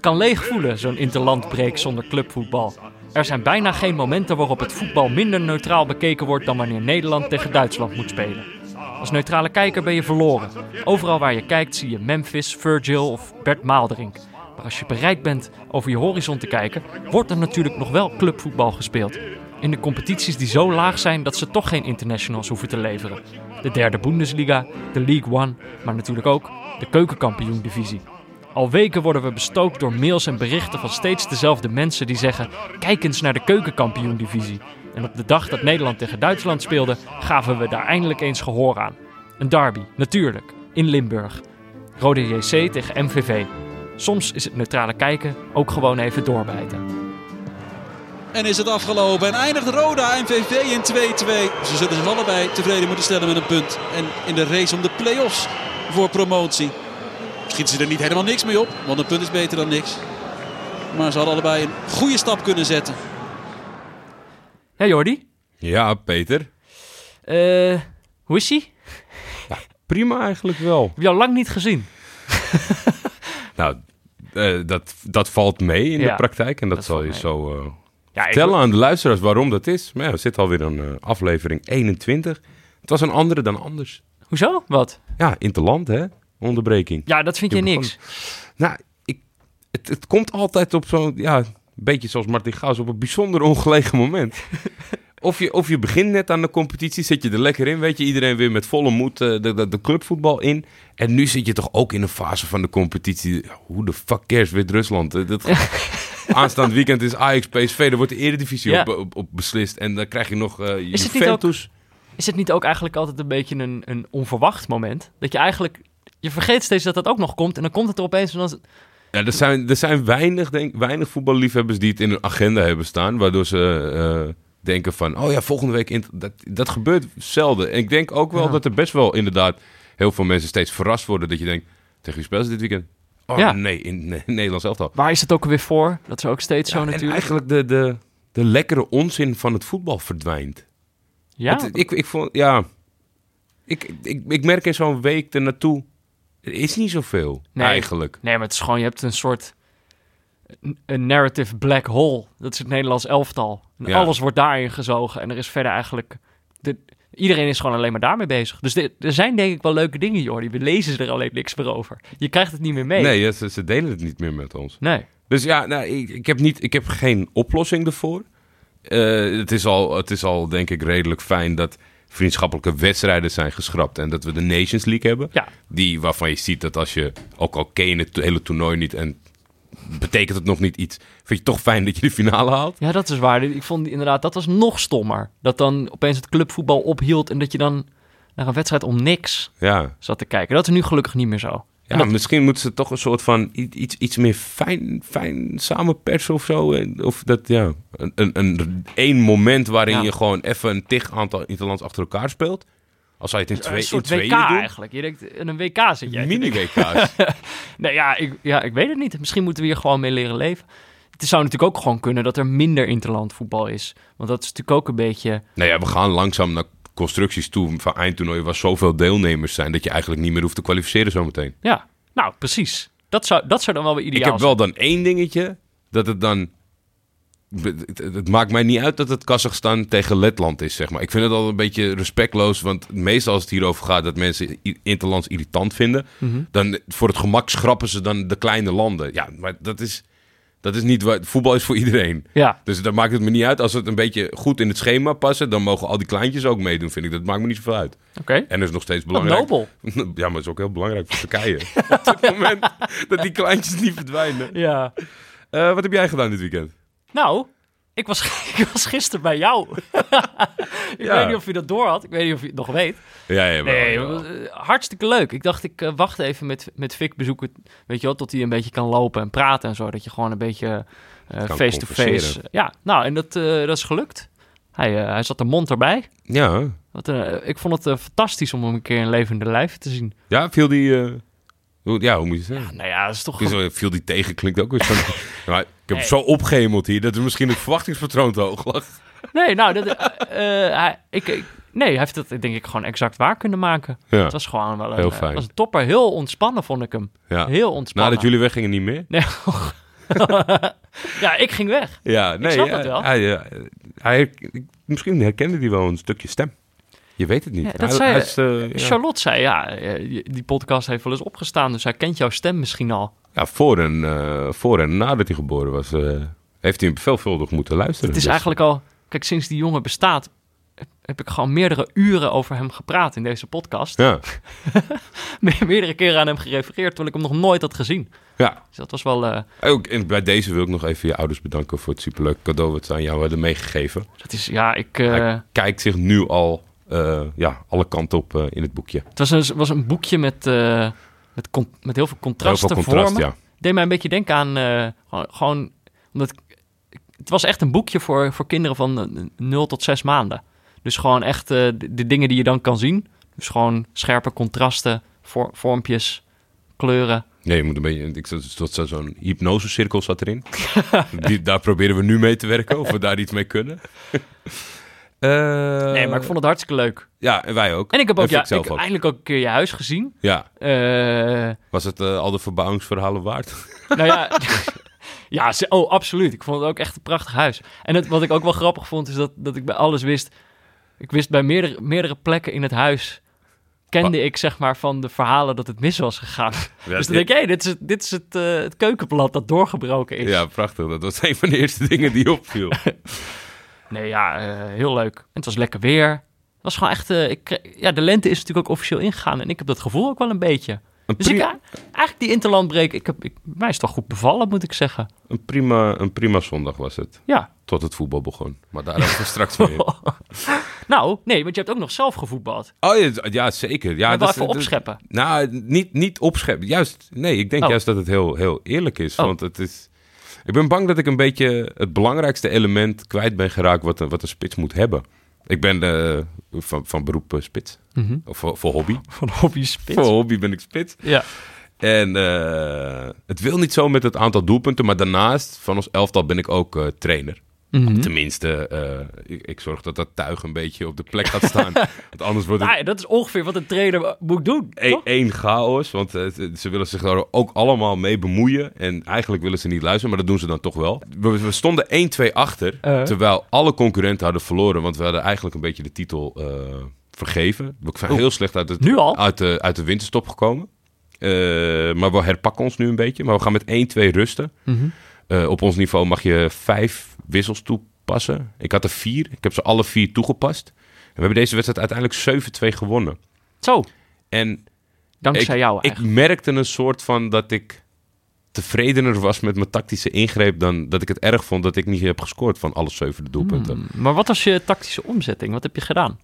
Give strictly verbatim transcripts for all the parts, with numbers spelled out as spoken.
kan leeg voelen, zo'n interlandbreek zonder clubvoetbal. Er zijn bijna geen momenten waarop het voetbal minder neutraal bekeken wordt dan wanneer Nederland tegen Duitsland moet spelen. Als neutrale kijker ben je verloren. Overal waar je kijkt zie je Memphis, Virgil of Bert Maalderink. Maar als je bereid bent over je horizon te kijken, wordt er natuurlijk nog wel clubvoetbal gespeeld. In de competities die zo laag zijn dat ze toch geen internationals hoeven te leveren. De derde Bundesliga, de League One, maar natuurlijk ook de keukenkampioen-divisie. Al weken worden we bestookt door mails en berichten van steeds dezelfde mensen die zeggen: kijk eens naar de keukenkampioen-divisie. En op de dag dat Nederland tegen Duitsland speelde, gaven we daar eindelijk eens gehoor aan. Een derby, natuurlijk, in Limburg. Rode J C tegen M V V. Soms is het neutrale kijken ook gewoon even doorbijten. En is het afgelopen en eindigt Roda M V V in twee-twee. Ze zullen zich allebei tevreden moeten stellen met een punt. En in de race om de play-offs voor promotie schieten ze er niet helemaal niks mee op. Want een punt is beter dan niks. Maar ze hadden allebei een goede stap kunnen zetten. Ja, Jordi? Ja, Peter. Uh, hoe is ie? Ja, prima eigenlijk wel. Ik heb jou lang niet gezien. Nou, uh, dat, dat valt mee in ja, de praktijk. En dat, dat zal je mee. zo uh, ja, vertellen ik... aan de luisteraars waarom dat is. Maar ja, er zit alweer een uh, aflevering eenentwintig. Het was een andere dan anders. Hoezo? Wat? Ja, interland, hè? Onderbreking. Ja, dat vind je, je niks. Begon... Nou, ik, het, het komt altijd op zo'n... Ja, beetje zoals Martin Gaus op een bijzonder ongelegen moment. Of je, of je begint net aan de competitie, zit je er lekker in. Weet je, iedereen weer met volle moed uh, de, de, de clubvoetbal in. En nu zit je toch ook in een fase van de competitie. Hoe de fuck cares Wit-Rusland? Uh, dat... Aanstaand weekend is Ajax P S V. Daar wordt de Eredivisie ja. op, op, op beslist. En dan krijg je nog uh, je is het Juventus. Ook, is het niet ook eigenlijk altijd een beetje een, een onverwacht moment? Dat je eigenlijk... Je vergeet steeds dat dat ook nog komt. En dan komt het er opeens... En dan het... Ja, er zijn, er zijn weinig, denk, weinig voetballiefhebbers die het in hun agenda hebben staan. Waardoor ze... Uh, denken van, oh ja, volgende week... In, dat, dat gebeurt zelden. En ik denk ook wel ja. dat er best wel inderdaad... heel veel mensen steeds verrast worden. Dat je denkt, tegen wie spelen ze dit weekend? Oh ja. nee, in, nee, in Nederlands elftal. Waar is het ook weer voor? Dat is ook steeds ja, zo natuurlijk. En eigenlijk de, de, de lekkere onzin van het voetbal verdwijnt. Ja? Het, ik, ik vond, ja... Ik, ik, ik merk in zo'n week ernaartoe... Er is niet zoveel, nee, eigenlijk. Nee, maar het is gewoon... Je hebt een soort... Een narrative black hole. Dat is het Nederlands elftal. En ja. Alles wordt daarin gezogen. En er is verder eigenlijk... De, iedereen is gewoon alleen maar daarmee bezig. Dus de, er zijn denk ik wel leuke dingen, Jordi. We lezen er alleen niks meer over. Je krijgt het niet meer mee. Nee, ze, ze delen het niet meer met ons. Nee. Dus ja, nou, ik, ik, heb niet, ik heb geen oplossing ervoor. Uh, het, is al, het is al, denk ik, redelijk fijn dat vriendschappelijke wedstrijden zijn geschrapt. En dat we de Nations League hebben. Ja. Die, waarvan je ziet dat als je... Ook al ken je het hele toernooi niet... en betekent het nog niet iets... vind je het toch fijn dat je de finale haalt? Ja, dat is waar. Ik vond inderdaad, dat was nog stommer. Dat dan opeens het clubvoetbal ophield... en dat je dan naar een wedstrijd om niks ja. zat te kijken. Dat is nu gelukkig niet meer zo. Ja, dat... misschien moeten ze toch een soort van... iets, iets meer fijn, fijn samenpersen of zo. Of dat, ja... Een, een, een één moment waarin ja. je gewoon even een tig aantal interlands achter elkaar speelt... Als zou je het in twee, een soort in W K doen? eigenlijk. Je denkt, in een W K zit jij. Mini-W K's. nee, ja ik, ja, ik weet het niet. Misschien moeten we hier gewoon mee leren leven. Het zou natuurlijk ook gewoon kunnen dat er minder interland voetbal is. Want dat is natuurlijk ook een beetje... Nou ja, we gaan langzaam naar constructies toe van eindtoernooien... waar zoveel deelnemers zijn... dat je eigenlijk niet meer hoeft te kwalificeren zometeen. Ja, nou precies. Dat zou, dat zou dan wel weer ideaal zijn. Ik heb wel dan één dingetje... dat het dan... Het, het maakt mij niet uit dat het Kazachstan tegen Letland is, zeg maar. Ik vind het al een beetje respectloos, want meestal als het hierover gaat dat mensen interlands irritant vinden, mm-hmm. dan voor het gemak schrappen ze dan de kleine landen. Ja, maar dat is, dat is niet wat... Voetbal is voor iedereen. Ja. Dus dan maakt het me niet uit. Als het een beetje goed in het schema passen, dan mogen al die kleintjes ook meedoen, vind ik. Dat maakt me niet zoveel uit. Oké. Okay. En dat is nog steeds belangrijk. Nobel. Ja, maar het is ook heel belangrijk voor Turkije. Op dit moment dat die kleintjes niet verdwijnen. Ja. Uh, wat heb jij gedaan dit weekend? Nou, ik was, ik was gisteren bij jou. ik ja. weet niet of je dat door had. Ik weet niet of je het nog weet. Ja, ja, wel, nee, ja. Hartstikke leuk. Ik dacht, ik uh, wacht even met, met Vic bezoeken. Weet je wel, tot hij een beetje kan lopen en praten en zo. Dat je gewoon een beetje uh, face-to-face... Uh, ja, nou, en dat, uh, dat is gelukt. Hij, uh, hij zat de mond erbij. Ja. Wat, uh, ik vond het uh, fantastisch om hem een keer in levende lijf te zien. Ja, viel die... Uh... Ja, hoe moet je zeggen? Ja, nou ja, dat is toch... Zo, viel die tegen, klinkt ook weer zo... Maar ik heb nee. zo opgehemeld hier, dat er misschien het verwachtingspatroon te hoog lag. Nee, nou, dat, uh, uh, hij, ik, ik, nee, hij heeft het denk ik gewoon exact waar kunnen maken. Ja. Het was gewoon wel een, heel uh, fijn. was een topper. Heel ontspannen vond ik hem. Ja. Heel ontspannen. Nadat jullie weggingen niet meer? Nee, Ja, ik ging weg. Ja, nee, snap ja, het wel. Hij, ja, hij, misschien herkende hij wel een stukje stem. Je weet het niet. Ja, dat hij, zei, hij is, uh, ja. Charlotte zei, ja, die podcast heeft wel eens opgestaan, dus hij kent jouw stem misschien al. Ja, voor en, uh, voor en nadat hij geboren was, uh, heeft hij hem veelvuldig moeten luisteren. Het is dus. eigenlijk al, kijk, sinds die jongen bestaat, heb ik gewoon meerdere uren over hem gepraat in deze podcast. Ja. Meerdere keren aan hem gerefereerd, terwijl ik hem nog nooit had gezien. Ja. Dus dat was wel... Uh... Ook, en bij deze wil ik nog even je ouders bedanken voor het superleuke cadeau wat ze aan jou hadden meegegeven. Dat is, ja, ik... Uh... Hij kijkt zich nu al uh, ja, alle kanten op uh, in het boekje. Het was een, was een boekje met, uh, met, con- met heel veel contrasten Heel veel contrast, vormen. ja. Deed mij een beetje denken aan... Uh, gewoon, gewoon, omdat het was echt een boekje voor, voor kinderen van nul tot zes maanden. Dus gewoon echt uh, de, de dingen die je dan kan zien. Dus gewoon scherpe contrasten, voor, vormpjes, kleuren. Nee, je moet een beetje... Ik, zo, zo, zo'n hypnosecirkel zat erin. Die, daar proberen we nu mee te werken, of we daar iets mee kunnen. uh, nee, maar ik vond het hartstikke leuk. Ja, en wij ook. En ik heb ook, ja, ik ik ook. eindelijk ook een keer je huis gezien. Ja. Uh, Was het uh, al de verbouwingsverhalen waard? Nou ja... Ja, oh, absoluut. Ik vond het ook echt een prachtig huis. En het, wat ik ook wel grappig vond, is dat, dat ik bij alles wist... Ik wist bij meerdere, meerdere plekken in het huis... kende Wat? ik zeg maar van de verhalen dat het mis was gegaan. Ja, dus dan denk ik, hé, hey, dit is, het, dit is het, uh, het keukenblad dat doorgebroken is. Ja, prachtig. Dat was een van de eerste dingen die opviel. Nee, ja, uh, heel leuk. En het was lekker weer. Het was gewoon echt... Uh, ik, ja, de lente is natuurlijk ook officieel ingegaan. En ik heb dat gevoel ook wel een beetje... Een dus prima, ik, eigenlijk die interlandbreek, ik heb, ik, mij is toch goed bevallen, moet ik zeggen. Een prima, een prima zondag was het. Ja. Tot het voetbal begon. Maar daar hebben we straks mee. Nou, nee, want je hebt ook nog zelf gevoetbald. Oh ja, ja zeker. Ja, maar dat, even opscheppen. Dat, nou, niet, niet opscheppen. Juist, nee, ik denk oh. juist dat het heel, heel eerlijk is. Oh. Want het is... Ik ben bang dat ik een beetje het belangrijkste element kwijt ben geraakt wat een, wat een spits moet hebben. Ik ben uh, van, van beroep uh, spits. Mm-hmm. Of voor, voor hobby. Van hobby spits. Voor hobby ben ik spits. Ja. En uh, het wil niet zo met het aantal doelpunten. Maar daarnaast, van ons elftal, ben ik ook uh, trainer. Mm-hmm. Tenminste, uh, ik, ik zorg dat dat tuig een beetje op de plek gaat staan. Want anders wordt het... Ah, dat is ongeveer wat een trainer moet doen, e- Eén chaos, want uh, ze willen zich daar ook allemaal mee bemoeien. En eigenlijk willen ze niet luisteren, maar dat doen ze dan toch wel. We, we stonden één twee achter, uh. terwijl alle concurrenten hadden verloren. Want we hadden eigenlijk een beetje de titel uh, vergeven. We zijn heel slecht uit, het, nu al? Uit, de, uit de winterstop gekomen. Uh, maar we herpakken ons nu een beetje. Maar we gaan met één twee rusten. Mm-hmm. Uh, op ons niveau mag je vijf wissels toepassen. Ik had er vier. Ik heb ze alle vier toegepast. En we hebben deze wedstrijd uiteindelijk zeven twee gewonnen. Zo. En dankzij ik, jou eigenlijk. Ik merkte een soort van dat ik tevredener was met mijn tactische ingreep dan dat ik het erg vond dat ik niet heb gescoord van alle zeven doelpunten. Hmm. Maar wat was je tactische omzetting? Wat heb je gedaan?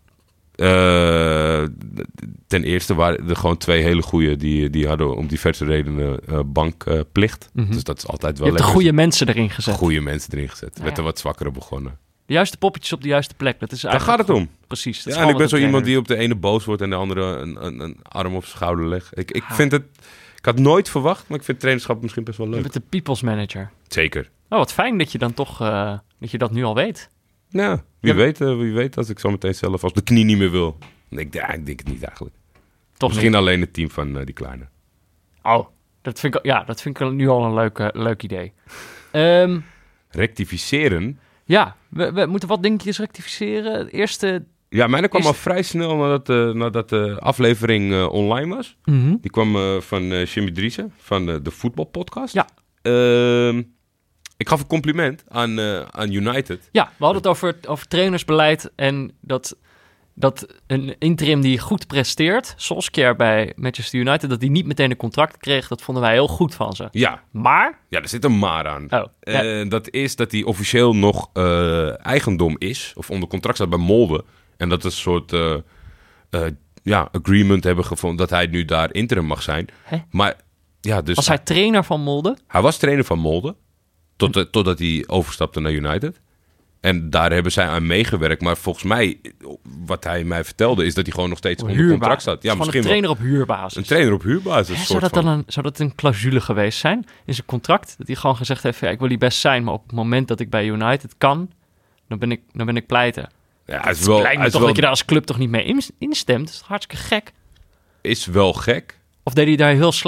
Uh, ten eerste waren er gewoon twee hele goeie die, die hadden om diverse redenen uh, bankplicht. Uh, mm-hmm. Dus dat is altijd wel. Je hebt de goede mensen erin gezet. Goede mensen erin gezet. Nou Werd ja. er wat zwakkere begonnen. De juiste poppetjes op de juiste plek. Dat is Daar gaat het om. Precies. Dat ja, en ik ben zo iemand die op de ene boos wordt en de andere een, een, een arm op zijn schouder legt. Ik, ik vind het. Ik had nooit verwacht, maar ik vind trainerschap misschien best wel leuk. Je bent de people's manager. Zeker. Oh, wat fijn dat je dan toch uh, dat je dat nu al weet. Nou, wie, ja. weet, uh, wie weet als ik zo meteen zelf als de knie niet meer wil. Ik, ja, ik denk het niet eigenlijk. Toch Misschien niet. alleen het team van uh, die kleine. Oh, dat vind ik, ja, dat vind ik nu al een leuk, uh, leuk idee. Um, rectificeren? Ja, we, we moeten wat dingetjes rectificeren. Het eerste... Ja, mijne kwam eerste... al vrij snel nadat, uh, nadat de aflevering uh, online was. Mm-hmm. Die kwam uh, van uh, Jimmy Driessen van uh, de voetbalpodcast. Ja. Uh, ik gaf een compliment aan, uh, aan United. Ja, we hadden het over, over trainersbeleid en dat... dat een interim die goed presteert, Solskjaer bij Manchester United, dat hij niet meteen een contract kreeg, dat vonden wij heel goed van ze. Ja. Maar? Ja, er zit een maar aan. Oh, ja. uh, dat is dat hij officieel nog uh, eigendom is, of onder contract staat bij Molde. En dat is een soort uh, uh, ja, agreement hebben gevonden dat hij nu daar interim mag zijn. Hè? Maar, ja, dus was hij trainer van Molde? Hij was trainer van Molde, tot, uh, totdat hij overstapte naar United. En daar hebben zij aan meegewerkt. Maar volgens mij, wat hij mij vertelde, is dat hij gewoon nog steeds onder Huurbaas. contract staat. Ja, misschien een trainer wel. op huurbasis. Een trainer op huurbasis. Hè, soort zou, dat van. dan een, zou dat een clausule geweest zijn in zijn contract? Dat hij gewoon gezegd heeft, ja, ik wil die best zijn, maar op het moment dat ik bij United kan, dan ben ik, dan ben ik pleiten. Ja, het is het wel, lijkt me is toch wel, dat je daar als club toch niet mee in, instemt? Dat is hartstikke gek. Is wel gek. Of deed hij daar heel slecht?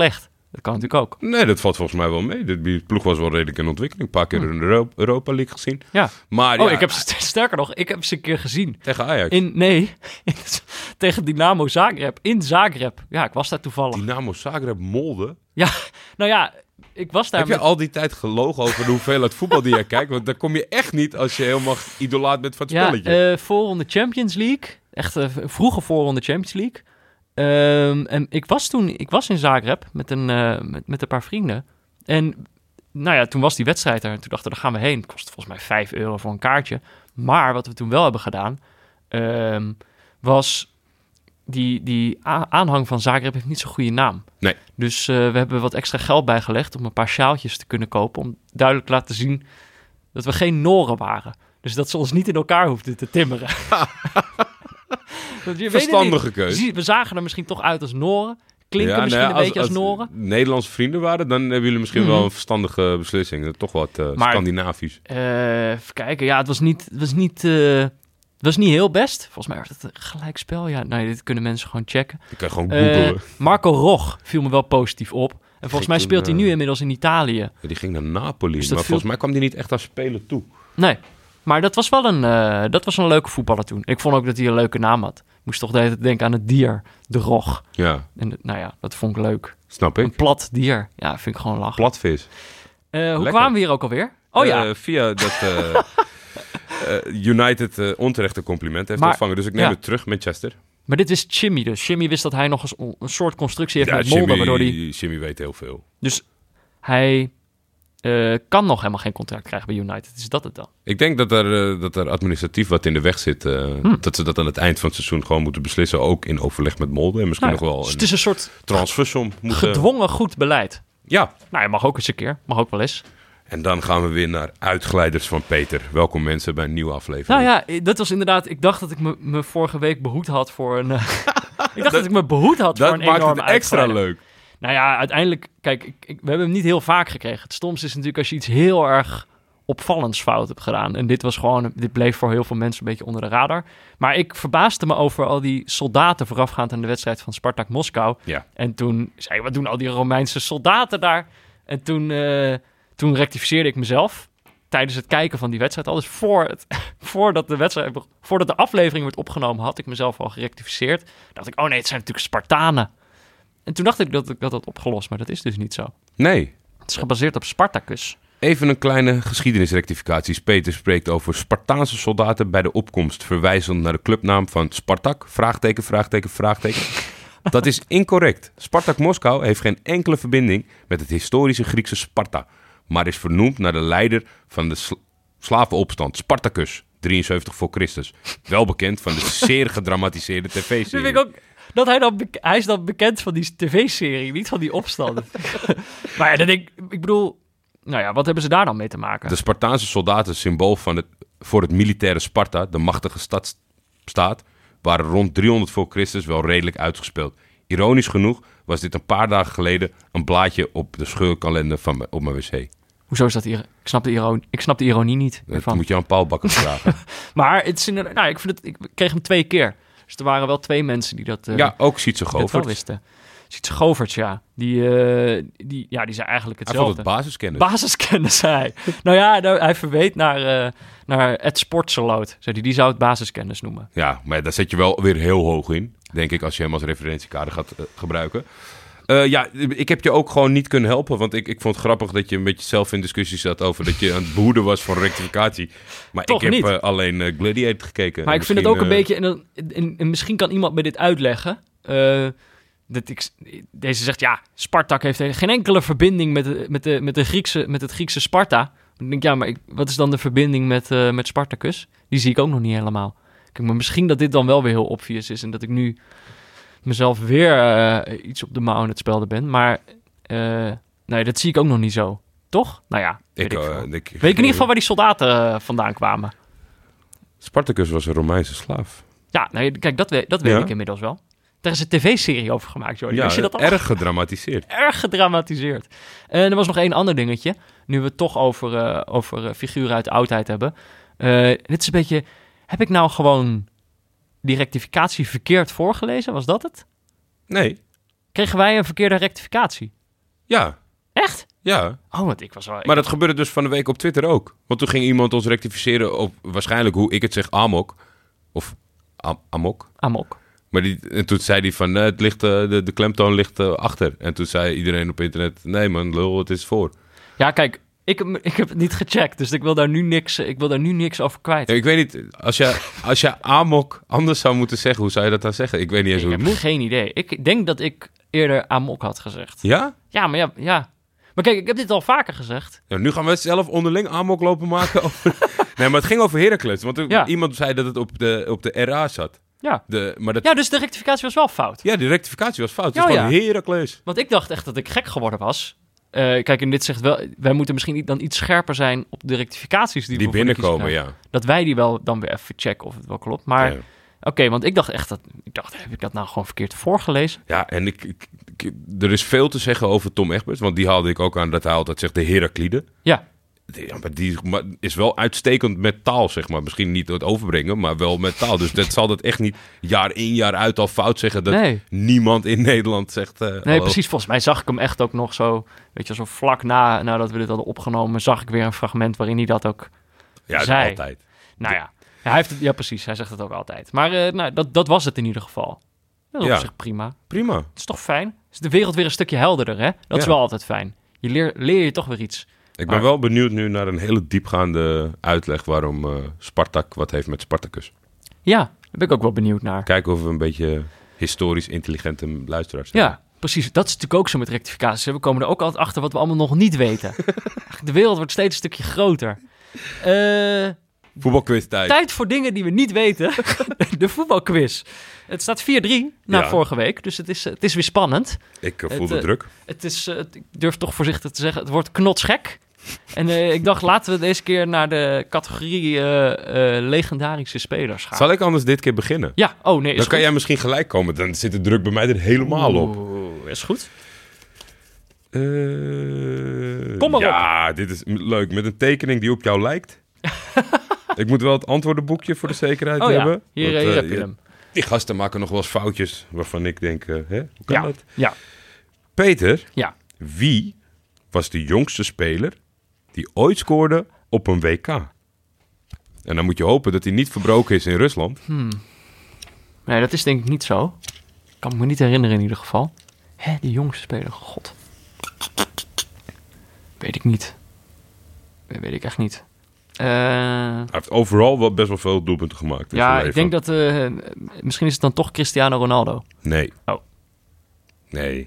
Dat kan natuurlijk ook. Nee, dat valt volgens mij wel mee. De ploeg was wel redelijk in ontwikkeling. Een paar keer in de Euro- Europa League gezien. Ja. Maar, oh, ja, ik heb ze, sterker nog, ik heb ze een keer gezien. Tegen Ajax? In, nee, in, tegen Dynamo Zagreb. In Zagreb. Ja, ik was daar toevallig. Dynamo Zagreb Molde? Ja, nou ja, ik was daar Heb met... je al die tijd gelogen over de hoeveelheid voetbal die je kijkt? Want daar kom je echt niet als je helemaal idolaat bent van het ja, spelletje. Ja, uh, voorronde Champions League. Echt uh, vroege voorronde Champions League. Um, en ik was toen, ik was in Zagreb met een, uh, met, met een paar vrienden. En nou ja, toen was die wedstrijd er. En toen dachten we, daar gaan we heen. Het kostte volgens mij vijf euro voor een kaartje. Maar wat we toen wel hebben gedaan, um, was die, die a- aanhang van Zagreb heeft niet zo'n goede naam. Nee. Dus uh, we hebben wat extra geld bijgelegd om een paar sjaaltjes te kunnen kopen. Om duidelijk te laten zien dat we geen Noren waren. Dus dat ze ons niet in elkaar hoefden te timmeren. Je Verstandige keuze. We zagen er misschien toch uit als Noren. Klinken ja, misschien nee, een als, beetje als, als Noren. Nederlandse vrienden waren, dan hebben jullie misschien Mm-hmm. wel een verstandige beslissing. Toch wat uh, maar, Scandinavisch. Uh, even kijken. Ja, het was niet, het was niet, uh, het was niet heel best. Volgens mij was het een gelijk spel. Ja, nee, dit kunnen mensen gewoon checken. Je kan gewoon googlen. Uh, Marco Rog viel me wel positief op. En volgens mij speelt toen, hij nu uh, inmiddels in Italië. Ja, die ging naar Napoli, dus maar viel... volgens mij kwam die niet echt aan spelen toe. Nee, maar dat was wel een, uh, dat was een leuke voetballer toen. Ik vond ook dat hij een leuke naam had. Ik moest toch de hele tijd denken aan het dier, de Rog. Ja. En nou ja, dat vond ik leuk. Snap ik. Een plat dier. Ja, vind ik gewoon lachen. Platvis. Uh, hoe Lekker. kwamen we hier ook alweer? Oh uh, ja. Via dat uh, uh, United uh, onterechte compliment heeft maar, ontvangen. Dus ik neem ja. het terug, Manchester. Maar dit wist Jimmy dus. Jimmy wist dat hij nog eens een soort constructie heeft ja, met Molde. Jimmy, Waardoor die... Jimmy weet heel veel. Dus hij uh, kan nog helemaal geen contract krijgen bij United. Is dat het dan? Ik denk dat er, uh, dat er administratief wat in de weg zit. Uh, hmm. Dat ze dat aan het eind van het seizoen gewoon moeten beslissen. Ook in overleg met Molde. En misschien nou, nog wel dus een, het is een soort transfersom moeten... gedwongen goed beleid. Ja. Nou, je mag ook eens een keer. Mag ook wel eens. En dan gaan we weer naar Uitglijders van Peter. Welkom mensen bij een nieuwe aflevering. Nou ja, dat was inderdaad... Ik dacht dat ik me, me vorige week behoed had voor een... Uh, ik dacht dat, dat ik me behoed had voor een enorme Dat maakt het extra leuk. Nou ja, uiteindelijk... Kijk, ik, ik, we hebben hem niet heel vaak gekregen. Het stomste is natuurlijk als je iets heel erg opvallends fout hebt gedaan. En dit was gewoon... Dit bleef voor heel veel mensen een beetje onder de radar. Maar ik verbaasde me over al die soldaten voorafgaand aan de wedstrijd van Spartak Moskou. Ja. En toen zei ik, wat doen al die Romeinse soldaten daar? En toen... Uh, Toen rectificeerde ik mezelf tijdens het kijken van die wedstrijd. Al dus voor het, voordat, de wedstrijd, voordat de aflevering werd opgenomen, had ik mezelf al gerectificeerd. Dacht ik, oh nee, het zijn natuurlijk Spartanen. En toen dacht ik dat ik dat had opgelost, maar dat is dus niet zo. Nee. Het is gebaseerd op Spartacus. Even een kleine geschiedenisrectificatie. Peter spreekt over Spartaanse soldaten bij de opkomst, verwijzend naar de clubnaam van Spartak, vraagteken, vraagteken, vraagteken. Dat is incorrect. Spartak Moskou heeft geen enkele verbinding met het historische Griekse Sparta, maar is vernoemd naar de leider van de sl- slavenopstand, Spartacus, drieënzeventig voor Christus. Wel bekend van de zeer gedramatiseerde tv-serie. Ik ook, dat hij, dan bek- hij is dan bekend van die tv-serie, niet van die opstand. Maar ja, dan denk ik, ik bedoel, nou ja, wat hebben ze daar dan mee te maken? De Spartaanse soldaten, symbool van het, voor het militaire Sparta, de machtige stadstaat, waren rond driehonderd voor Christus wel redelijk uitgespeeld. Ironisch genoeg was dit een paar dagen geleden een blaadje op de scheurkalender van me, op mijn wc. Hoezo is dat hier? Ik snap de ironie, ik snap de ironie niet. Dat van. Moet je aan Paul Bakker vragen. Maar het is inderdaad, nou, ik, vind het, ik kreeg hem twee keer. Dus er waren wel twee mensen die dat, uh, ja, ook Sietse Govertz. wisten. Sietse Govertz, ja. Die, uh, die, ja, die zei eigenlijk hetzelfde. Hij vond het basiskennis. Basiskennis, zei hij. nou ja, nou, hij verweet naar, uh, naar Ed Sportseloot. Zei die, die zou het basiskennis noemen. Ja, maar daar zet je wel weer heel hoog in. Denk ik, als je hem als referentiekader gaat uh, gebruiken. Uh, ja, ik heb je ook gewoon niet kunnen helpen. Want ik, ik vond het grappig dat je een beetje zelf in discussie zat over dat je aan het behoeden was voor rectificatie. Maar Toch ik heb uh, alleen uh, Gladiator gekeken. Maar ik vind het ook een uh, beetje... En, dan, en, en misschien kan iemand me dit uitleggen. Uh, dat ik, deze zegt, ja, Spartak heeft geen enkele verbinding met, de, met, de, met, de Griekse, met het Griekse Sparta. Dan denk ik, ja, maar ik, wat is dan de verbinding met, uh, met Spartacus? Die zie ik ook nog niet helemaal. Kijk, maar misschien dat dit dan wel weer heel obvious is en dat ik nu mezelf weer uh, iets op de mouw aan het spelden ben. Maar uh, nee, dat zie ik ook nog niet zo. Toch? Nou ja, weet ik, ik, uh, ik Weet ik in ieder geval waar die soldaten uh, vandaan kwamen. Spartacus was een Romeinse slaaf. Ja, nee, kijk, dat, we, dat weet ja. ik inmiddels wel. Daar is een tv-serie over gemaakt, Jordi. Ja, je dat al? erg gedramatiseerd. Erg gedramatiseerd. En er was nog één ander dingetje. Nu we het toch over, uh, over uh, figuren uit de oudheid hebben. Uh, dit is een beetje... Heb ik nou gewoon die rectificatie verkeerd voorgelezen? Was dat het? Nee. Kregen wij een verkeerde rectificatie? Ja. Echt? Ja. Oh, want ik was wel... Maar dat gebeurde dus van de week op Twitter ook. Want toen ging iemand ons rectificeren op waarschijnlijk hoe ik het zeg, amok. Of am- amok. Amok. Maar die, en toen zei hij van, nee, het ligt, uh, de, de klemtoon ligt uh, achter. En toen zei iedereen op internet, nee man, lul, het is voor. Ja, kijk, ik heb, ik heb het niet gecheckt, dus ik wil daar nu niks, ik wil daar nu niks over kwijt. Ja, ik weet niet, als je, als je amok anders zou moeten zeggen, hoe zou je dat dan zeggen? Ik weet niet eens Ik hoe heb het moet. geen idee. Ik denk dat ik eerder amok had gezegd. Ja? Ja, maar ja, ja. Maar kijk, ik heb dit al vaker gezegd. Ja, nu gaan we zelf onderling amok lopen maken. Over... nee, maar het ging over Heracles. Want er, Ja. iemand zei dat het op de, op de R A zat. Ja. De, maar dat... Ja, dus de rectificatie was wel fout. ja, die rectificatie was fout. Het Ja, is gewoon ja. Heracles. Want ik dacht echt dat ik gek geworden was. Uh, kijk, en dit zegt wel... Wij moeten misschien dan iets scherper zijn op de rectificaties die, Die we voor de binnenkomen, kiezer ja. Dat wij die wel dan weer even checken of het wel klopt. Maar Ja. oké, okay, want ik dacht echt dat... Ik dacht, heb ik dat nou gewoon verkeerd voorgelezen? Ja, en ik, ik, ik- er is veel te zeggen over Tom Egberts. Want die haalde ik ook aan dat hij altijd zegt de Heraklide. Ja. Ja, maar die maar is wel uitstekend met taal, zeg maar. Misschien niet het overbrengen, maar wel met taal. Dus dat zal dat echt niet jaar in jaar uit al fout zeggen... dat Nee. niemand in Nederland zegt... Uh, Nee, hallo. precies. Volgens mij zag ik hem echt ook nog zo... Weet je, zo vlak na, nadat we dit hadden opgenomen... zag ik weer een fragment waarin hij dat ook... Ja, zei. altijd. Nou ja, ja, hij heeft het, ja precies. Hij zegt het ook altijd. Maar uh, nou, dat, dat was het in ieder geval. Dat is Ja. op zich prima. Prima. Het is toch fijn? Is de wereld weer een stukje helderder, hè? Dat is Ja. wel altijd fijn. Je leer, leer je toch weer iets. Ik ben Maar- wel benieuwd nu naar een hele diepgaande uitleg... waarom uh, Spartak wat heeft met Spartacus. Ja, daar ben ik ook wel benieuwd naar. Kijken of we een beetje historisch intelligente luisteraars hebben. Ja, precies. Dat is natuurlijk ook zo met rectificaties. hè. We komen er ook altijd achter wat we allemaal nog niet weten. De wereld wordt steeds een stukje groter. Eh... Voetbalquiz tijd. Tijd voor dingen die we niet weten. De voetbalquiz. Het staat vier drie na Ja. vorige week, dus het is, het is weer spannend. Ik uh, Het, voel de uh, druk. Het is, uh, ik durf toch voorzichtig te zeggen, het wordt knotsgek. En uh, ik dacht, laten we deze keer naar de categorie uh, uh, legendarische spelers gaan. Zal ik anders dit keer beginnen? Ja, oh nee, is Dan kan goed. jij misschien gelijk komen. Dan zit de druk bij mij er helemaal op. Oeh, is goed. Uh, Kom maar ja, dit is m- leuk. Met een tekening die op jou lijkt. Ik moet wel het antwoordenboekje voor de zekerheid Oh ja, hebben. hier, Want, hier uh, heb je ja, hem. Die gasten maken nog wel eens foutjes waarvan ik denk, uh, hè, hoe kan Ja, dat? ja, Peter, ja. wie was de jongste speler die ooit scoorde op een W K? En dan moet je hopen dat hij niet verbroken is in Rusland. Nee, dat is denk ik niet zo. Kan ik me niet herinneren in ieder geval. Hè, de jongste speler, god. Weet ik niet. Weet ik echt niet. Eh... Hij heeft overal wel best wel veel doelpunten gemaakt in Ja, zijn ik leven. denk dat... eh, misschien is het dan toch Cristiano Ronaldo. Nee. Oh. Nee.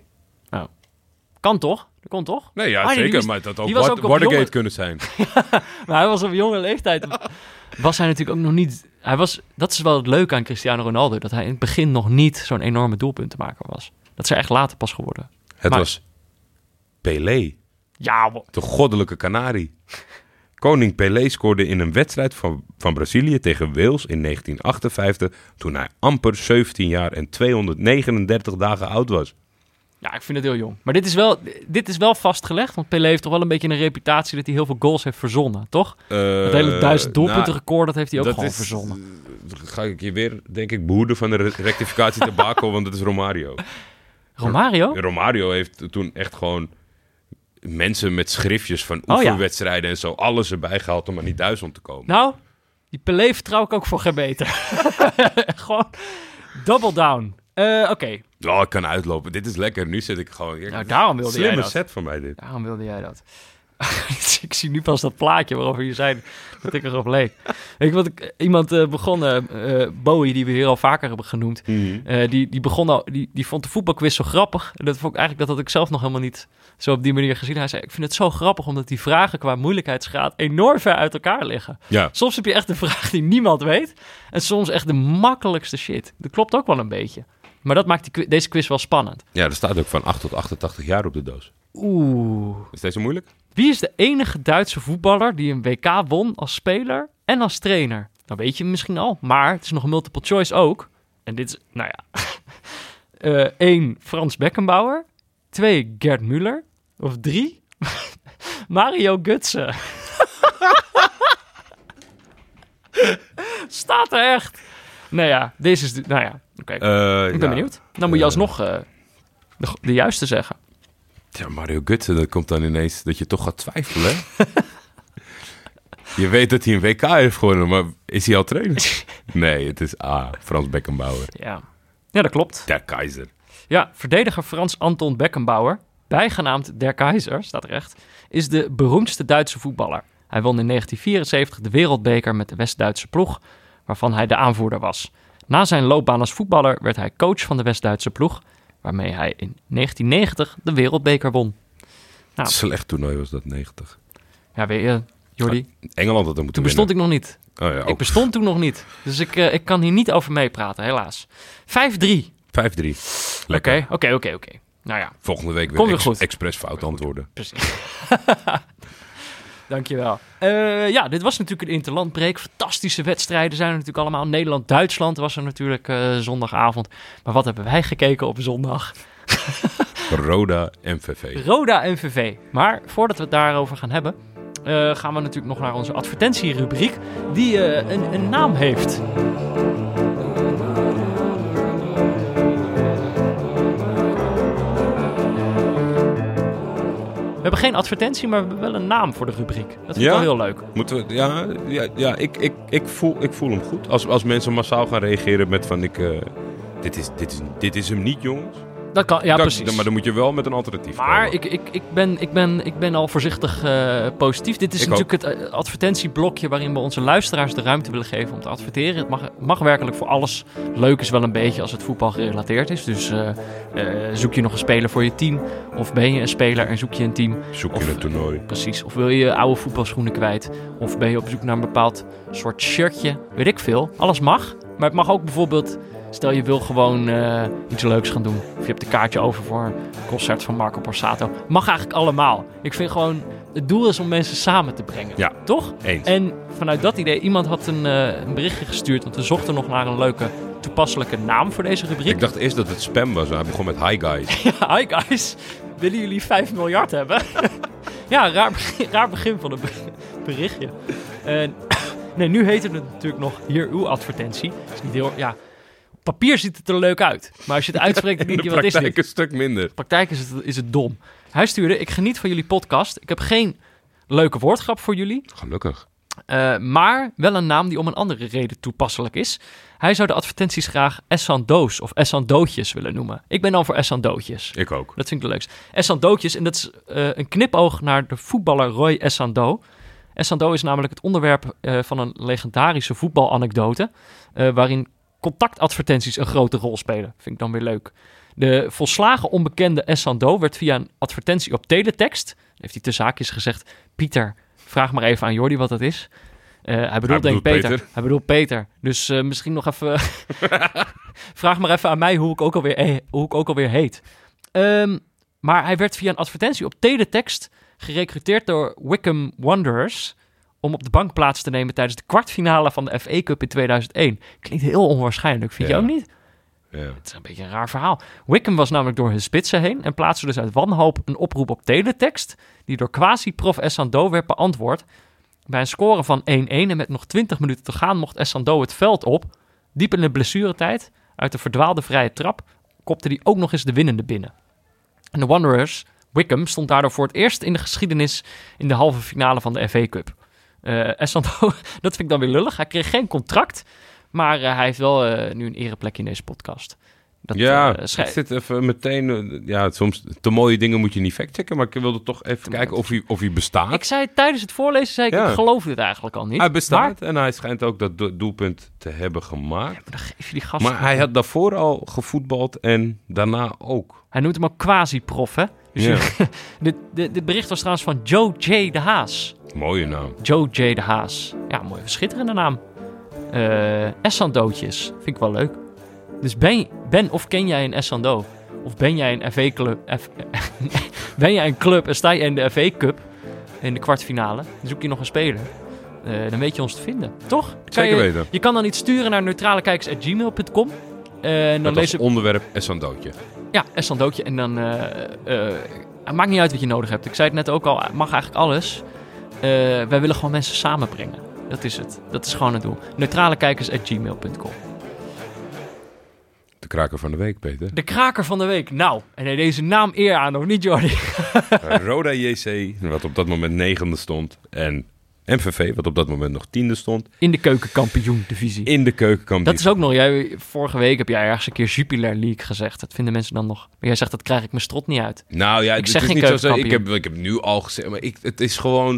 Kan toch? Dat kon toch? Nee, ja, Ah, nee, die zeker. was- maar dat had die ook was Wat- ook op Watergate jonge- kunnen zijn. Maar hij was op jonge leeftijd... was hij natuurlijk ook nog niet... Hij was, dat is wel het leuke aan Cristiano Ronaldo. Dat hij in het begin nog niet zo'n enorme doelpuntenmaker was. Dat is er echt later pas geworden. Het Maar- was Pelé, Ja, wo- de goddelijke kanarie. Koning Pelé scoorde in een wedstrijd van, van Brazilië tegen Wales in negentien achtenvijftig... toen hij amper zeventien jaar en tweehonderdnegenendertig dagen oud was. ja, ik vind het heel jong. Maar dit is, wel, dit is wel vastgelegd. Want Pelé heeft toch wel een beetje een reputatie... dat hij heel veel goals heeft verzonnen, toch? Het hele duizend doelpunten record, dat heeft hij ook nou, dat gewoon is- verzonnen. uh, ga ik je weer, denk ik, behoeden van de re- rectificatie te bakel, want het is Romario. Romario? Romario heeft toen echt gewoon mensen met schriftjes van Oh ja. oefenwedstrijden en zo alles erbij gehaald om aan die duizend te komen. Nou, die Pelé vertrouw ik ook voor geen meter. Gewoon double down. Eh, Oké, Oh, ik kan uitlopen. Dit is lekker. Nu zit ik gewoon... Ja, nou daarom wilde jij slimme dat. set van mij dit. Daarom wilde jij dat. Ik zie nu pas dat plaatje waarover je zei dat ik erop leek. Weet je wat ik, iemand uh, begon, uh, Bowie, die we hier al vaker hebben genoemd, Mhm. uh, die, die, begon al, die, die vond de voetbalquiz zo grappig. En dat vond ik eigenlijk, dat had ik zelf nog helemaal niet zo op die manier gezien. Hij zei, ik vind het zo grappig omdat die vragen qua moeilijkheidsgraad enorm ver uit elkaar liggen. Ja. Soms heb je echt een vraag die niemand weet en soms echt de makkelijkste shit. Dat klopt ook wel een beetje. Maar dat maakt die, qui- deze quiz wel spannend. Ja, er staat ook van acht tot achtentachtig jaar op de doos. Oeh. Is deze moeilijk? Wie is de enige Duitse voetballer die een W K won als speler en als trainer? Nou weet je hem misschien al, maar het is nog een multiple choice ook. En dit is, nou ja... uh, één, Frans Beckenbauer. Twee, Gerd Müller. Of drie, Mario Götze. Staat er echt. Nou ja, deze is... De, nou ja, oké. Uh, Ik ben benieuwd. Dan moet je alsnog uh, de, de juiste zeggen. Ja, Mario Götze, dat komt dan ineens dat je toch gaat twijfelen, hè? Je weet dat hij een W K heeft gewonnen, maar is hij al trainer? Nee, het is A, Frans Beckenbauer. Ja. ja, dat klopt. Der Keizer. Ja, verdediger Frans Anton Beckenbauer, bijgenaamd Der Keizer, staat er echt, is de beroemdste Duitse voetballer. Hij won in negentien vierenzeventig de wereldbeker met de West-Duitse ploeg, waarvan hij de aanvoerder was. Na zijn loopbaan als voetballer werd hij coach van de West-Duitse ploeg, waarmee hij in negentien negentig de wereldbeker won. Nou, slecht toernooi was dat, negentig. Ja, weet je, Jordi. Engeland had er moeten Toen bestond winnen. ik nog niet. Oh ja, ik bestond toen nog niet. Dus ik, uh, ik kan hier niet over meepraten, helaas. vijf drie. vijf drie. Lekker. Oké, oké, oké, oké. Nou ja. Volgende week weer, Kom weer ex- goed. expres fout antwoorden. Precies. Dankjewel. Uh, ja, dit was natuurlijk een interlandbreek. Fantastische wedstrijden zijn er natuurlijk allemaal. Nederland-Duitsland was er natuurlijk uh, zondagavond. Maar wat hebben wij gekeken op zondag? Roda M V V. Roda M V V. Maar voordat we het daarover gaan hebben, uh, gaan we natuurlijk nog naar onze advertentierubriek, die uh, een, een naam heeft. We hebben geen advertentie, maar we hebben wel een naam voor de rubriek. Dat vind ik Ja? wel heel leuk. Moeten we, ja, ja, ja ik, ik, ik, voel, ik voel hem goed. Als, als mensen massaal gaan reageren met van, ik, uh, dit, is, dit, is, dit is hem niet, jongens. Dat kan, ja, Dan- precies. Maar dan moet je wel met een alternatief Maar komen. ik, ik, ik, ben, ik, ben, ik ben al voorzichtig uh, positief. Dit is Ik natuurlijk het uh, advertentieblokje waarin we onze luisteraars de ruimte willen geven om te adverteren. Het mag, mag werkelijk voor alles. Leuk is wel een beetje als het voetbal gerelateerd is. Dus uh, uh, zoek je nog een speler voor je team? Of ben je een speler en zoek je een team? Zoek je of, een toernooi. Precies. Of wil je je oude voetbalschoenen kwijt? Of ben je op zoek naar een bepaald soort shirtje? Weet ik veel. Alles mag. Maar het mag ook bijvoorbeeld... Stel je wil gewoon uh, iets leuks gaan doen. Of je hebt een kaartje over voor een concert van Marco Borsato. Mag eigenlijk allemaal. Ik vind gewoon... Het doel is om mensen samen te brengen. Ja. Toch? Eens. En vanuit dat idee... Iemand had een, uh, een berichtje gestuurd. Want we zochten nog naar een leuke toepasselijke naam voor deze rubriek. Ik dacht eerst dat het spam was. Hij begon met hi guys. Ja, hi guys. Willen jullie vijf miljard hebben? Ja, raar begin, raar begin van een berichtje. Uh, nee, nu heet het natuurlijk nog hier uw advertentie. Is niet heel... Ja, op papier ziet het er leuk uit. Maar als je het uitspreekt, dan In denk de je, wat is dit? praktijk een stuk minder. In de praktijk is het, is het dom. Hij stuurde, ik geniet van jullie podcast. Ik heb geen leuke woordgrap voor jullie. Gelukkig. Uh, maar wel een naam die om een andere reden toepasselijk is. Hij zou de advertenties graag Essandoos of Essandootjes willen noemen. Ik ben dan voor Essandootjes. Ik ook. Dat vind ik het leukst. Essandootjes, en dat is uh, een knipoog naar de voetballer Roy Essando. Essando is namelijk het onderwerp uh, van een legendarische voetbalanekdote, uh, waarin contactadvertenties een grote rol spelen. Vind ik dan weer leuk. De volslagen onbekende Essando werd via een advertentie op teletext, heeft hij tussen haakjes gezegd, Pieter, vraag maar even aan Jordi wat dat is. Uh, hij bedoelt denk ik bedoelt Peter. Peter. Hij bedoelt Peter. Dus uh, misschien nog even... vraag maar even aan mij hoe ik ook alweer, eh, hoe ik ook alweer heet. Um, maar hij werd via een advertentie op teletext gerecruiteerd door Wycombe Wanderers om op de bank plaats te nemen tijdens de kwartfinale van de F A Cup in tweeduizend één. Klinkt heel onwaarschijnlijk, vind Ja. je ook niet? Ja. Het is een beetje een raar verhaal. Wycombe was namelijk door hun spitsen heen en plaatste dus uit wanhoop een oproep op teletext die door quasi-prof Essando werd beantwoord. Bij een score van één-één en met nog twintig minuten te gaan mocht Essando het veld op. Diep in de blessuretijd, uit de verdwaalde vrije trap, kopte hij ook nog eens de winnende binnen. En de Wanderers, Wycombe, stond daardoor voor het eerst in de geschiedenis in de halve finale van de F A Cup. Uh, Essando, dat vind ik dan weer lullig. Hij kreeg geen contract, maar uh, hij heeft wel uh, nu een ereplekje in deze podcast. Dat, ja, uh, schij- ik zit even meteen... uh, Ja, soms te mooie dingen moet je niet factchecken, maar ik wilde toch even kijken of hij, of hij bestaat. Ik zei tijdens het voorlezen, zei ik, Ja. ik geloof dit eigenlijk al niet. Hij bestaat Maar, en hij schijnt ook dat do- doelpunt te hebben gemaakt. dan geef je die gasten... Maar hij had daarvoor al gevoetbald en daarna ook. Hij noemt hem ook quasi-prof, hè? Dus Ja. je- dit, dit, dit bericht was trouwens van Joe J. de Haas. Mooie naam. Joe J. de Haas. Ja, mooi, schitterende naam. Uh, Essandootjes. Vind ik wel leuk. Dus ben, ben of ken jij een Essando? Of ben jij een F A-club? F, ben jij een club en sta je in de F A Cup in de kwartfinale? Dan zoek je nog een speler. Uh, dan weet je ons te vinden, toch? Kan Zeker je, weten. Je kan dan iets sturen naar neutralekijkers at gmail dot com. Uh, en dan Met als lezen onderwerp Essandootje. Ja, Essandootje. En dan... Uh, uh, het maakt niet uit wat je nodig hebt. Ik zei het net ook al, het mag eigenlijk alles. Uh, wij willen gewoon mensen samenbrengen. Dat is het. Dat is gewoon het doel. neutralekijkers at gmail dot com. Dan kraker van de week, Peter. De kraker van de week. Nou, en hij deze naam eer aan, of niet, Jordi? Roda J C, wat op dat moment negende stond. En M V V, wat op dat moment nog tiende stond. In de keukenkampioen-divisie. In de keukenkampioen. Dat is ook nog... Jij, vorige week heb jij ergens een keer Jupiler League gezegd. Dat vinden mensen dan nog... Maar jij zegt, dat krijg ik mijn strot niet uit. Nou ja, ik het zeg is geen niet zo, ik, keukenkampioen. heb, ik heb nu al gezegd, maar ik, het is gewoon...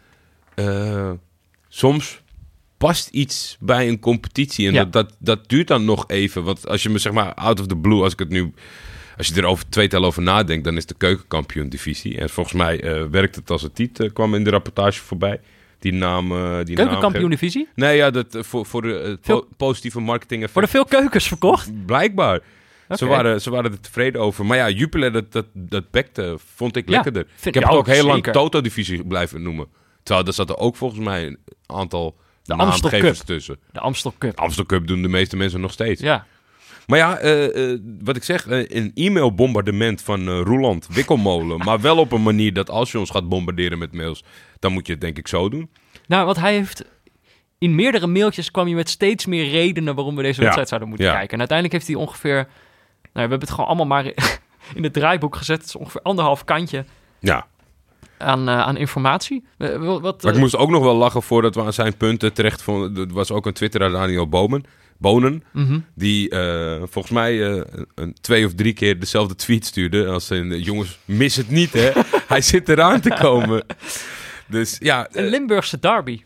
Uh, soms past iets bij een competitie. En Ja. dat, dat, dat duurt dan nog even. Want als je me zeg maar out of the blue... Als ik het nu... Als je er over twee tel over nadenkt, dan is de keukenkampioen-divisie. En volgens mij uh, werkt het als het niet, uh, kwam in de rapportage voorbij. Die naam... Uh, die Keukenkampioen-divisie? Nee, ja, dat, uh, voor, voor de uh, Veel... po- positieve marketing effect. Worden veel keukens verkocht? Blijkbaar. Okay. Ze, waren, ze waren er tevreden over. Maar ja, Jupiler, dat, dat, dat bekte, vond ik Ja, lekkerder. vind, ik heb ja, het ook heel zeker. lang Toto-divisie blijven noemen. Terwijl er zaten ook volgens mij een aantal De Amstel naamgevers Cup. tussen. De Amstel Cup. Amstel Cup doen de meeste mensen nog steeds. Ja. Maar ja, uh, uh, wat ik zeg, uh, een e-mailbombardement van uh, Roeland Wikkelmolen. Maar wel op een manier dat als je ons gaat bombarderen met mails, dan moet je het denk ik zo doen. Nou, wat hij heeft... In meerdere mailtjes kwam je met steeds meer redenen waarom we deze wedstrijd Ja. zouden moeten Ja. kijken. En uiteindelijk heeft hij ongeveer... Nou, we hebben het gewoon allemaal maar in het draaiboek gezet. Het is ongeveer anderhalf kantje Ja. aan, uh, aan informatie. Uh, wat, Maar uh, ik moest ook nog wel lachen voordat we aan zijn punten terecht vonden. Er was ook een twitteraar, Daniel Bomen, Bonen, mm-hmm. die uh, volgens mij uh, een, twee of drie keer dezelfde tweet stuurde. Als in, uh, jongens, mis het niet hè. Hij zit eraan te komen. Dus ja. Een Uh, Limburgse derby.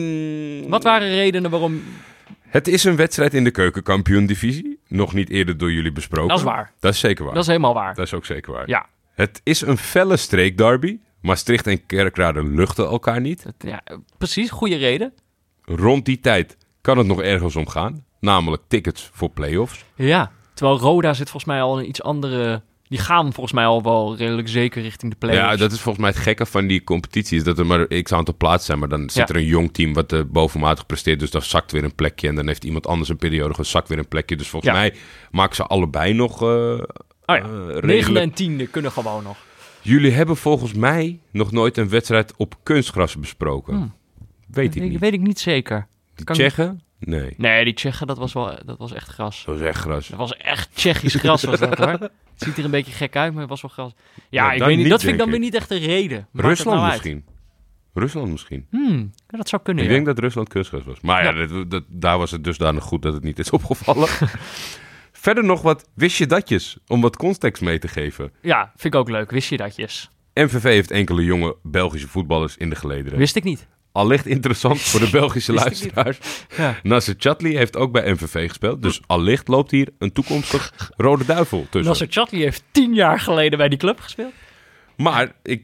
mm, Wat waren redenen waarom... Het is een wedstrijd in de keukenkampioen-divisie. Nog niet eerder door jullie besproken. Dat is waar. Dat is zeker waar. Dat is helemaal waar. Dat is ook zeker waar. Ja. Het is een felle streekderby. Maastricht en Kerkrade luchten elkaar niet. Het, ja, precies. Goede reden. Rond die tijd kan het nog ergens om gaan. Namelijk tickets voor play-offs. Ja. Terwijl Roda zit volgens mij al in iets andere... Die gaan volgens mij al wel redelijk zeker richting de play-offs. Ja, dat is volgens mij het gekke van die competitie. Is dat er maar x aantal plaatsen zijn. Maar dan zit Ja. er een jong team wat uh, bovenmatig presteert. Dus dan zakt weer een plekje. En dan heeft iemand anders een periode gezakt weer een plekje. Dus volgens Ja. mij maken ze allebei nog uh, Oh ja. uh, Negende redelijk. en tiende kunnen gewoon nog. Jullie hebben volgens mij nog nooit een wedstrijd op kunstgras besproken. Hmm. Weet ik Dat niet. weet ik niet zeker. De kan- Tsjechen? Nee. Nee, die Tsjechen, dat was, wel, dat was echt gras. Dat is echt gras. Dat was echt Tsjechisch gras was dat hoor. Het ziet er een beetje gek uit, maar het was wel gras. Ja, Ja, ik dan weet niet, niet, dat vind ik dan denk weer ik. niet echt een reden. Maakt het Rusland nou uit? misschien. Rusland misschien. Hmm, ja, dat zou kunnen, Ik ja. denk dat Rusland kunstgras was. Maar ja, Ja. dat, dat, daar was het dusdanig goed dat het niet is opgevallen. Verder nog wat wist je datjes, om wat context mee te geven. Ja, vind ik ook leuk. Wist je datjes? M V V heeft enkele jonge Belgische voetballers in de gelederen. Wist ik niet. Allicht interessant voor de Belgische Wist ik niet. luisteraars. Ja. Nasser Chatli heeft ook bij M V V gespeeld. Dus allicht loopt hier een toekomstig Rode Duivel tussen. Nasser Chatli heeft tien jaar geleden bij die club gespeeld. Maar ik,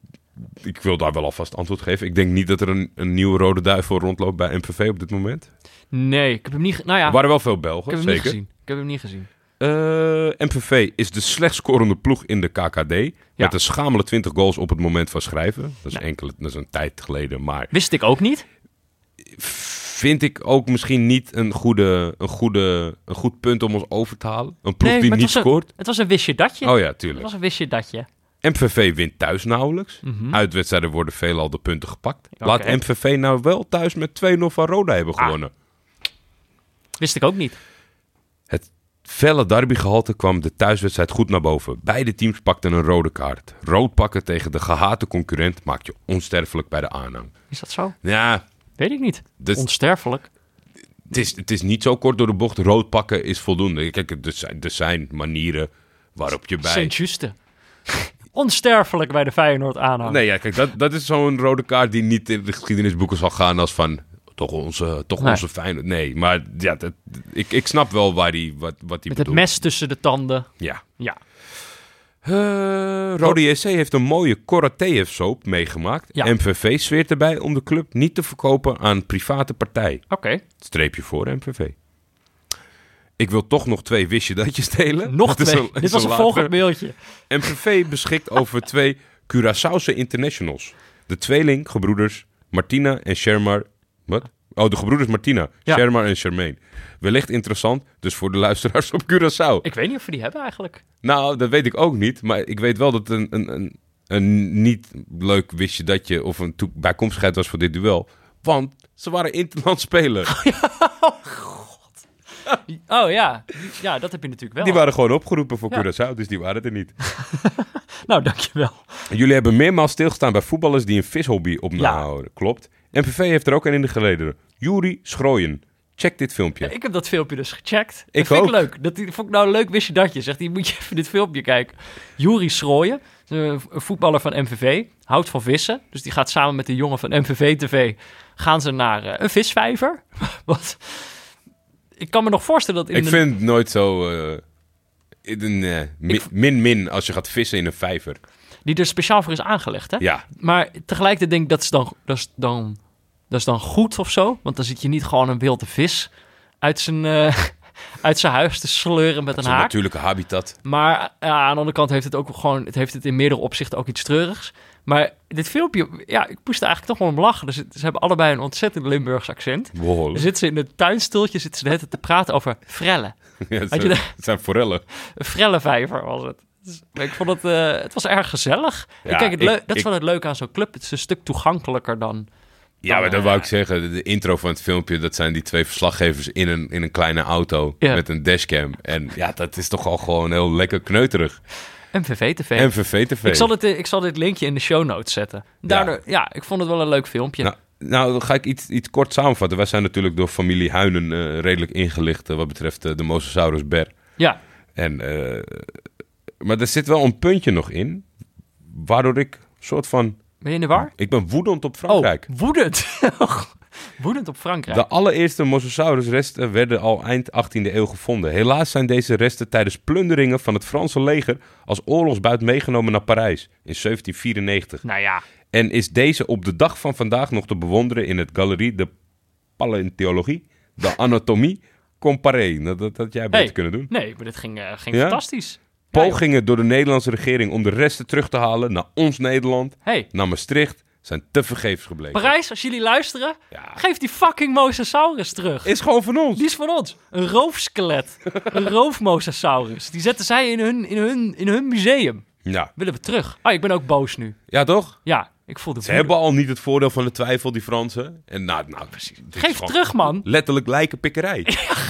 ik wil daar wel alvast antwoord geven. Ik denk niet dat er een, een nieuwe Rode Duivel rondloopt bij M V V op dit moment. Nee, ik heb hem niet... ge- Nou ja, Er waren wel veel ik Belgen, heb hem niet zeker. gezien. Ik heb hem niet gezien. Uh, M V V is de slechtst scorende ploeg in de K K D. Met een schamele twintig goals op het moment van schrijven. Dat is, Ja. enkele, dat is een tijd geleden. Maar Wist ik ook niet. vind ik ook misschien niet een, goede, een, goede, een goed punt om ons over te halen. Een ploeg Nee, die maar niet het was een- scoort. Het was een wist je datje. Oh ja, Het tuurlijk. was een wist je datje. M V V wint thuis nauwelijks. Mhm. Uitwedstrijden worden veelal de punten gepakt. Oké. Laat M V V nou wel thuis met twee nul van Roda hebben Ah. gewonnen. Wist ik ook niet. Het felle derbygehalte kwam de thuiswedstrijd goed naar boven. Beide teams pakten een rode kaart. Rood pakken tegen de gehate concurrent maakt je onsterfelijk bij de aanhang. Is dat zo? Ja, Weet ik niet. dus Onsterfelijk. het, is, het is niet zo kort door de bocht. Rood pakken is voldoende. Kijk, er zijn, er zijn manieren waarop je bij... Sint-Juste. Onsterfelijk bij de Feyenoord aanhang. Nee, ja, kijk, dat, dat is zo'n rode kaart die niet in de geschiedenisboeken zal gaan als van... Toch onze, toch Nee. onze Feyenoord. Nee, maar ja, dat, ik, ik snap wel waar die, wat, wat die Met het bedoelt. mes tussen de tanden. Ja. Ja. Uh, Rode J C heeft een mooie Korateev-soap meegemaakt. Ja. M V V zweert erbij om de club niet te verkopen aan een private partij. Oké. Streepje voor M V V. Ik wil toch nog twee wistje datjes delen. Nog Dat is twee. een- Dit is was een een volgend later. mailtje. M V V beschikt over twee Curaçaose internationals. De tweeling gebroeders Martina en Shermar... Wat? Oh, de gebroeders Martina, Ja. Shermar en Charmaine. Wellicht interessant, dus voor de luisteraars op Curaçao. Ik weet niet of we die hebben eigenlijk. Nou, dat weet ik ook niet. Maar ik weet wel dat het een, een, een, een niet leuk wistje datje... of een toe- bijkomstigheid was voor dit duel. Want ze waren interland spelen. Oh ja. Ja, dat heb je natuurlijk wel. Die waren gewoon opgeroepen voor Ja. Curaçao, dus die waren er niet. Nou, dankjewel. Jullie hebben meermaals stilgestaan bij voetballers die een vishobby op Ja. nahouden. Klopt. M V V heeft er ook een in de geleden. Juri Schrooien. Check dit filmpje. Ja, ik heb dat filmpje dus gecheckt. Ik dat vind ook. ik leuk. Dat, dat vond ik nou leuk, wist je dat je. Zegt hij, moet je even dit filmpje kijken. Juri Schrooien, een voetballer van M V V, houdt van vissen. Dus die gaat samen met de jongen van M V V T V, gaan ze naar uh, een visvijver. Wat? Ik kan me nog voorstellen dat in Ik een... vind het nooit zo... uh, in, uh, min, Ik- min min als je gaat vissen in een vijver. die er speciaal voor is aangelegd, hè? Ja, Maar tegelijkertijd denk ik, dat is dan, dat is dan, dat is dan goed of zo. Want dan zit je niet gewoon een wilde vis uit zijn, uh, uit zijn huis te sleuren met een zo'n haak. natuurlijke habitat. Maar ja, aan de andere kant heeft het ook gewoon... Het heeft het in meerdere opzichten ook iets treurigs. Maar dit filmpje... Ja, ik moest er eigenlijk toch wel om lachen. Dus het- ze hebben allebei een ontzettend Limburgs accent. Dan Behoorlijk. zitten ze in een tuinstoeltje, zitten ze de hele tijd te praten over frelle. Ja, het, Had je zijn, dat- het zijn forellen. Een frelle vijver was het. Dus, maar ik vond het... eh, het was erg gezellig. Ja, en kijk, het ik- leu- dat is ik- wel het leuke aan zo'n club. Het is een stuk toegankelijker dan... Ja, maar dat eh, wou ik zeggen. De, de intro van het filmpje, dat zijn die twee verslaggevers in een, in een kleine auto Ja. met een dashcam. En ja, dat is toch al gewoon heel lekker kneuterig. M V V T V. M V V T V. Ik zal, dit, ik zal dit linkje in de show notes zetten. Daardoor, ja. ik vond het wel een leuk filmpje. Nou, nou, dan ga ik iets, iets kort samenvatten. Wij zijn natuurlijk door familie Huinen eh, redelijk ingelicht eh, wat betreft eh, de Mosasaurus ber. Ja, En, eh, maar er zit wel een puntje nog in, waardoor ik soort van... ben je in de war? Ik ben woedend op Frankrijk. Oh, woedend. woedend op Frankrijk. De allereerste Mosasaurus-resten werden al eind achttiende eeuw gevonden. Helaas zijn deze resten tijdens plunderingen van het Franse leger als oorlogsbuit meegenomen naar Parijs in zeventien vierennegentig. Nou ja, En is deze op de dag van vandaag nog te bewonderen in het Galerie de Paléontologie, de Anatomie Comparée. Dat, dat had jij beter Hey. kunnen doen. nee, maar dit ging, eh, ging Ja? fantastisch. Ja, joh. Pogingen door de Nederlandse regering om de resten terug te halen naar ons Nederland, Hey, naar Maastricht, zijn te vergeefs gebleken. Parijs, als jullie luisteren, Ja. geef die fucking Mosasaurus terug. Is gewoon van ons. Die is van ons. Een roofskelet. een roofmosasaurus. Die zetten zij in hun, in, hun, in hun museum. Ja. Willen we terug. Ah, ik ben ook boos nu. ja, toch? Ja, ik voel de Ze woede. hebben al niet het voordeel van de twijfel, die Fransen. En nou, nou precies. dit is Geef gewoon terug, man. Letterlijk lijkenpikkerij.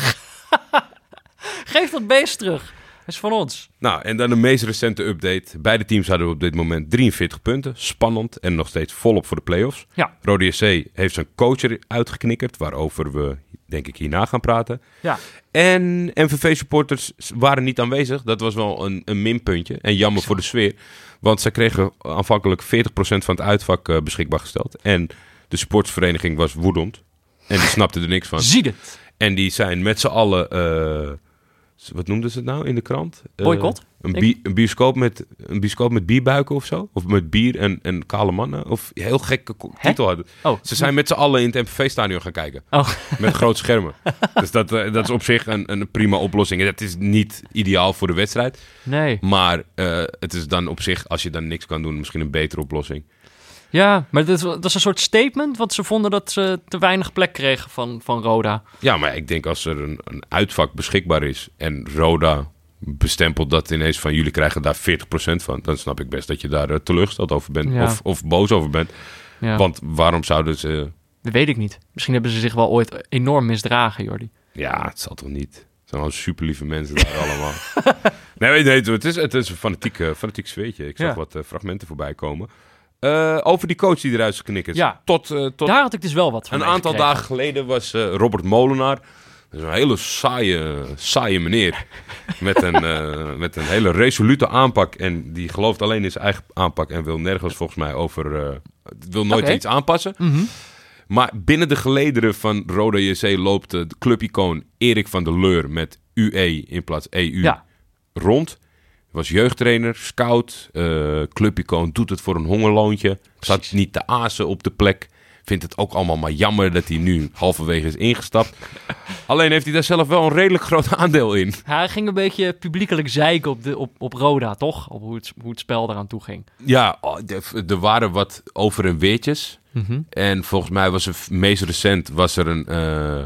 Geef dat beest terug. Dat is van ons. Nou, en dan de meest recente update. Beide teams hadden op dit moment drieënveertig punten. Spannend en nog steeds volop voor de play-offs. Ja. Rode J C heeft zijn coach er uitgeknikkerd, waarover we denk ik hierna gaan praten. Ja. En M V V-supporters waren niet aanwezig. Dat was wel een, een minpuntje. En jammer voor de sfeer. Want zij kregen aanvankelijk veertig procent van het uitvak uh, beschikbaar gesteld. En de sportsvereniging was woedend. En die snapte er niks van. Zie het. En die zijn met z'n allen... Uh, wat noemden ze het nou in de krant? Uh, Boycott? Een, Ik- bi- een, bioscoop met, een bioscoop met bierbuiken of zo? Of met bier en, en kale mannen? Of een heel gekke ko- Hè? titel hadden. Oh. Ze zijn met z'n allen in het M V V-stadion gaan kijken. Oh. Met grote schermen. Dus dat, uh, dat is op zich een, een prima oplossing. En dat is niet ideaal voor de wedstrijd. Nee. Maar uh, het is dan op zich, als je dan niks kan doen, misschien een betere oplossing. Ja, maar dat, dat is een soort statement, want ze vonden dat ze te weinig plek kregen van, van Roda. Ja, maar ik denk als er een, een uitvak beschikbaar is en Roda bestempelt dat ineens van jullie krijgen daar veertig procent van, dan snap ik best dat je daar uh, teleurgesteld over bent Ja. of, of boos over bent. Ja. Want waarom zouden ze... Dat weet ik niet. Misschien hebben ze zich wel ooit enorm misdragen, Jordi. Ja, het zal toch niet. Het zijn gewoon super lieve mensen daar allemaal. Nee, nee, nee, het is, het is een fanatiek, uh, fanatiek zweetje. Ik zag Ja. wat uh, fragmenten voorbij komen. Uh, over die coach die eruit is geknikkerd. Ja. Tot, uh, tot Daar had ik dus wel wat van een aantal meegekregen. dagen geleden was uh, Robert Molenaar. Dat is een hele saaie, saaie meneer. met, een, uh, met een hele resolute aanpak. En die gelooft alleen in zijn eigen aanpak. En wil nergens volgens mij over... Uh, wil nooit Oké. iets aanpassen. Mhm. Maar binnen de gelederen van Roda J C loopt de clubicoon Erik van der Leur met U E in plaats E U Ja. rond. Was jeugdtrainer, scout, uh, clubicoon, doet het voor een hongerloontje. Zat Precies. niet te azen op de plek. Vindt het ook allemaal maar jammer dat hij nu halverwege is ingestapt. Alleen heeft hij daar zelf wel een redelijk groot aandeel in. Hij ging een beetje publiekelijk zeiken op, de, op, op Roda, toch? Op hoe het, hoe het spel eraan toe ging. Ja, oh, er- er waren wat over- en weertjes. Mhm. En volgens mij was er f- meest recent was er een uh,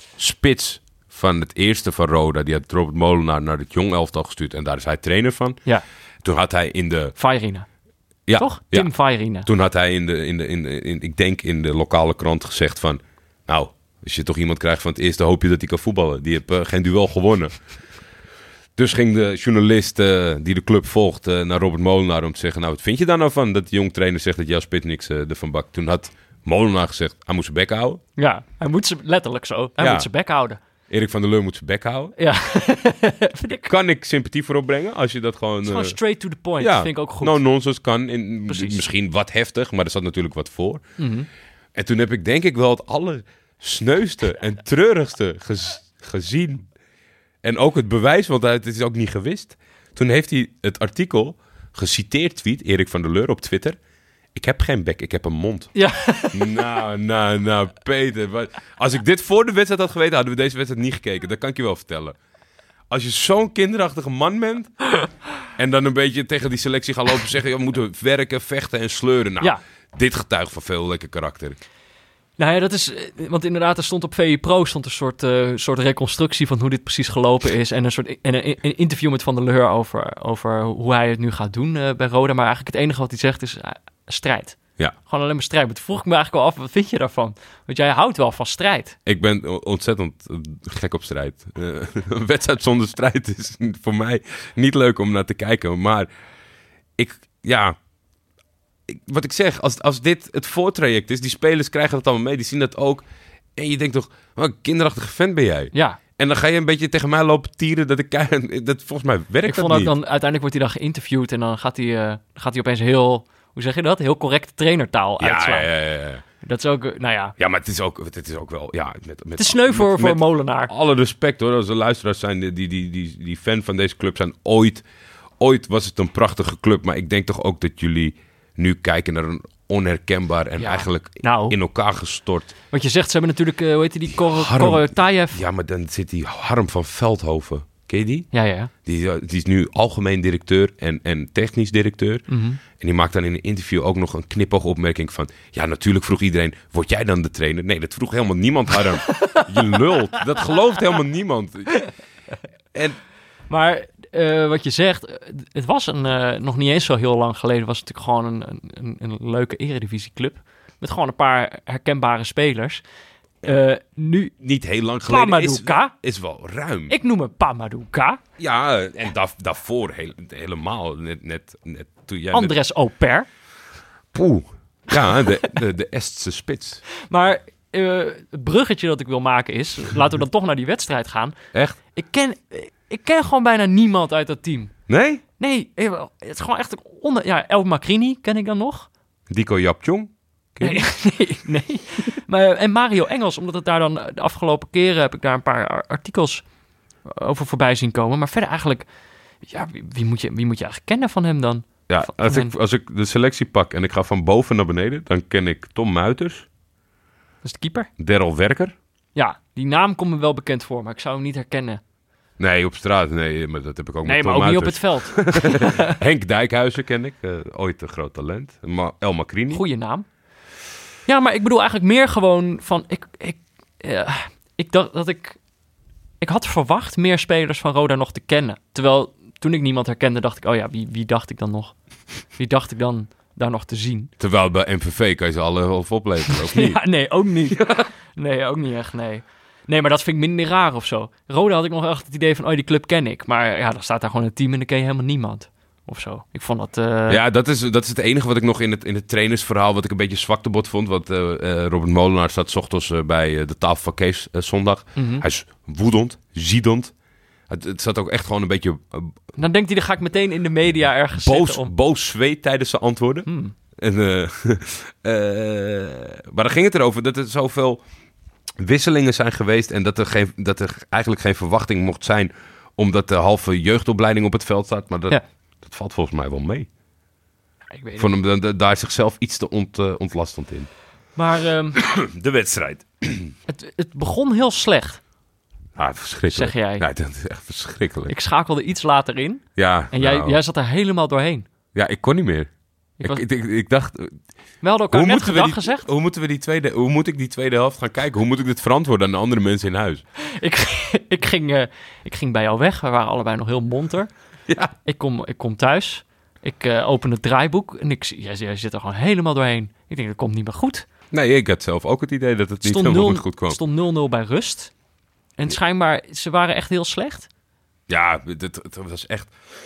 spits van het eerste van Roda. Die had Robert Molenaar naar het jong elftal gestuurd. En daar is hij trainer van. Ja, Toen had hij in de... Vairina. Ja, Toch? ja. Tim Vairina. Toen had hij in de, in de, in de in, ik denk in de lokale krant gezegd van... Nou, als je toch iemand krijgt van het eerste, hoop je dat hij kan voetballen. Die heeft uh, geen duel gewonnen. Dus ging de journalist uh, die de club volgt uh, naar Robert Molenaar om te zeggen... nou, wat vind je daar nou van dat de jong trainer zegt dat Jas Pitniks uh, ervan bakt? Toen had Molenaar gezegd, hij moet zijn bek houden. Ja, hij moet ze letterlijk zo. Hij Ja. moet zijn bek houden. Erik van der Leur moet zijn bek houden. Ja, vind ik. Kan ik sympathie voor opbrengen als je dat gewoon... Het is gewoon uh, straight to the point. ja, Dat vind ik ook goed. No nonsense kan. In, Precies. Misschien wat heftig, maar er zat natuurlijk wat voor. Mhm. En toen heb ik denk ik wel het allersneuste en treurigste gez- gezien. En ook het bewijs, want het is ook niet gewist. Toen heeft hij het artikel geciteerd, tweet, Erik van der Leur op Twitter. Ik heb geen bek, ik heb een mond. Ja. Nou, nou, nou, Peter. Wat... Als ik dit voor de wedstrijd had geweten, hadden we deze wedstrijd niet gekeken. Dat kan ik je wel vertellen. Als je zo'n kinderachtige man bent... en dan een beetje tegen die selectie gaan lopen zeggen... we moeten werken, vechten en sleuren. Nou, Ja. dit getuigt van veel lekker karakter. Nou ja, dat is... Want inderdaad, er stond op V I Pro stond een soort, uh, soort reconstructie van hoe dit precies gelopen is. En een soort en een, een interview met Van der Leur over, over hoe hij het nu gaat doen uh, bij Roda. Maar eigenlijk het enige wat hij zegt is uh, strijd. Ja. Gewoon alleen maar strijd. Maar toen vroeg ik me eigenlijk al af, wat vind je daarvan? Want jij houdt wel van strijd. Ik ben ontzettend gek op strijd. Uh, een wedstrijd zonder strijd is voor mij niet leuk om naar te kijken. Maar ik, ja... Ik, wat ik zeg, als, als dit het voortraject is... die spelers krijgen dat allemaal mee, die zien dat ook... en je denkt toch, wat een kinderachtige vent ben jij. Ja. En dan ga je een beetje tegen mij lopen tieren... dat ik dat volgens mij werkt Ik dat vond ook niet. dan, uiteindelijk wordt hij dan geïnterviewd... en dan gaat hij, uh, gaat hij opeens heel... Hoe zeg je dat? Heel correcte trainertaal ja, uitslaan. ja, ja, ja. Dat is ook, uh, nou ja... Ja, maar het is ook, het is ook wel... Ja, met, met, Het is sneu voor, met, voor met Molenaar. alle respect hoor, als er luisteraars zijn die, die, die, die, die fan van deze club zijn. Ooit, ooit was het een prachtige club. Maar ik denk toch ook dat jullie nu kijken naar een onherkenbaar... en Ja, eigenlijk nou. in elkaar gestort... Wat je zegt, ze hebben natuurlijk... Uh, hoe heet die? die Kor- Harm. Korotayev. Ja, maar dan zit die Harm van Veldhoven. Ken je die? Ja, ja, ja. Die, die is nu algemeen directeur en, en technisch directeur. Mhm. En die maakt dan in een interview ook nog een knipoogopmerking van... Ja, natuurlijk vroeg iedereen, word jij dan de trainer? Nee, dat vroeg helemaal niemand, Harm. Je lult. Dat gelooft helemaal niemand. En Maar uh, wat je zegt, het was een, uh, nog niet eens zo heel lang geleden... was het natuurlijk gewoon een, een, een leuke eredivisieclub... met gewoon een paar herkenbare spelers... Uh, nu, niet heel lang geleden is, Pamaduka. is wel ruim. Ik noem hem Pamaduka. Ja, en daar, daarvoor heel, helemaal. Net, net, net toen jij... Andres Auper. Poeh. Ja, de, de, de Estse spits. Maar uh, het bruggetje dat ik wil maken is... laten we dan toch naar die wedstrijd gaan. Echt? Ik ken, ik ken gewoon bijna niemand uit dat team. Nee? Nee, het is gewoon echt... Een onder, ja, El Macrini ken ik dan nog. Dico Japjong? Nee, nee, nee. Maar, en Mario Engels, omdat het daar dan de afgelopen keren... heb ik daar een paar artikels over voorbij zien komen. Maar verder eigenlijk... Ja, wie, wie, moet, je, wie moet je eigenlijk kennen van hem dan? Ja, van, als, van ik, als ik de selectie pak en ik ga van boven naar beneden... dan ken ik Tom Muiters. Dat is de keeper? Daryl Werker. Ja, die naam komt me wel bekend voor, maar ik zou hem niet herkennen. Nee, op straat. Nee, maar dat heb ik ook nee, met maar Tom ook Muiters. niet op het veld. Henk Dijkhuizen ken ik. Uh, ooit een groot talent. Ma- El Macrini. Goeie naam. Ja, maar ik bedoel eigenlijk meer gewoon van... Ik, ik, uh, ik dacht dat ik... Ik had verwacht meer spelers van Roda nog te kennen. Terwijl toen ik niemand herkende, dacht ik... Oh ja, wie, wie dacht ik dan nog? Wie dacht ik dan daar nog te zien? Terwijl bij M V V kan je ze alle wel opleveren, of niet? Ja, nee, ook niet. Nee, ook niet echt, nee. Nee, maar dat vind ik minder raar of zo. Roda had ik nog echt het idee van... Oh, die club ken ik. Maar ja, dan staat daar gewoon een team en dan ken je helemaal niemand. Of zo. Ik vond dat... Uh... Ja, dat is, dat is het enige wat ik nog in het, in het trainersverhaal... wat ik een beetje zwaktebod vond. Want uh, uh, Robert Molenaar zat 's ochtends uh, bij uh, de tafel van Kees uh, zondag. Mm-hmm. Hij is woedend, ziedend. Het, het zat ook echt gewoon een beetje... Uh, dan denkt hij, dan ga ik meteen in de media ergens boos, zitten om... boos zweet tijdens zijn antwoorden. Hmm. En, uh, uh, maar dan ging het erover dat er zoveel wisselingen zijn geweest... en dat er, geen, dat er eigenlijk geen verwachting mocht zijn... omdat de halve jeugdopleiding op het veld staat. Maar dat... Ja. Dat valt volgens mij wel mee. Ik weet Vond hem da- daar zichzelf iets te ont, uh, ontlastend in. Maar um, de wedstrijd. het, het begon heel slecht, Ah, verschrikkelijk. zeg jij. Ja, dat is echt verschrikkelijk. Ik schakelde iets later in ja, en jij, nou, jij zat er helemaal doorheen. ja, ik kon niet meer. Ik Ik, was- ik, ik, ik dacht, We hadden elkaar hoe net moeten, we gedag die, gezegd. hoe, moeten we die tweede, hoe moet ik die tweede helft gaan kijken? Hoe moet ik dit verantwoorden aan de andere mensen in huis? Ik, ik, ging, uh, ik ging bij jou weg. We waren allebei nog heel monter. Ja. Ik kom, ik kom thuis. Ik uh, open het draaiboek en ik zie, jij, jij zit er gewoon helemaal doorheen. Ik denk, dat komt niet meer goed. Nee, ik had zelf ook het idee dat het niet Stond helemaal nul, goed kwam. stond nul nul bij rust. En schijnbaar, ze waren echt heel slecht. Ja, het, het, het was echt...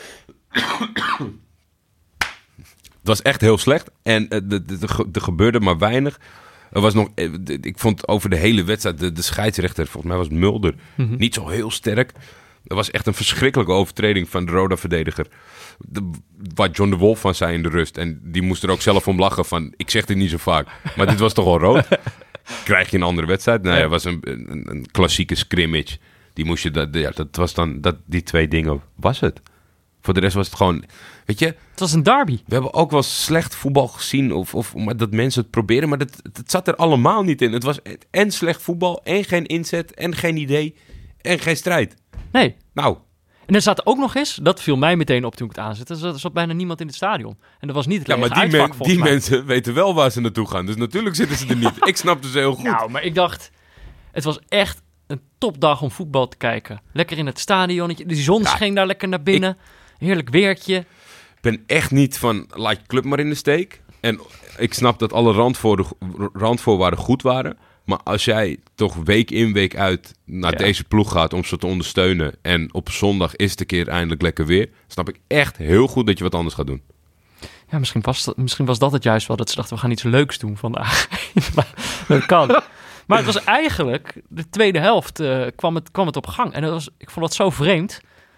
Het was echt heel slecht. En uh, er gebeurde maar weinig. Er was nog... Uh, ik vond over de hele wedstrijd... De, de scheidsrechter, volgens mij was Mulder... Mm-hmm. niet zo heel sterk. Er was echt een verschrikkelijke overtreding van de Roda-verdediger. De, waar John de Wolf van zei in de rust. En die moest er ook zelf om lachen van... Ik zeg dit niet zo vaak. Maar dit was toch al rood? Krijg je een andere wedstrijd? Nou ja, het was een, een, een klassieke scrimmage. Die moest je... Dat, ja, dat was dan... Dat, die twee dingen was het. Voor de rest was het gewoon... Weet je... Het was een derby. We hebben ook wel slecht voetbal gezien. Of, of maar dat mensen het proberen. Maar dat, het zat er allemaal niet in. Het was en slecht voetbal. En geen inzet. En geen idee. En geen strijd. Nee. Nou... En er zat ook nog eens, dat viel mij meteen op toen ik het aanzette, er zat bijna niemand in het stadion. En dat was niet het lege ja, maar die, uitvak, men, die mij. mensen weten wel waar ze naartoe gaan. Dus natuurlijk zitten ze er niet. Ik snapte ze heel goed. Nou, maar ik dacht, het was echt een topdag om voetbal te kijken. Lekker in het stadionnetje, de zon ja, scheen daar lekker naar binnen. Ik, Heerlijk weertje. Ik ben echt niet van, laat je club maar in de steek. En ik snap dat alle randvoorwaarden, randvoorwaarden goed waren. Maar als jij toch week in, week uit naar ja. deze ploeg gaat om ze te ondersteunen... en op zondag is het een keer eindelijk lekker weer... snap ik echt heel goed dat je wat anders gaat doen. Ja, misschien was, dat, misschien was dat het juist wel. Dat ze dachten, we gaan iets leuks doen vandaag. Dat kan. Maar het was eigenlijk... De tweede helft uh, kwam, het, kwam het op gang. En dat was, ik vond dat zo vreemd.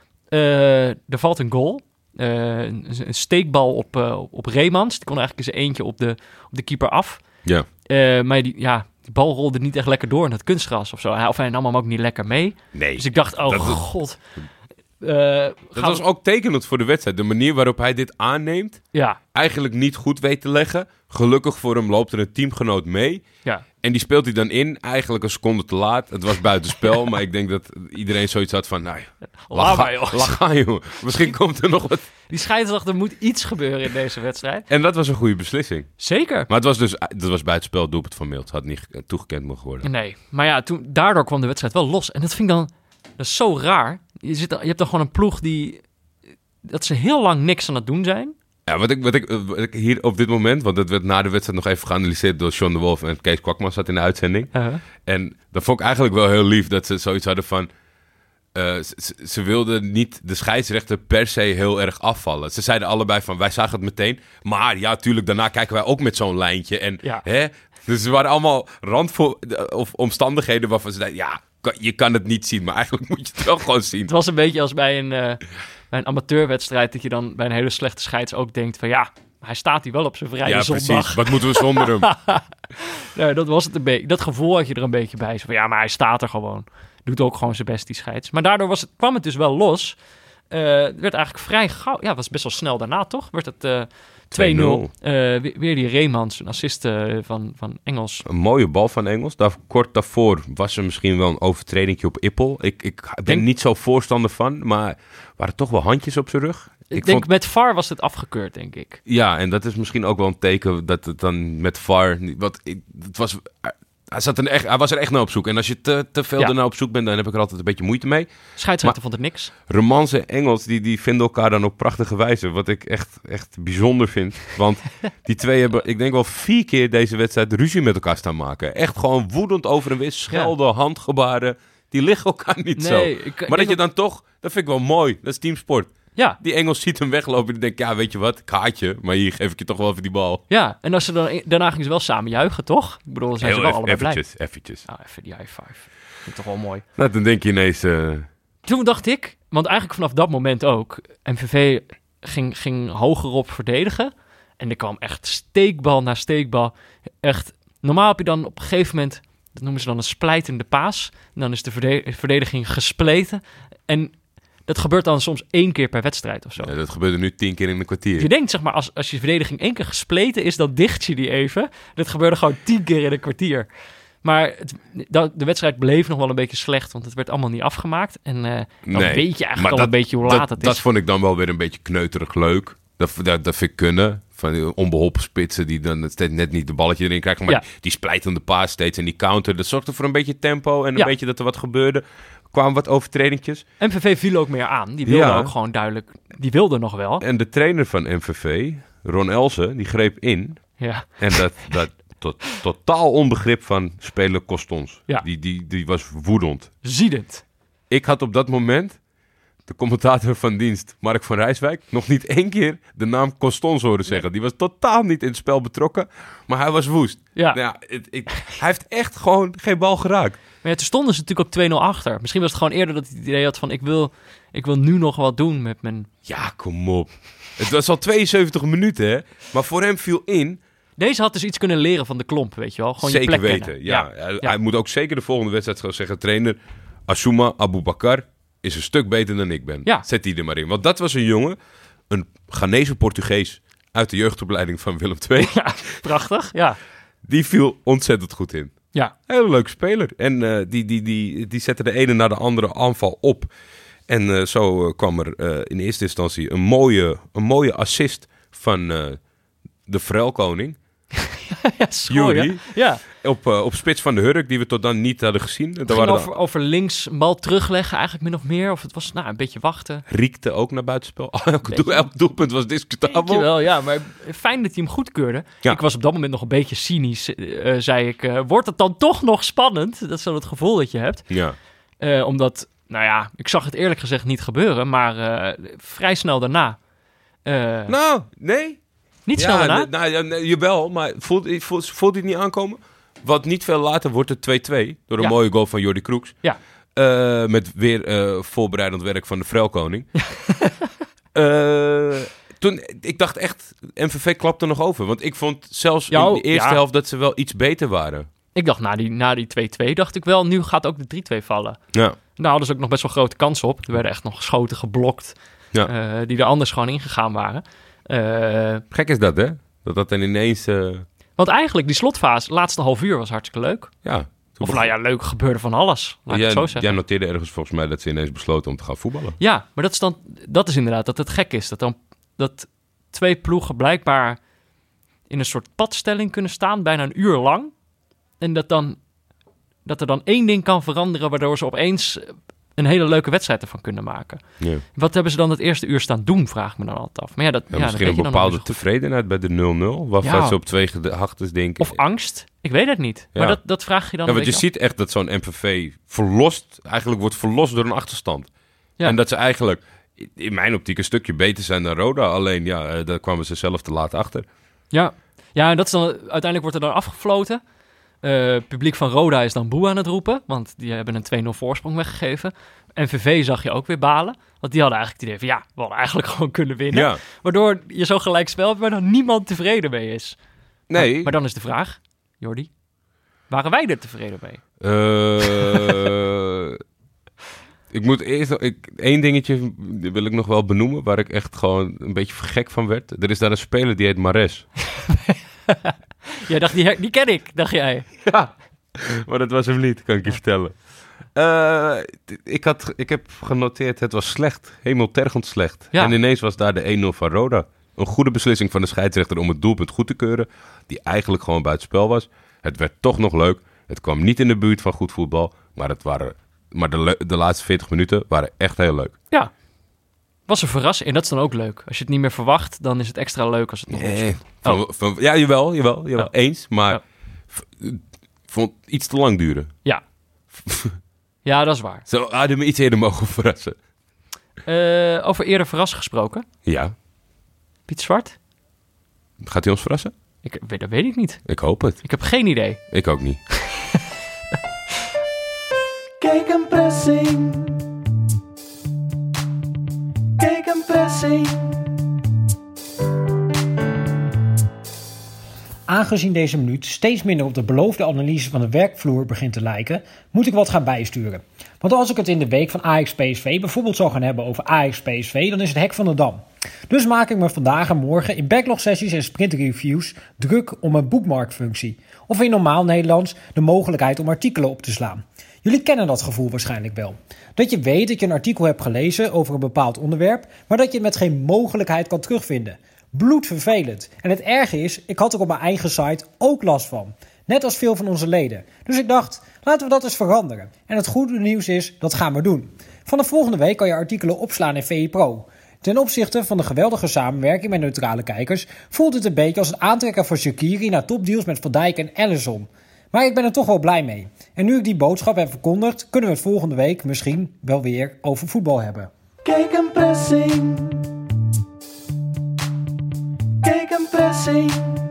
Uh, er valt een goal. Uh, een, een steekbal op, uh, op Reemans. Die kon eigenlijk eens eentje op de, op de keeper af. Ja. Uh, maar die... ja. Die bal rolde niet echt lekker door in het kunstgras of zo. Of hij nam hem ook niet lekker mee. Nee. Dus ik dacht, oh dat god. Uh, dat was we... ook tekenend voor de wedstrijd. De manier waarop hij dit aanneemt. Ja. Eigenlijk niet goed weet te leggen. Gelukkig voor hem loopt er een teamgenoot mee. Ja. En die speelt hij dan in. Eigenlijk een seconde te laat. Het was buitenspel. Maar ik denk dat iedereen zoiets had van... Nou, lach aan, joh. Lach aan, joh. Misschien komt er nog wat... Die scheidsrechter, er moet iets gebeuren in deze wedstrijd. En dat was een goede beslissing. Zeker. Maar het was dus dat was buitenspel doelpunt van Milt. Had niet toegekend mogen worden. Nee, maar ja, toen, daardoor kwam de wedstrijd wel los. En dat vind ik dan... Dat is zo raar. Je, zit, je hebt dan gewoon een ploeg die... Dat ze heel lang niks aan het doen zijn. Ja, wat ik, wat, ik, wat ik hier op dit moment... Want dat werd na de wedstrijd nog even geanalyseerd door John de Wolf... en Kees Kwakman zat in de uitzending. Uh-huh. En dat vond ik eigenlijk wel heel lief... dat ze zoiets hadden van... Uh, ze, ze wilden niet de scheidsrechter per se heel erg afvallen. Ze zeiden allebei van, wij zagen het meteen. Maar ja, tuurlijk, daarna kijken wij ook met zo'n lijntje. En, ja. hè, dus er waren allemaal randvo- of omstandigheden waarvan ze zeiden... ja, je kan het niet zien, maar eigenlijk moet je het wel gewoon zien. Het was een beetje als bij een, uh, bij een amateurwedstrijd... dat je dan bij een hele slechte scheids ook denkt van... ja, hij staat hier wel op zijn vrije ja, zondag. Precies. Wat moeten we zonder hem? Nee, dat was het een beetje. Dat gevoel had je er een beetje bij. Zo van, ja, maar hij staat er gewoon. Doet ook gewoon zijn best, die scheids. Maar daardoor was het, kwam het dus wel los. Uh, het werd eigenlijk vrij gauw... Ja, het was best wel snel daarna, toch? Werd het uh, twee nul. Uh, weer, weer die Reemans, een assist uh, van, van Engels. Een mooie bal van Engels. Daar, kort daarvoor was er misschien wel een overtredingje op Ippel. Ik, ik ben denk, niet zo voorstander van, maar waren toch wel handjes op zijn rug. Ik, ik denk vond... met V A R was het afgekeurd, denk ik. Ja, en dat is misschien ook wel een teken dat het dan met V A R... Wat, het was... Hij, zat er echt, hij was er echt naar op zoek. En als je te, te veel ja. ernaar op zoek bent, dan heb ik er altijd een beetje moeite mee. Scheidsrechter vond het niks. Remans en Engels, die, die vinden elkaar dan op prachtige wijze. Wat ik echt, echt bijzonder vind. Want die twee hebben, ik denk wel vier keer deze wedstrijd ruzie met elkaar staan maken. Echt gewoon woedend over en weer. Schelden, ja. handgebaren. Die liggen elkaar niet nee, zo. Ik, maar dat je dan toch, dat vind ik wel mooi. Dat is teamsport. Ja. Die Engels ziet hem weglopen en die denkt, ja, weet je wat, ik haat je, maar hier geef ik je toch wel even die bal. Ja, en als ze dan, daarna gingen ze wel samen juichen, toch? Ik bedoel, dan zijn Heel ze wel allebei eventjes, blij. Eventjes, Nou, even die high five. Vind ik toch wel mooi. Nou, dan denk je ineens... Uh... Toen dacht ik, want eigenlijk vanaf dat moment ook, M V V ging, ging hoger op verdedigen. En er kwam echt steekbal na steekbal. Echt, normaal heb je dan op een gegeven moment, dat noemen ze dan een splijtende paas. En dan is de verdediging gespleten. En... Dat gebeurt dan soms één keer per wedstrijd of zo. Ja, dat gebeurde nu tien keer in een kwartier. Je denkt, zeg maar, als, als je verdediging één keer gespleten is, dan dicht je die even. Dat gebeurde gewoon tien keer in een kwartier. Maar het, dat, de wedstrijd bleef nog wel een beetje slecht, want het werd allemaal niet afgemaakt. En uh, dan nee, weet je eigenlijk al dat, een beetje hoe laat dat, het is. Dat vond ik dan wel weer een beetje kneuterig leuk. Dat, dat, dat vind ik kunnen. Van die onbeholpen spitsen die dan net niet de balletje erin krijgen. Maar ja. die splijtende paas steeds en die counter. Dat zorgde voor een beetje tempo en een ja. beetje dat er wat gebeurde. Kwamen wat overtredingjes. M V V viel ook meer aan. Die wilde ja. ook gewoon duidelijk... Die wilde nog wel. En de trainer van M V V, Ron Elsen, die greep in. Ja. En dat, dat tot, totaal onbegrip van speler Costons. Ja. Die, die, die was woedend. Ziedend. Ik had op dat moment de commentator van dienst, Mark van Rijswijk, nog niet één keer de naam Costons horen zeggen. Die was totaal niet in het spel betrokken, maar hij was woest. Ja. Nou ja, het, ik, hij heeft echt gewoon geen bal geraakt. Maar ja, toen stonden ze natuurlijk op twee nul achter. Misschien was het gewoon eerder dat hij het idee had van... ik wil, ik wil nu nog wat doen met mijn... Ja, kom op. Het was al tweeënzeventig minuten, hè. Maar voor hem viel in... Deze had dus iets kunnen leren van de klomp, weet je wel. Gewoon zeker je plek weten, kennen. ja. Ja. Hij, Ja. hij moet ook zeker de volgende wedstrijd gewoon zeggen... trainer, Assouma Aboubakar is een stuk beter dan ik ben. Ja. Zet die er maar in. Want dat was een jongen, een Ghanese Portugees... uit de jeugdopleiding van Willem twee. Ja, prachtig, ja. Die viel ontzettend goed in. Ja, Hele leuke speler. En uh, die, die, die, die zette de ene na de andere aanval op. En uh, zo uh, kwam er uh, in eerste instantie een mooie, een mooie assist van uh, de Vrelkoning. ja, schoon, Juri. Ja. Op, uh, op spits van de Hurk, die we tot dan niet hadden gezien. Het Daar ging waren over, over links, een bal terugleggen eigenlijk min of meer. Of het was nou, een beetje wachten. Riekte ook naar buitenspel. Elk, doel, elk doelpunt was discutabel. Wel, ja, maar fijn dat hij hem goedkeurde. Ja. Ik was op dat moment nog een beetje cynisch, uh, zei ik. Uh, wordt het dan toch nog spannend? Dat is dan het gevoel dat je hebt. Ja. Uh, omdat, nou ja, ik zag het eerlijk gezegd niet gebeuren, maar uh, vrij snel daarna. Uh, Nou, nee. niet Ja, snel daarna? n- nou, ja, nee, jawel, maar voelt, voelt, voelt hij het niet aankomen? Want niet veel later wordt het twee-twee door een Ja. mooie goal van Jordi Kroeks. Ja. Uh, met weer uh, voorbereidend werk van de Vrelkoning. uh, toen, ik dacht echt, M V V klapte nog over. Want ik vond zelfs Jou, in de eerste ja. helft dat ze wel iets beter waren. Ik dacht, na die, na die twee-twee dacht ik wel, nu gaat ook de drie-twee vallen. Ja. Daar hadden ze ook nog best wel grote kans op. Er werden echt nog schoten geblokt, Ja. uh, die er anders gewoon ingegaan waren. Uh, Gek is dat, hè? Dat dat dan ineens... Uh, want eigenlijk, die slotfase, laatste half uur was hartstikke leuk. ja, Of nou ja, leuk, gebeurde van alles, laat ik jij, het zo zeggen. jij noteerde ergens volgens mij dat ze ineens besloten om te gaan voetballen. Ja, maar dat is dan, dat is inderdaad dat het gek is. Dat dan dat twee ploegen blijkbaar in een soort padstelling kunnen staan, bijna een uur lang. En dat, dan, dat er dan één ding kan veranderen, waardoor ze opeens een hele leuke wedstrijd ervan kunnen maken. Ja. Wat hebben ze dan het eerste uur staan doen, vraag ik me dan altijd af. Maar ja, dat, Ja, ja, misschien dat weet een je dan nog bepaalde niet zo goed. tevredenheid bij de nul nul. Waarvan Ja. ze op twee gedachten denken. Of angst, ik weet het niet. Ja. Maar dat, dat vraag je dan Ja, een want je beetje ziet echt dat zo'n M V V verlost, eigenlijk wordt verlost door een achterstand. Ja. En dat ze eigenlijk, in mijn optiek, een stukje beter zijn dan Roda. Alleen, ja, eh, daar kwamen ze zelf te laat achter. Ja, ja en dat is dan, uiteindelijk wordt er dan afgefloten. Uh, publiek van Roda is dan boe aan het roepen, want die hebben een twee nul voorsprong weggegeven. M V V zag je ook weer balen, want die hadden eigenlijk het idee van ja, we hadden eigenlijk gewoon kunnen winnen. Ja. Waardoor je zo gelijk spel hebt waar dan niemand tevreden mee is. Nee. Maar, maar dan is de vraag, Jordi, waren wij er tevreden mee? Uh, ik moet eerst, ik, één dingetje wil ik nog wel benoemen, waar ik echt gewoon een beetje gek van werd. Er is daar een speler die heet Mares. Jij dacht, die, her- die ken ik, dacht jij. Ja, maar dat was hem niet, kan ik je vertellen. Uh, ik, had, ik heb genoteerd, het was slecht. Hemeltergend slecht. Ja. En ineens was daar de één nul van Roda. Een goede beslissing van de scheidsrechter om het doelpunt goed te keuren. Die eigenlijk gewoon buitenspel was. Het werd toch nog leuk. Het kwam niet in de buurt van goed voetbal. Maar, het waren, maar de, le- de laatste veertig minuten waren echt heel leuk. Ja, was een verrassing. En dat is dan ook leuk. Als je het niet meer verwacht, dan is het extra leuk als het nog Nee. opzet. Van, Oh. van, ja, jawel, jawel, jawel. Ja. Eens. Maar Ja. v- vond iets te lang duren. Ja. Ja, dat is waar. Zo hadden me iets eerder mogen verrassen. Uh, over eerder verrassen gesproken. Ja. Piet Zwart? Gaat hij ons verrassen? Ik, weet- dat weet ik niet. Ik hoop het. Ik heb geen idee. Ik ook niet. Kijk een pressing. Kijk een pressing. Aangezien deze minuut steeds minder op de beloofde analyse van de werkvloer begint te lijken, moet ik wat gaan bijsturen. Want als ik het in de week van Ajax P S V bijvoorbeeld zou gaan hebben over Ajax P S V, dan is het hek van de dam. Dus maak ik me vandaag en morgen in backlog sessies en sprintreviews druk om een boekmarkfunctie. Of in normaal Nederlands de mogelijkheid om artikelen op te slaan. Jullie kennen dat gevoel waarschijnlijk wel. Dat je weet dat je een artikel hebt gelezen over een bepaald onderwerp, maar dat je het met geen mogelijkheid kan terugvinden. Bloedvervelend. En het erge is, ik had er op mijn eigen site ook last van. Net als veel van onze leden. Dus ik dacht, laten we dat eens veranderen. En het goede nieuws is, dat gaan we doen. Vanaf volgende week kan je artikelen opslaan in V I Pro. Ten opzichte van de geweldige samenwerking met neutrale kijkers voelt het een beetje als een aantrekker voor Shaqiri naar topdeals met Van Dijk en Alisson. Maar ik ben er toch wel blij mee. En nu ik die boodschap heb verkondigd, kunnen we het volgende week misschien wel weer over voetbal hebben. Gegenpressing. Gegenpressing.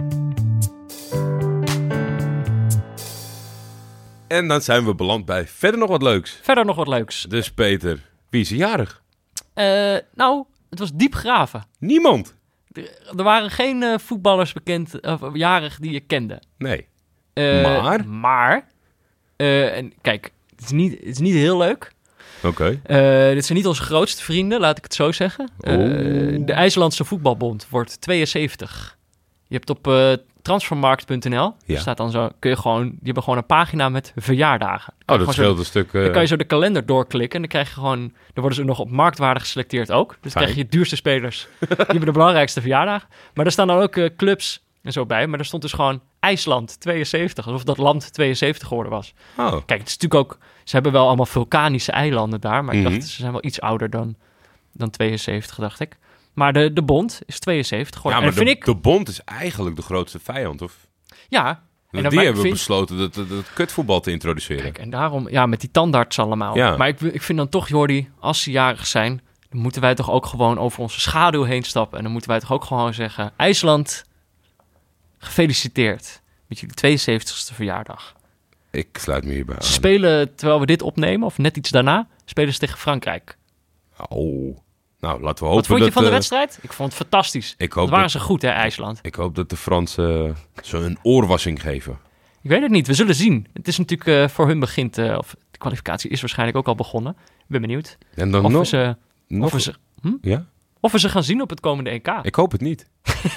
En dan zijn we beland bij verder nog wat leuks. Verder nog wat leuks. Dus Peter, wie is er jarig? Uh, nou, het was diep graven. Niemand. Er, er waren geen uh, voetballers bekend, of uh, jarig die je kende. Nee. Uh, maar? Maar, uh, en kijk, het is niet, het is niet heel leuk. Oké. Okay. Uh, dit zijn niet onze grootste vrienden, laat ik het zo zeggen. Uh, de IJslandse Voetbalbond wordt tweeënzeventig. Je hebt op uh, transfermarkt punt n l, ja. staat dan zo, kun je gewoon, die hebben gewoon een pagina met verjaardagen. Oh, dat scheelt een stuk. Uh... Dan kan je zo de kalender doorklikken en dan krijg je gewoon, dan worden ze nog op marktwaarde geselecteerd ook. Dus dan krijg je duurste spelers, die hebben de belangrijkste verjaardagen. Maar er staan dan ook uh, clubs en zo bij, maar er stond dus gewoon IJsland tweeënzeventig, alsof dat land tweeënzeventig geworden was. Oh. Kijk, het is natuurlijk ook, ze hebben wel allemaal vulkanische eilanden daar, maar mm-hmm. ik dacht, ze zijn wel iets ouder dan, dan tweeënzeventig, dacht ik. Maar de, de bond is tweeënzeventig geworden. Ja, maar en de, vind ik... de bond is eigenlijk de grootste vijand, of? Ja. En dan die hebben vind... besloten dat, dat, dat kutvoetbal te introduceren. Kijk, en daarom, ja, met die tandarts allemaal. Ja. Maar ik, ik vind dan toch, Jordi, als ze jarig zijn, dan moeten wij toch ook gewoon over onze schaduw heen stappen. En dan moeten wij toch ook gewoon zeggen, IJsland, gefeliciteerd met jullie tweeënzeventigste verjaardag. Ik sluit me hierbij aan. Ze spelen, terwijl we dit opnemen, of net iets daarna, spelen ze tegen Frankrijk. Oh, nou, laten we hopen Wat vond je dat, van de uh, wedstrijd? Ik vond het fantastisch. Ik hoop dat waren dat, ze goed, hè, IJsland. Ik hoop dat de Fransen uh, zo een oorwassing geven. Ik weet het niet, we zullen zien. Het is natuurlijk uh, voor hun begint, uh, of de kwalificatie is waarschijnlijk ook al begonnen. Ik ben benieuwd. En dan of, nog, we ze, nog, of, we ze, hm? ja? of we ze gaan zien op het komende E K. Ik hoop het niet.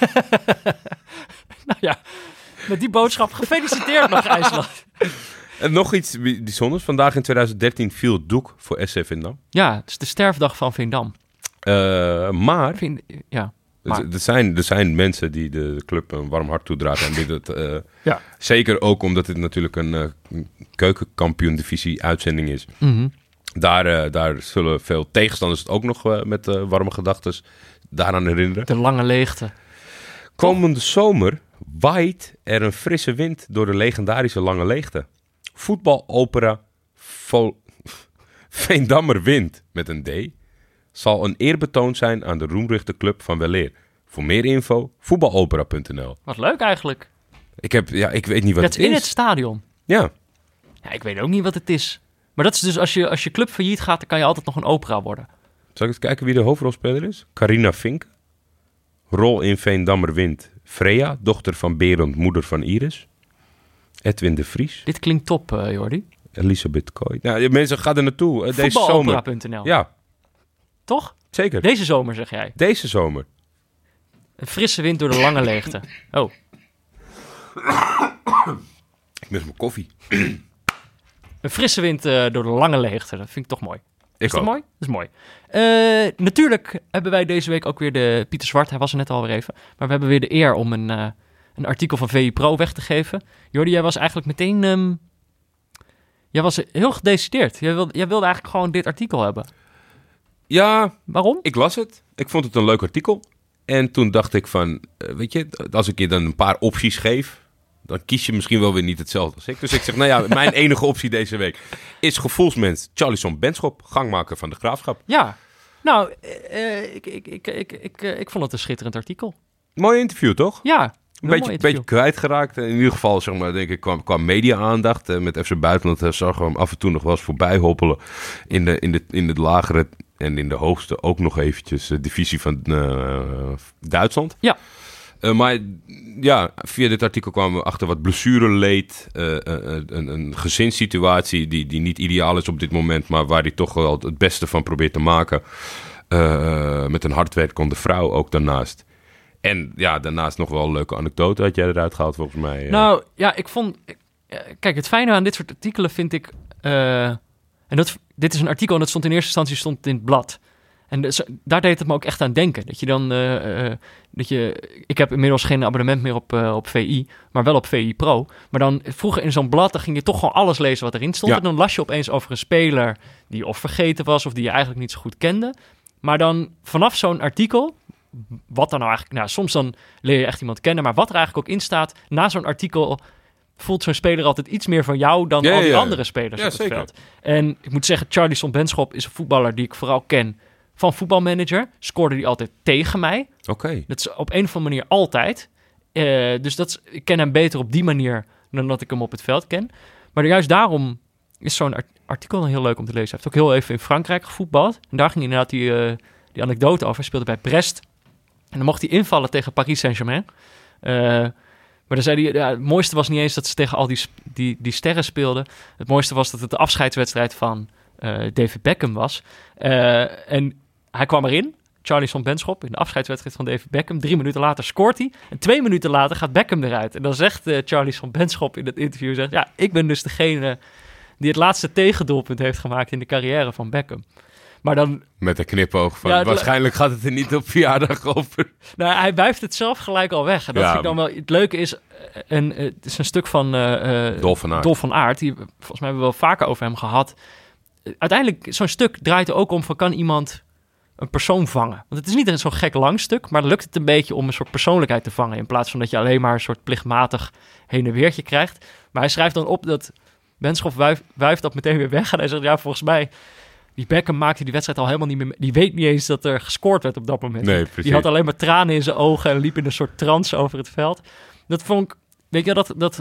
Nou ja, met die boodschap gefeliciteerd nog IJsland. En nog iets bijzonders. Vandaag in twintig dertien viel het doek voor S C Veendam. Ja, het is de sterfdag van Veendam. Uh, maar, Vind, ja, maar. Er, zijn, er zijn mensen die de club een warm hart toedragen. En dit het, uh, ja. Zeker ook omdat dit natuurlijk een uh, keukenkampioen-divisie uitzending is. Mm-hmm. Daar, uh, daar zullen veel tegenstanders het ook nog uh, met uh, warme gedachten daaraan herinneren. De lange leegte. Komende zomer waait er een frisse wind door de legendarische lange leegte. Voetbalopera Vol... Veendammer Wind met een D zal een eerbetoon zijn aan de roemruchte club van weleer. Voor meer info, voetbalopera punt n l. Wat leuk eigenlijk. Ik, heb, ja, ik weet niet wat dat het is. in het stadion. Ja. Ja, ik weet ook niet wat het is. Maar dat is dus als je, als je club failliet gaat, dan kan je altijd nog een opera worden. Zal ik eens kijken wie de hoofdrolspeler is? Carina Fink. Rol in Veendammer Wind. Freya, dochter van Berend, moeder van Iris. Edwin de Vries. Dit klinkt top, uh, Jordi. Elisabeth Kooi. Nou, mensen, gaan er naartoe. Uh, deze zomer. voetbalopera punt n l. Ja. Toch? Zeker. Deze zomer, zeg jij. Deze zomer. Een frisse wind door de lange leegte. Oh. Ik mis mijn koffie. Een frisse wind uh, door de lange leegte. Dat vind ik toch mooi. Ik is dat ook. mooi? Dat is mooi. Uh, natuurlijk hebben wij deze week ook weer de Pieter Zwart. Hij was er net alweer even. Maar we hebben weer de eer om een, uh, een artikel van V I Pro weg te geven. Jordi, jij was eigenlijk meteen... Um, jij was heel gedecideerd. Jij wilde, jij wilde eigenlijk gewoon dit artikel hebben. Ja. Waarom? Ik las het. Ik vond het een leuk artikel. En toen dacht ik van... Uh, weet je, als ik je dan een paar opties geef... dan kies je misschien wel weer niet hetzelfde als ik. Dus ik zeg, nou ja, mijn enige optie deze week... is gevoelsmens Charlison Benschop, gangmaker van de Graafschap. Ja, nou, uh, ik, ik, ik, ik, ik, uh, ik vond het een schitterend artikel. Mooi interview, toch? Ja, een beetje, beetje kwijtgeraakt. In ieder geval, zeg maar, denk ik, qua, qua media-aandacht. Uh, met F C Buitenland uh, zag we hem af en toe nog wel eens voorbij hoppelen. In de, in de, in het lagere en in de hoogste ook nog eventjes uh, divisie van uh, Duitsland. Ja. Uh, maar ja, via dit artikel kwamen we achter wat blessureleed. Uh, uh, een, een gezinssituatie die, die niet ideaal is op dit moment, maar waar hij toch wel het beste van probeert te maken. Uh, met een hardwerkende vrouw ook daarnaast. En ja, daarnaast nog wel een leuke anekdote had jij eruit gehaald volgens mij. Uh. Nou ja, ik vond... Kijk, het fijne aan dit soort artikelen vind ik... Uh, en dat, dit is een artikel en dat stond in eerste instantie stond in het blad. En dus, daar deed het me ook echt aan denken. Dat je dan, uh, uh, dat je, ik heb inmiddels geen abonnement meer op, uh, op V I, maar wel op V I Pro. Maar dan vroeger in zo'n blad, dan ging je toch gewoon alles lezen wat erin stond. Ja. En dan las je opeens over een speler die of vergeten was of die je eigenlijk niet zo goed kende. Maar dan vanaf zo'n artikel, wat dan nou eigenlijk... Nou, soms dan leer je echt iemand kennen, maar wat er eigenlijk ook in staat, na zo'n artikel voelt zo'n speler altijd iets meer van jou dan Ja, al die ja, ja. andere spelers Ja, op het zeker. veld. En ik moet zeggen, Charlie Benschop is een voetballer die ik vooral ken van Voetbalmanager. Scoorde die altijd tegen mij. Oké. Dat is op een of andere manier altijd. Uh, dus dat is, ik ken hem beter op die manier dan dat ik hem op het veld ken. Maar juist daarom is zo'n art- artikel dan heel leuk om te lezen. Hij heeft ook heel even in Frankrijk gevoetbald. En daar ging inderdaad die, uh, die anekdote over. Hij speelde bij Brest. En dan mocht hij invallen tegen Paris Saint-Germain. Uh, maar dan zei hij, ja, het mooiste was niet eens dat ze tegen al die, die, die sterren speelden. Het mooiste was dat het de afscheidswedstrijd van uh, David Beckham was. Uh, en hij kwam erin. Charlie Benschop in de afscheidswedstrijd van David Beckham. Drie minuten later scoort hij. En twee minuten later gaat Beckham eruit. En dan zegt uh, Charlie Benschop in het interview, zegt, ja, ik ben dus degene die het laatste tegendoelpunt heeft gemaakt in de carrière van Beckham. Maar dan... Met een knipoog van, Ja, waarschijnlijk gaat het er niet op verjaardag over. Nou, hij wuift het zelf gelijk al weg. En dat Ja, vind ik dan wel... Het leuke is, een, het is een stuk van uh, uh, Dolf van Aert. Dolf van Aert. Die, volgens mij hebben we wel vaker over hem gehad. Uiteindelijk, zo'n stuk draait er ook om van, kan iemand een persoon vangen? Want het is niet zo'n gek lang stuk, maar dan lukt het een beetje om een soort persoonlijkheid te vangen, in plaats van dat je alleen maar een soort plichtmatig heen en weertje krijgt. Maar hij schrijft dan op dat Benschop wuif, wuift dat meteen weer weg. En hij zegt, ja, volgens mij, die Beckham maakte die wedstrijd al helemaal niet meer... Die weet niet eens dat er gescoord werd op dat moment. Nee, precies. Die had alleen maar tranen in zijn ogen en liep in een soort trance over het veld. Dat vond ik... Weet je, dat, dat,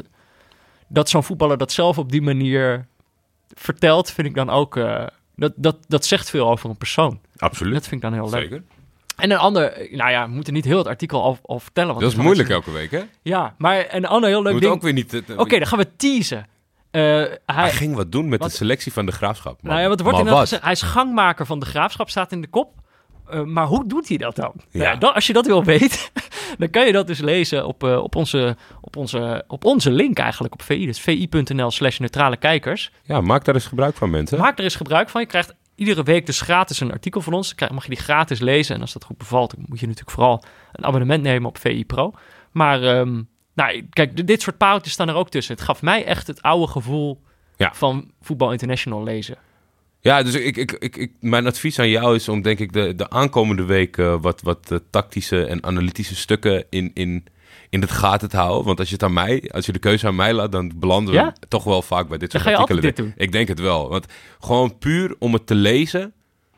dat zo'n voetballer dat zelf op die manier vertelt, vind ik dan ook... Uh, dat, dat, dat zegt veel over een persoon. Absoluut. Dat vind ik dan heel leuk. Zeker. En een ander... Nou ja, we moeten niet heel het artikel al, al vertellen. Want Dat is het moeilijk het- elke week, hè? Ja, maar een ander heel leuk Moet ding... ook weer niet... uh, Oké, okay, dan gaan we teasen. Uh, hij, Hij ging wat doen met wat- de selectie van de Graafschap. Maar, nou ja, wat er wordt maar inderdaad wat? gezegd, hij is gangmaker van de Graafschap, staat in de kop. Uh, maar hoe doet hij dat dan? Ja. Ja, dan als je dat wil weten, dan kan je dat dus lezen op, uh, op, onze, op, onze, op onze link eigenlijk op V I. Dus vi.nl slash neutrale kijkers. Ja, maak daar eens gebruik van, mensen. Maak er eens gebruik van. Je krijgt iedere week dus gratis een artikel van ons. Dan krijg- mag je die gratis lezen. En als dat goed bevalt, dan moet je natuurlijk vooral een abonnement nemen op V I Pro. Maar um, nou, kijk, d- dit soort pareltjes staan er ook tussen. Het gaf mij echt het oude gevoel Ja. van Voetbal International lezen. Ja, dus ik, ik, ik, ik, mijn advies aan jou is om, denk ik, de, de aankomende week uh, wat, wat uh, tactische en analytische stukken in, in, in het gaten te houden. Want als je het aan mij, als je de keuze aan mij laat, dan belanden we Ja? toch wel vaak bij dit Dan soort ga je artikelen. altijd dit doen. Ik denk het wel. Want gewoon puur om het te lezen,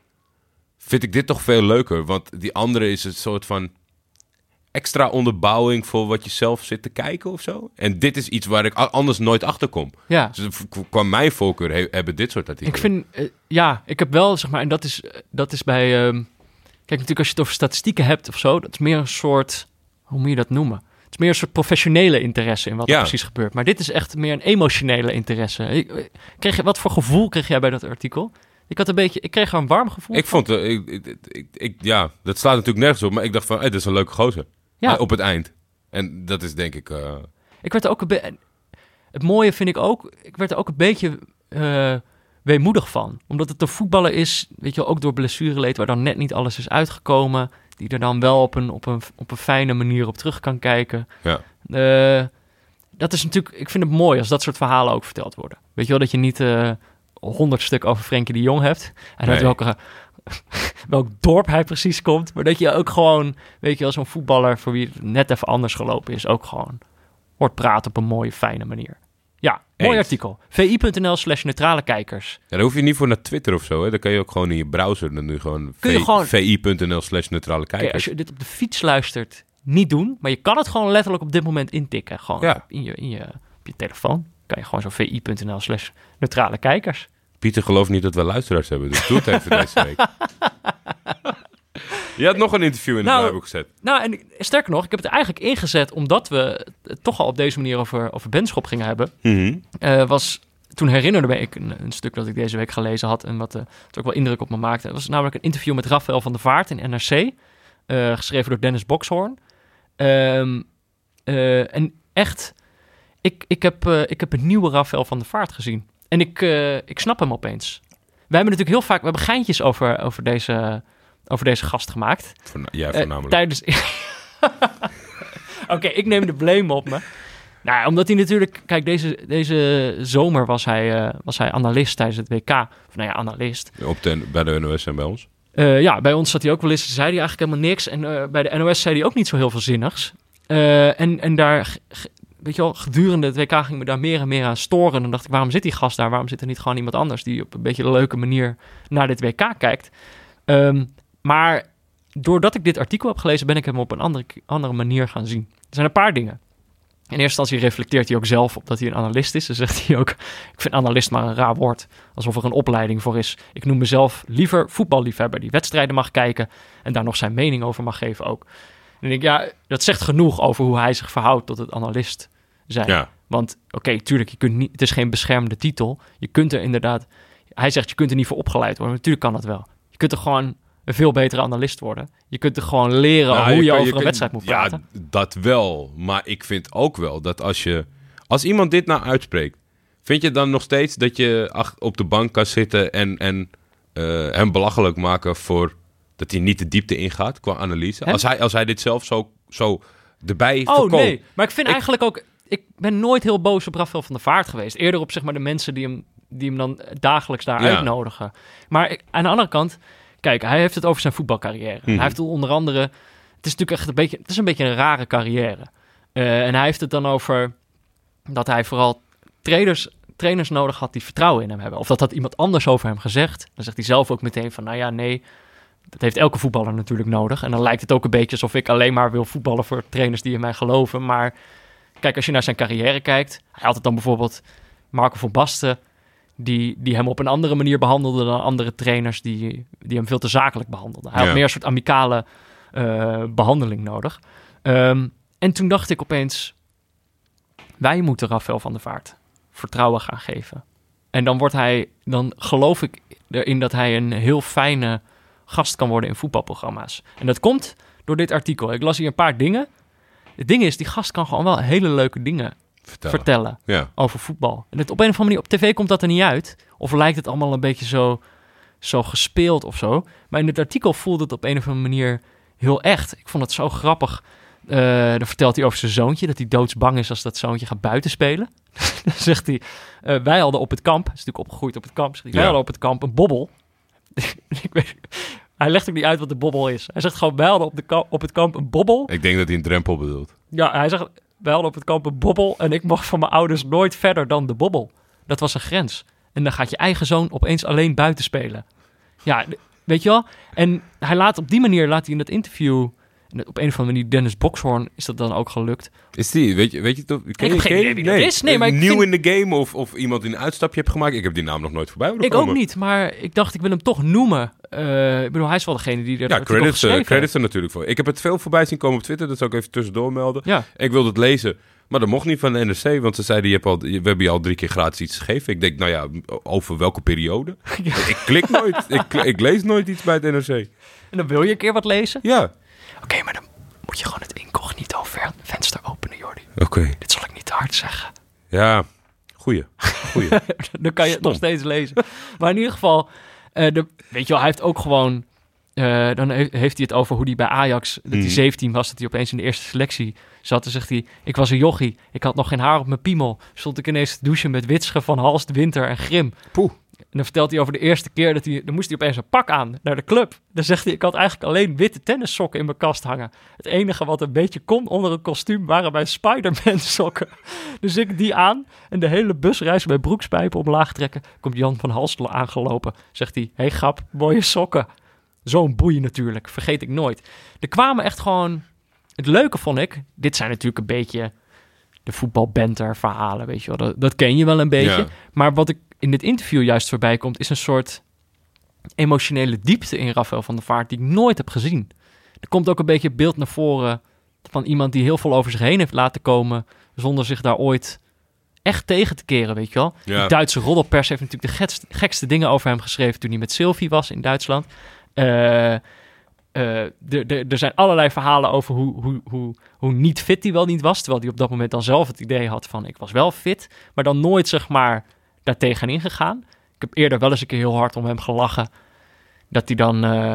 vind ik dit toch veel leuker. Want die andere is een soort van extra onderbouwing voor wat je zelf zit te kijken of zo. En dit is iets waar ik a- anders nooit achter kom. Ja. Dus v- qua mijn voorkeur he- hebben dit soort artikelen. Ik vind, uh, ja, ik heb wel, zeg maar, en dat is, uh, dat is bij, um, kijk, natuurlijk als je het over statistieken hebt of zo, dat is meer een soort, hoe moet je dat noemen? Het is meer een soort professionele interesse in wat er Ja. precies gebeurt. Maar dit is echt meer een emotionele interesse. Ik, uh, kreeg je, wat voor gevoel kreeg jij bij dat artikel? Ik had een beetje, ik kreeg er een warm gevoel Ik van. vond, uh, ik, ik, ik, ik- ja, dat slaat natuurlijk nergens op, maar ik dacht van, hey, dit is een leuke gozer. Ja. Uh, op het eind. En dat is denk ik... Uh, Ik werd er ook een beetje, het mooie vind ik ook, ik werd er ook een beetje uh, weemoedig van. Omdat het een voetballer is, weet je wel, ook door blessureleed, waar dan net niet alles is uitgekomen. Die er dan wel op een, op een, op een fijne manier op terug kan kijken. ja. Uh, dat is natuurlijk, ik vind het mooi als dat soort verhalen ook verteld worden. Weet je wel, dat je niet honderd uh, stuk over Frenkie de Jong hebt. En Nee. uit welke, welk dorp hij precies komt. Maar dat je ook gewoon, weet je wel, zo'n voetballer voor wie het net even anders gelopen is, ook gewoon hoort praten op een mooie, fijne manier. Ja, mooi Eens. artikel. vi.nl slash neutrale kijkers. Ja, daar hoef je niet voor naar Twitter of zo. Hè. Dan kan je ook gewoon in je browser. Dan nu gewoon, Kun je v- gewoon- vi.nl slash neutrale Oké, kijkers. als je dit op de fiets luistert, niet doen. Maar je kan het gewoon letterlijk op dit moment intikken. Gewoon Ja. in, je, in je, op je telefoon. Kan je gewoon zo vi.nl slash neutrale kijkers. Pieter gelooft niet dat we luisteraars hebben. Dus doe het even deze week. Je had nog een interview in Nou, het draaiboek gezet. Nou, en sterker nog, ik heb het eigenlijk ingezet omdat we het toch al op deze manier over, over Benschop gingen hebben. Mhm. Uh, was, toen herinnerde me ik een, een stuk dat ik deze week gelezen had en wat uh, het ook wel indruk op me maakte. Het was namelijk een interview met Rafael van der Vaart in N R C, uh, geschreven door Dennis Boxhoorn. Um, uh, en echt, ik, ik, heb, uh, ik heb een nieuwe Rafael van der Vaart gezien. En ik, uh, ik snap hem opeens. Wij hebben natuurlijk heel vaak, we hebben geintjes over, over, deze, over deze gast gemaakt. Voorna- ja, Uh, voornamelijk. tijdens... Oké, okay, ik neem de blame op me. Nou, omdat hij natuurlijk... Kijk, deze, deze zomer was hij, uh, was hij analist tijdens het W K. Of nou ja, analist. Op de, bij de N O S en bij ons. Uh, ja, bij ons zat hij ook wel eens, zei hij eigenlijk helemaal niks. En uh, bij de N O S zei hij ook niet zo heel veel zinnigs. Uh, en, en daar, weet je wel, gedurende het W K ging me daar meer en meer aan storen. En dan dacht ik, waarom zit die gast daar? Waarom zit er niet gewoon iemand anders die op een beetje een leuke manier naar dit W K kijkt? Um, maar doordat ik dit artikel heb gelezen, ben ik hem op een andere, andere manier gaan zien. Er zijn een paar dingen. In eerste instantie reflecteert hij ook zelf op dat hij een analist is. Dan zegt hij ook, ik vind analist maar een raar woord. Alsof er een opleiding voor is. Ik noem mezelf liever voetballiefhebber die wedstrijden mag kijken en daar nog zijn mening over mag geven ook. En ik denk, ja, dat zegt genoeg over hoe hij zich verhoudt tot het analist zijn. Ja. Want oké, okay, tuurlijk, je kunt niet, het is geen beschermde titel. Je kunt er inderdaad, hij zegt, je kunt er niet voor opgeleid worden. Natuurlijk kan dat wel. Je kunt er gewoon een veel betere analist worden. Je kunt er gewoon leren nou, hoe je, je over je een kunt, wedstrijd moet praten. Ja, dat wel. Maar ik vind ook wel dat als je... Als iemand dit nou uitspreekt, vind je dan nog steeds dat je ach, op de bank kan zitten en, en uh, hem belachelijk maken voor dat hij niet de diepte ingaat qua analyse? Als hij, als hij dit zelf zo, zo erbij oh, verkoopt. Oh nee, maar ik vind ik, eigenlijk ook... Ik ben nooit heel boos op Rafael van der Vaart geweest. Eerder op zeg maar de mensen die hem, die hem dan dagelijks daar ja. uitnodigen. Maar ik, aan de andere kant... Kijk, hij heeft het over zijn voetbalcarrière. Hmm. Hij heeft het onder andere... Het is natuurlijk echt een beetje... Het is een beetje een rare carrière. Uh, en hij heeft het dan over... dat hij vooral trainers, trainers nodig had die vertrouwen in hem hebben. Of dat had iemand anders over hem gezegd. Dan zegt hij zelf ook meteen van... Nou ja, nee... Dat heeft elke voetballer natuurlijk nodig. En dan lijkt het ook een beetje alsof ik alleen maar wil voetballen voor trainers die in mij geloven. Maar kijk, als je naar zijn carrière kijkt... Hij had het dan bijvoorbeeld Marco van Basten... Die, die hem op een andere manier behandelde dan andere trainers die, die hem veel te zakelijk behandelden. Hij ja. had meer een soort amicale uh, behandeling nodig. Um, en toen dacht ik opeens... Wij moeten Rafael van der Vaart vertrouwen gaan geven. En dan wordt hij... Dan geloof ik erin dat hij een heel fijne gast kan worden in voetbalprogramma's. En dat komt door dit artikel. Ik las hier een paar dingen. Het ding is, die gast kan gewoon wel hele leuke dingen vertellen, vertellen ja. over voetbal. En het, op een of andere manier op tv komt dat er niet uit. Of lijkt het allemaal een beetje zo, zo gespeeld of zo. Maar in het artikel voelde het op een of andere manier heel echt. Ik vond het zo grappig. Uh, dan vertelt hij over zijn zoontje, dat hij doodsbang is als dat zoontje gaat buiten spelen. Dan zegt hij, uh, wij hadden op het kamp, hij is natuurlijk opgegroeid op het kamp, zegt hij, wij ja. hadden op het kamp een bobbel. Ik weet, hij legt ook niet uit wat de bobbel is. Hij zegt gewoon, wij hadden op, de kamp, op het kamp een bobbel. Ik denk dat hij een drempel bedoelt. Ja, hij zegt, wij hadden op het kamp een bobbel en ik mocht van mijn ouders nooit verder dan de bobbel. Dat was een grens. En dan gaat je eigen zoon opeens alleen buiten spelen. Ja, weet je wel? En hij laat op die manier, laat hij in dat interview... En op een of andere manier, Dennis Boxhorn, is dat dan ook gelukt. Is die, weet je, weet je toch? Ik heb geen idee wie dat nee. is. Nee, maar Nieuw vind... in de game of, of iemand die een uitstapje heeft gemaakt. Ik heb die naam nog nooit voorbij horen Ik komen. ook niet, maar ik dacht, ik wil hem toch noemen. Uh, ik bedoel, hij is wel degene die er ja, credits, uh, credits er natuurlijk voor. Ik heb het veel voorbij zien komen op Twitter, dat zou ik even tussendoor melden. Ja. Ik wilde het lezen, maar dat mocht niet van de N R C, want ze zeiden, je hebt al, we hebben je al drie keer gratis iets gegeven. Ik denk, nou ja, over welke periode? Ja. Ik klik nooit, ik, ik lees nooit iets bij het N R C. En dan wil je een keer wat lezen? Ja. Oké, okay, maar dan moet je gewoon het incognito venster openen, Jordi. Oké. Okay. Dit zal ik niet te hard zeggen. Ja, goeie. goeie. Dan kan je het nog steeds lezen. Maar in ieder geval, uh, de, weet je wel, hij heeft ook gewoon... Uh, dan heeft, heeft hij het over hoe hij bij Ajax, dat hij mm. zeventien was, dat hij opeens in de eerste selectie zat. Dan zegt hij, ik was een jochie, ik had nog geen haar op mijn piemel. Stond ik ineens te douchen met Witsche, Van Halst, Winter en Grim. Poeh. En dan vertelt hij over de eerste keer dat hij... Dan moest hij opeens een pak aan naar de club. Dan zegt hij, ik had eigenlijk alleen witte tennissokken in mijn kast hangen. Het enige wat een beetje kon onder een kostuum waren mijn Spider-Man sokken. Dus ik die aan en de hele busreis met broekspijpen omlaag trekken. Komt Jan van Halstel aangelopen. Zegt hij, hey grap, mooie sokken. Zo'n boei natuurlijk, vergeet ik nooit. Er kwamen echt gewoon... Het leuke vond ik, dit zijn natuurlijk een beetje de voetbalbanter verhalen, weet je wel. Dat, dat ken je wel een beetje. Ja. Maar wat ik in dit interview juist voorbij komt, is een soort emotionele diepte in Rafael van der Vaart die ik nooit heb gezien. Er komt ook een beetje beeld naar voren van iemand die heel veel over zich heen heeft laten komen, zonder zich daar ooit echt tegen te keren, weet je wel. Ja. De Duitse roddelpers heeft natuurlijk de gekste, gekste dingen over hem geschreven toen hij met Sylvie was in Duitsland. Uh, uh, er zijn allerlei verhalen over hoe, hoe, hoe, hoe niet fit hij wel niet was, terwijl hij op dat moment dan zelf het idee had van ik was wel fit, maar dan nooit zeg maar daar tegenin gegaan. Ik heb eerder wel eens een keer heel hard om hem gelachen. Dat hij dan, uh,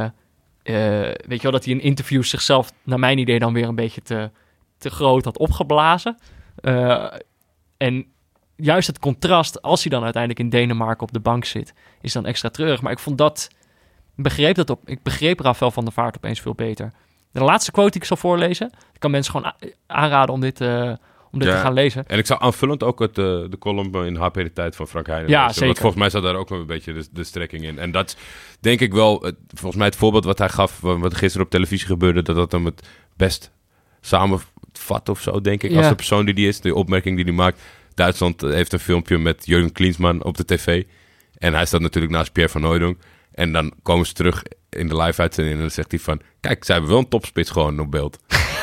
uh, weet je wel, dat hij in interviews zichzelf, naar mijn idee, dan weer een beetje te, te groot had opgeblazen. Uh, en juist het contrast, als hij dan uiteindelijk in Denemarken op de bank zit, is dan extra treurig. Maar ik vond dat Ik begreep, dat op, ik begreep Rafael van der Vaart opeens veel beter. De laatste quote die ik zal voorlezen. Ik kan mensen gewoon a- aanraden om dit, uh, om dit Ja, te gaan lezen. En ik zou aanvullend ook het, uh, de column in H P de Tijd van Frank Heijnen Ja, lezen. zeker. Want volgens mij zat daar ook wel een beetje de, de strekking in. En dat is denk ik wel, het, volgens mij het voorbeeld wat hij gaf, wat er gisteren op televisie gebeurde, dat dat hem het best samenvat of zo, denk ik. Ja. Als de persoon die die is, de opmerking die hij maakt. Duitsland heeft een filmpje met Jurgen Klinsmann op de tv. En hij staat natuurlijk naast Pierre van Hooijdonk. En dan komen ze terug in de live-uitzending en dan zegt hij van, kijk, ze hebben wel een topspits gewoon op beeld.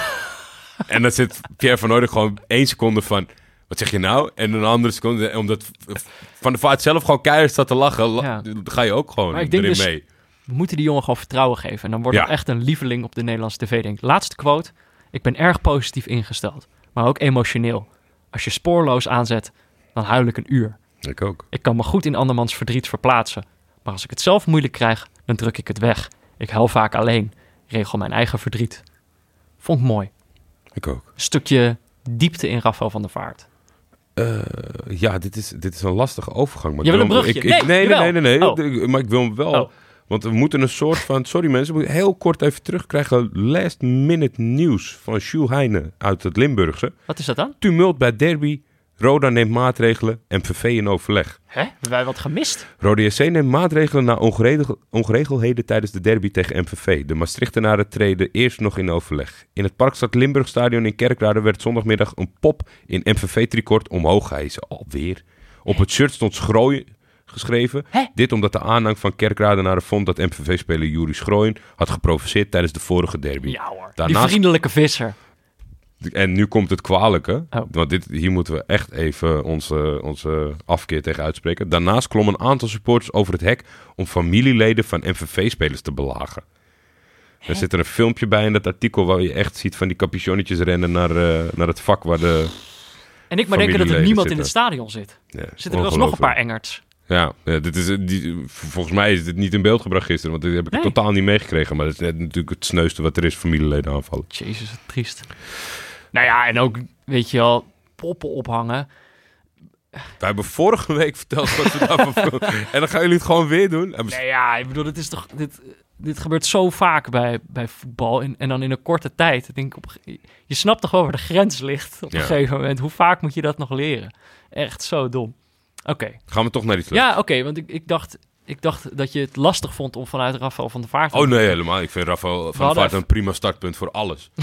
En dan zit Pierre van Hooijdonk gewoon één seconde van, wat zeg je nou? En een andere seconde, omdat Van der Vaart zelf gewoon keihard staat te lachen, la- Ja. dan ga je ook gewoon Maar ik denk erin dus- mee. We moeten die jongen gewoon vertrouwen geven. En dan wordt Ja. het echt een lieveling op de Nederlandse tv. Denk ik. Laatste quote. Ik ben erg positief ingesteld. Maar ook emotioneel. Als je spoorloos aanzet, dan huil ik een uur. Ik ook. Ik kan me goed in andermans verdriet verplaatsen. Maar als ik het zelf moeilijk krijg, dan druk ik het weg. Ik huil vaak alleen. Regel mijn eigen verdriet. Vond ik mooi. Ik ook. Een stukje diepte in Rafael van der Vaart. Uh, ja, dit is, dit is een lastige overgang. Maar Je ik wil een hem- brugje? Ik, ik, Nee, nee, nee, nee, nee, nee. Oh. De- Maar ik wil hem wel. Oh. Want we moeten een soort van... Sorry mensen, we moeten heel kort even terugkrijgen. Last minute nieuws van Jules Heijnen uit het Limburgse. Wat is dat dan? Tumult bij derby. Roda neemt maatregelen. M V V in overleg. Hè? Hebben wij wat gemist? Rode J C neemt maatregelen na ongeregel, ongeregeldheden tijdens de derby tegen M V V. De Maastrichtenaren treden eerst nog in overleg. In het Parkstad Limburgstadion in Kerkrade werd zondagmiddag een pop in M V V-tricort omhoog gehesen. Alweer. Op het shirt stond Schrooien geschreven. Hè? Dit omdat de aanhang van Kerkradenaren vond dat M V V-speler Juri Schrooien had geprovoceerd tijdens de vorige derby. Ja hoor. Daarnaast- Die vriendelijke visser. En nu komt het kwalijke, Oh. want dit, hier moeten we echt even onze, onze afkeer tegen uitspreken. Daarnaast klom een aantal supporters over het hek om familieleden van M V V-spelers te belagen. Er zit er een filmpje bij in dat artikel waar je echt ziet van die capuchonnetjes rennen naar, uh, naar het vak waar de... En ik maar denken dat er Familieleden niemand in het zitten. stadion zit. Ja, Zitten er alsnog een paar engerts. Ja, ja, dit is, die, volgens mij is dit niet in beeld gebracht gisteren, want dit heb ik Nee. totaal niet meegekregen. Maar dat is net natuurlijk het sneuste wat er is, familieleden aanvallen. Jezus, wat triest. Nou ja, en ook, weet je wel, poppen ophangen. Wij hebben vorige week verteld wat we daarvan vonden. En dan gaan jullie het gewoon weer doen. En we- Nee ja, ik bedoel, dit is toch... Dit, dit gebeurt zo vaak bij, bij voetbal en, en dan in een korte tijd. Ik denk, op, je snapt toch wel waar de grens ligt op een Ja. gegeven moment. Hoe vaak moet je dat nog leren? Echt zo dom. Oké. Gaan we toch naar iets leuks? Ja, oké, want ik, ik, dacht, ik dacht dat je het lastig vond om vanuit Rafael van der Vaart... Oh nee, helemaal. Ik vind Rafael van der hadden Vaart even- een prima startpunt voor alles.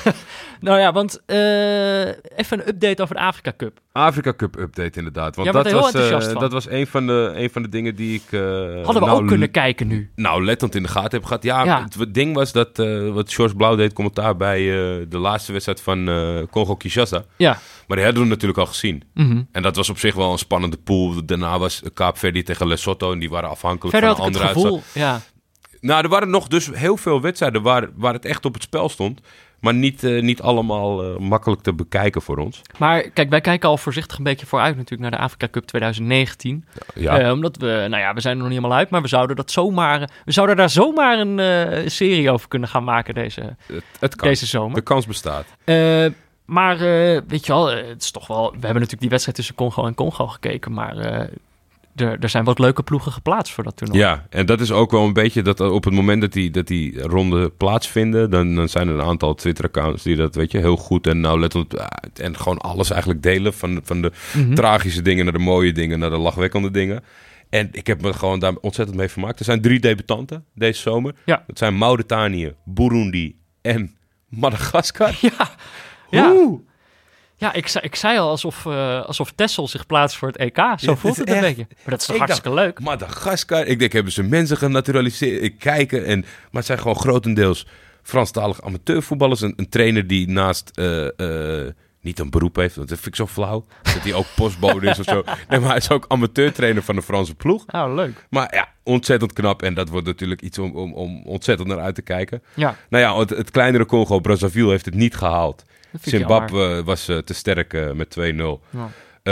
Nou ja, want eh, even een update over de Afrika Cup. Afrika Cup update inderdaad. Want Jij bent dat er heel was, eh, enthousiast van. dat was een van, de, een van de dingen die ik... eh, Hadden we nou, ook kunnen kijken nu. Nou, lettend in de gaten heb gehad. Ja, Ja. het, het ding was dat... eh, wat George Blauw deed commentaar bij eh, de laatste wedstrijd van eh Congo-Kinshasa. Ja. Maar die hadden we natuurlijk al gezien. Mhm. En dat was op zich wel een spannende pool. Daarna was Kaapverdi tegen Lesotho. En die waren afhankelijk Verder van had een ik het andere gevoel... uitslag. Ja. Nou, er waren nog dus heel veel wedstrijden waar, waar het echt op het spel stond. Maar niet, eh, niet allemaal eh, makkelijk te bekijken voor ons. Maar kijk, wij kijken al voorzichtig een beetje vooruit natuurlijk naar de Afrika Cup twintig negentien. Ja, Eh, omdat we, nou ja, we zijn er nog niet helemaal uit, maar we zouden dat zomaar, we zouden daar zomaar een eh, serie over kunnen gaan maken deze, het, het kan. deze zomer. De kans bestaat. Eh, maar eh, weet je wel, eh, het is toch wel, we hebben natuurlijk die wedstrijd tussen Congo en Congo gekeken, maar eh, er, er zijn wat leuke ploegen geplaatst voor dat toernooi. Ja, en dat is ook wel een beetje dat op het moment dat die, dat die ronde plaatsvinden, dan, dan zijn er een aantal Twitter-accounts die dat, weet je, heel goed en nauwlettend uh, en gewoon alles eigenlijk delen. Van, van de Mhm. tragische dingen naar de mooie dingen, naar de lachwekkende dingen. En ik heb me gewoon daar ontzettend mee vermaakt. Er zijn drie debutanten deze zomer. Ja. Dat zijn Mauritanië, Burundi en Madagaskar. Ja, ja. Oeh. Ja, ik, zei- ik zei al alsof, eh alsof Texel zich plaatst voor het E K. Zo Ja, voelt dit het is een echt- beetje. Maar dat is toch Ik hartstikke leuk? Madagaskar. Ik denk, hebben ze mensen genaturaliseerd? Ik kijken. En, maar het zijn gewoon grotendeels Franstalige amateurvoetballers. Een, een trainer die naast... eh, eh, niet een beroep heeft, want dat vind ik zo flauw. Dat hij ook postbode is of zo. Nee, maar hij is ook amateurtrainer van de Franse ploeg. Oh, leuk. Maar ja, ontzettend knap. En dat wordt natuurlijk iets om, om, om ontzettend naar uit te kijken. Ja, Nou ja, het, het kleinere Congo, Brazzaville, heeft het niet gehaald. dat vind ik Zimbabwe was eh, te sterk eh, met twee nul. jammer.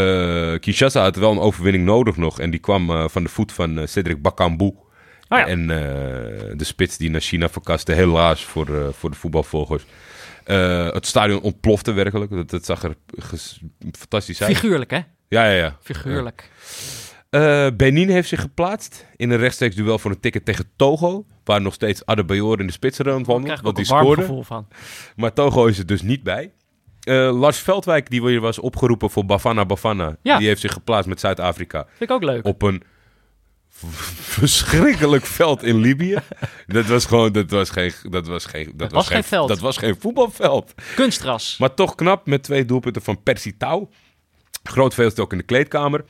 Eh Kinshasa had wel een overwinning nodig nog. En die kwam eh, van de voet van eh, Cedric Bakambu. Oh ja. En eh, de spits die naar China verkaste. Helaas voor, eh, voor de voetbalvolgers. Eh, het stadion ontplofte werkelijk. Dat, dat zag er ges- fantastisch uit. Figuurlijk, hè? Ja, ja, ja. Figuurlijk. Uh, Benin heeft zich geplaatst in een rechtstreeks duel voor een ticket tegen Togo. Waar nog steeds Adebayor in de spits rondwandelt. Daar krijg ik want ook die een warm scoorde. gevoel van. Maar Togo is er dus niet bij. Uh, Lars Veldwijk, die weer was opgeroepen voor Bafana Bafana. Ja. Die heeft zich geplaatst met Zuid-Afrika. Vind ik ook leuk. Op een v- verschrikkelijk veld in Libië. dat was gewoon, dat was geen, dat was geen, dat was was geen veld. Dat was geen voetbalveld. Kunstgras. Maar toch knap met twee doelpunten van Percy Tau. Groot feest ook in de kleedkamer.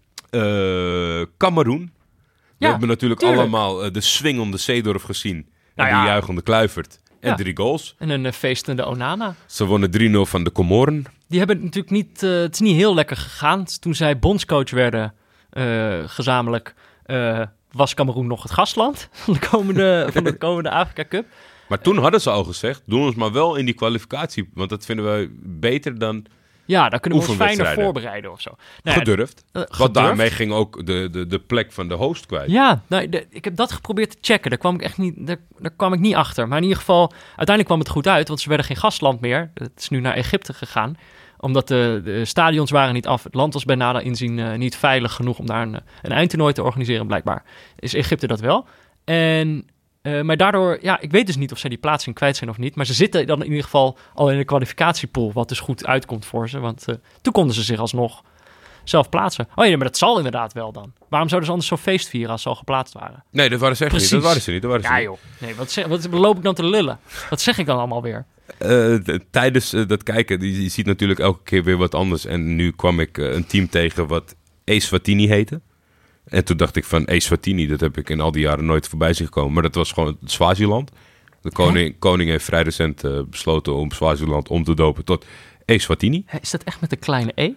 Uh, Kameroen. We Ja, hebben natuurlijk tuurlijk. allemaal uh, de swingende Seedorf gezien. En Nou die ja. juichende Kluivert. En Ja. drie goals. En een uh, feestende Onana. Ze wonnen drie nul van de Comoren. Die hebben het natuurlijk niet... Uh, het is niet heel lekker gegaan. Toen zij bondscoach werden, uh, gezamenlijk... Uh, was Kameroen nog het gastland van de komende, van de komende Afrika Cup. Maar toen hadden ze al gezegd, doe ons maar wel in die kwalificatie. Want dat vinden wij beter dan Ja, daar kunnen we ons fijner Oefenwedstrijden. voorbereiden of zo. Nou ja, gedurfd. uh, Want gedurfd. daarmee ging ook de, de, de plek van de host kwijt. Ja, nou, de, ik heb dat geprobeerd te checken. Daar kwam ik echt niet, daar, daar kwam ik niet achter. Maar in ieder geval, uiteindelijk kwam het goed uit, want ze werden geen gastland meer. Het is nu naar Egypte gegaan, omdat de, de stadions waren niet af. Het land was bij nader inzien uh, niet veilig genoeg om daar een, een eindtoernooi te organiseren, blijkbaar. Is Egypte dat wel. En, uh, maar daardoor, ja, ik weet dus niet of zij die plaatsing kwijt zijn of niet. Maar ze zitten dan in ieder geval al in de kwalificatiepool, wat dus goed uitkomt voor ze. Want uh, toen konden ze zich alsnog zelf plaatsen. Oh ja, maar dat zal inderdaad wel dan. Waarom zouden ze anders zo'n feest vieren als ze al geplaatst waren? Nee, dat waren ze echt niet. Precies. Dat waren ze niet. Dat waren ze Ja niet. joh. Nee, wat, zeg, wat loop ik dan te lullen? Wat zeg ik dan allemaal weer? Uh, d- tijdens uh, dat kijken, je, je ziet natuurlijk elke keer weer wat anders. En nu kwam ik uh, een team tegen wat Eswatini heette. En toen dacht ik van Eswatini, dat heb ik in al die jaren nooit voorbij zien gekomen. Maar dat was gewoon het Swaziland. De koning, koning heeft vrij recent uh, besloten om Swaziland om te dopen tot Eswatini. Hè, is dat echt met een kleine E?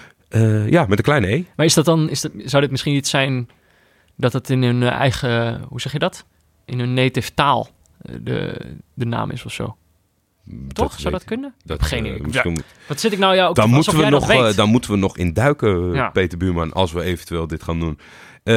Uh, ja, met een kleine E. Maar is dat dan, is dat, zou dit misschien iets zijn dat het in hun eigen, hoe zeg je dat? In hun native taal uh, de, de naam is of zo? Toch? Dat Zou dat weet- kunnen? Dat, Geen uh, idee. misschien Ja. moet- Wat zit ik nou jou ook dan, alsof moeten we jij nog, dat weet? uh, dan moeten we nog in duiken, uh, Ja. Peter Buurman, als we eventueel dit gaan doen. Uh,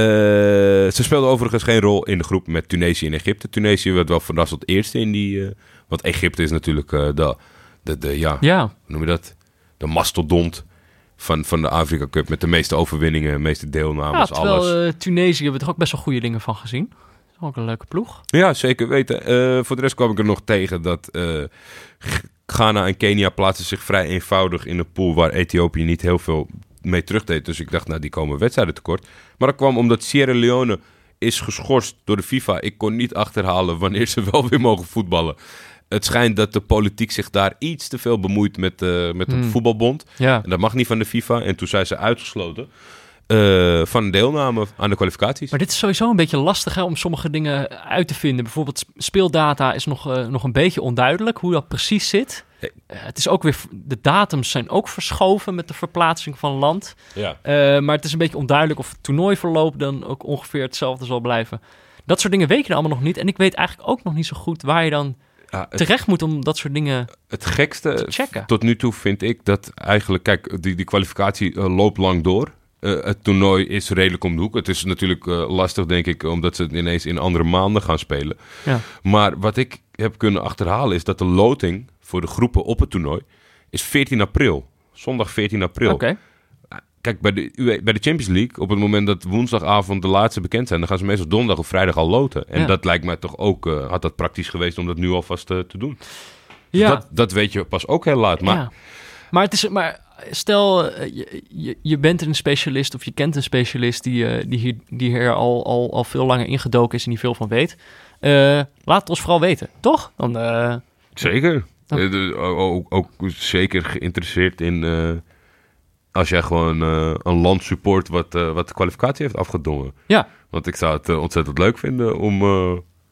ze speelden overigens geen rol in de groep met Tunesië en Egypte. Tunesië werd wel verrassend eerste in die... Uh, want Egypte is natuurlijk uh, de, de, de, ja, Ja, hoe noem je dat? De mastodont van, van de Afrika Cup met de meeste overwinningen, de meeste ja deelnames, terwijl alles. uh, Tunesië hebben we toch ook best wel goede dingen van gezien. Dat is ook een leuke ploeg. Ja, zeker weten. Uh, voor de rest kwam ik er nog tegen dat uh, G- Ghana en Kenia plaatsen zich vrij eenvoudig in een pool waar Ethiopië niet heel veel mee terugdeed. Dus ik dacht, nou, die komen wedstrijden tekort. Maar dat kwam omdat Sierra Leone is geschorst door de FIFA. Ik kon niet achterhalen wanneer ze wel weer mogen voetballen. Het schijnt dat de politiek zich daar iets te veel bemoeit met, uh, met de Hmm. voetbalbond. Ja. En dat mag niet van de FIFA. En toen zijn ze uitgesloten uh, van deelname aan de kwalificaties. Maar dit is sowieso een beetje lastig hè, om sommige dingen uit te vinden. Bijvoorbeeld sp- speeldata is nog, uh, nog een beetje onduidelijk hoe dat precies zit. Hey. Uh, het is ook weer, de datums zijn ook verschoven met de verplaatsing van land. Ja. Uh, maar het is een beetje onduidelijk of het toernooiverloop dan ook ongeveer hetzelfde zal blijven. Dat soort dingen weet je dan allemaal nog niet. En ik weet eigenlijk ook nog niet zo goed waar je dan Ja, het, terecht moet om dat soort dingen het gekste te checken. tot nu toe vind ik dat eigenlijk... Kijk, die, die kwalificatie uh, loopt lang door. Uh, het toernooi is redelijk om de hoek. Het is natuurlijk uh, lastig, denk ik, omdat ze het ineens in andere maanden gaan spelen. Ja. Maar wat ik heb kunnen achterhalen is dat de loting voor de groepen op het toernooi is veertien april. Zondag veertien april. Oké. Okay. Kijk, bij de, bij de Champions League, op het moment dat woensdagavond de laatste bekend zijn, dan gaan ze meestal donderdag of vrijdag al loten. En Ja. dat lijkt mij toch ook, uh, had dat praktisch geweest om dat nu alvast uh, te doen. Dus Ja. dat, dat weet je pas ook heel laat. Maar Ja. Maar, het is, maar stel, uh, je, je, je bent een specialist of je kent een specialist die, uh, die, hier, die hier al, al, al veel langer ingedoken is en die veel van weet. Uh, laat het ons vooral weten, toch? Dan, uh, zeker. Oh. Uh, de- ook, ook zeker geïnteresseerd in... Uh, als jij gewoon uh, een land support wat, uh, wat de kwalificatie heeft afgedwongen. ja, Want ik zou het uh, ontzettend leuk vinden om... Uh,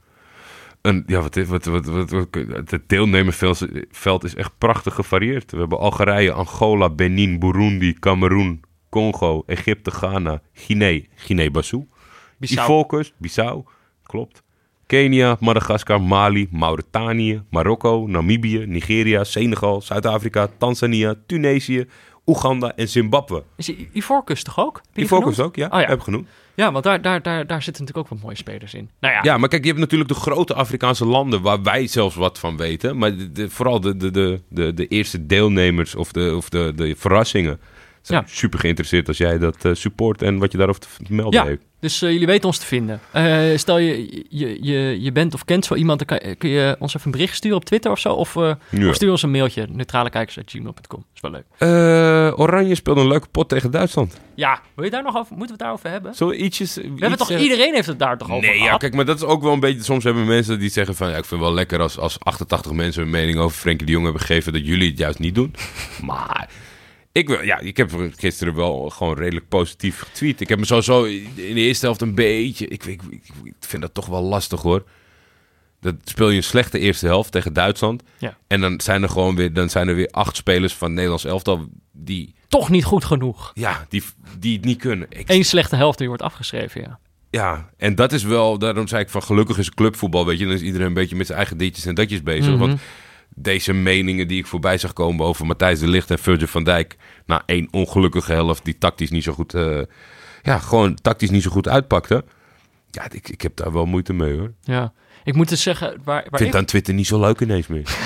een, ja, wat, is- wat, wat, wat, wat, het deelnemersveld veld is echt prachtig gevarieerd. We hebben Algerije, Angola, Benin, Burundi, Cameroen, Congo, Egypte, Ghana, Guinea, Guinea-Bissau, Bissau. Ivoorkust, Bissau, klopt. Kenia, Madagaskar, Mali, Mauritanië, Marokko, Namibië, Nigeria, Senegal, Zuid-Afrika, Tanzania, Tunesië, Oeganda en Zimbabwe. Is I- Ivoorkust toch ook? Heb je die Ivoorkust genoemd? ook, ja, Oh ja. heb ik genoemd. Ja, want daar, daar, daar, daar zitten natuurlijk ook wat mooie spelers in. Nou ja, Ja, maar kijk, je hebt natuurlijk de grote Afrikaanse landen waar wij zelfs wat van weten. Maar de, de- vooral de, de, de, de, de eerste deelnemers of, de, of de, de verrassingen zijn Ja. super geïnteresseerd als jij dat uh, support en wat je daarover te melden Ja. heeft. Dus uh, jullie weten ons te vinden. Uh, stel je, je, je, je bent of kent zo iemand, dan kan, kun je ons even een bericht sturen op Twitter of zo. Of, uh, Ja. of stuur ons een mailtje, neutralekijkers at gmail dot com. Dat is wel leuk. Uh, Oranje speelde een leuke pot tegen Duitsland. Ja, wil je daar nog over, moeten we het daarover hebben? Zullen we ietsjes... We hebben toch, iedereen heeft het daar toch over Nee, gehad? ja, kijk, maar dat is ook wel een beetje... Soms hebben mensen die zeggen van... Ja, ik vind het wel lekker als, als achtentachtig mensen een mening over Frenkie de Jong hebben gegeven... dat jullie het juist niet doen. Maar... Ik, wil, ja, ik heb gisteren wel gewoon redelijk positief getweet. Ik heb me sowieso in de eerste helft een beetje... Ik, ik, ik, ik vind dat toch wel lastig, hoor. Dat speel je een slechte eerste helft tegen Duitsland. Ja. En dan zijn er gewoon weer, dan zijn er weer acht spelers van het Nederlands elftal... die, Toch niet goed genoeg. ja, die, die het niet kunnen. Ik, Eén slechte helft die wordt afgeschreven, ja. Ja, en dat is wel... Daarom zei ik van gelukkig is clubvoetbal, weet je. Dan is iedereen een beetje met zijn eigen ditjes en datjes bezig. Mhm. Want deze meningen die ik voorbij zag komen over Matthijs de Ligt en Virgil van Dijk... na één ongelukkige helft die tactisch niet zo goed... Uh, ja, gewoon tactisch niet zo goed uitpakte. Ja, ik, ik heb daar wel moeite mee, hoor. Ja, ik moet dus zeggen... Waar, waar Ik vind ik... het aan Twitter niet zo leuk ineens meer.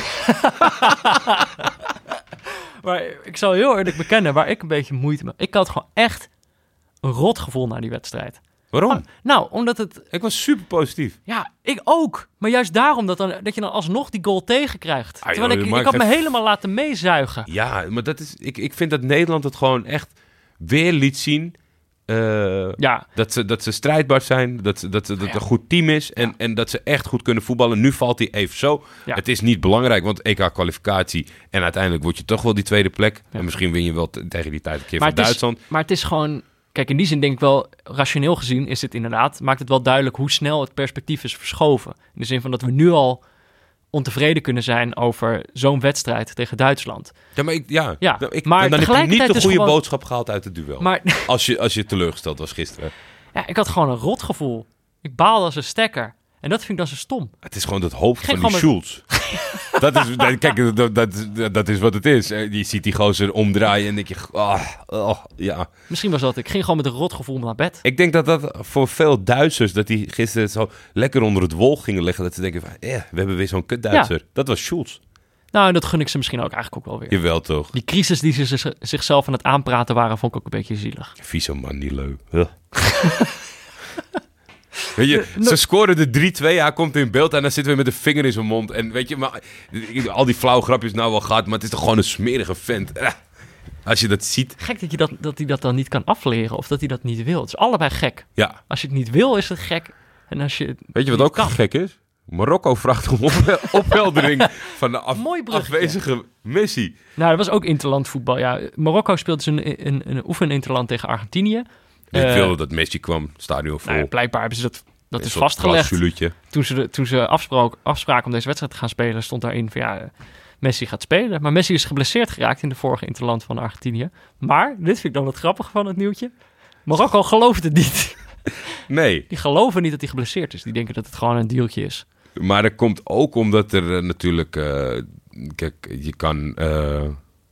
Maar ik zal heel eerlijk bekennen, waar ik een beetje moeite mee... Ik had gewoon echt een rot gevoel na die wedstrijd. Waarom? Oh, nou, omdat het... Ik was super positief. Ja, ik ook. Maar juist daarom dat, dan, dat je dan alsnog die goal tegenkrijgt. Ah, Terwijl joh, ik, maar ik had ik me heb- helemaal laten meezuigen. Ja, maar dat is, ik, ik vind dat Nederland het gewoon echt weer liet zien... Uh, Ja, Dat ze, dat ze strijdbaar zijn, dat, ze, dat, ze, dat het Ja. een goed team is en, en dat ze echt goed kunnen voetballen. Nu valt hij even zo. Ja. Het is niet belangrijk, want E K-kwalificatie en uiteindelijk word je toch wel die tweede plek. Ja. En misschien win je wel t- tegen die tijd een keer maar van het, is, Duitsland. maar het is gewoon... Kijk, in die zin denk ik wel, rationeel gezien is het inderdaad... maakt het wel duidelijk hoe snel het perspectief is verschoven. In de zin van dat we nu al ontevreden kunnen zijn over zo'n wedstrijd tegen Duitsland. Ja, maar, ik, ja, Ja, nou, ik, maar dan heb je niet tegelijkertijd de is goede gewoon- boodschap gehaald uit het duel. Maar Als, je, als je teleurgesteld was gisteren. ja, ik had gewoon een rotgevoel. Ik baalde als een stekker. En dat vind ik dan zo stom. Het is gewoon het hoofd Geen van die gewoon Schulz. dat, is, dat, kijk, dat, dat, dat is wat het is. Eh, Je ziet die gozer omdraaien en denk je... ah, oh, ja. Misschien was dat... Ik ging gewoon met een rotgevoel naar bed. Ik denk dat dat voor veel Duitsers, dat die gisteren zo lekker onder het wol gingen liggen, dat ze denken van, eh, we hebben weer zo'n kut Duitser. Dat was Schulz. Nou, en dat gun ik ze misschien ook eigenlijk ook wel weer. Jawel toch. Die crisis die ze zich- zichzelf aan het aanpraten waren, vond ik ook een beetje zielig. Vieze man, niet leuk. Ugh. Weet je, ze scoren de drie twee, hij komt in beeld en dan zitten we met de vinger in zijn mond. En weet je, maar, al die flauwe grapjes nou wel gehad, maar het is toch gewoon een smerige vent. Eh, Als je dat ziet, Gek dat, je dat, dat hij dat dan niet kan afleren of dat hij dat niet wil. Het is allebei gek. ja. Als je het niet wil, is het gek. En als je het Weet je wat niet ook kan. gek is? Marokko vraagt om op- opheldering van de af- Mooi bruggetje. afwezige Messi. Nou, dat was ook interland voetbal. Ja, Marokko speelde dus een, een, een oefeninterland tegen Argentinië. Dus ik Eh, wilde dat Messi kwam, stadion vol. Nou, ja, blijkbaar hebben ze dat... Dat Een is soort vastgelegd. clausuletje. Toen ze, de, toen ze afspraak, afspraken om deze wedstrijd te gaan spelen, stond daarin van ja, Messi gaat spelen. Maar Messi is geblesseerd geraakt in de vorige interland van Argentinië. Maar, dit vind ik dan het grappige van het nieuwtje. Marokko gelooft het niet. Nee, Die geloven niet dat hij geblesseerd is. Die denken dat het gewoon een dealtje is. maar dat komt ook omdat er eh, natuurlijk... eh, kijk, je kan... eh,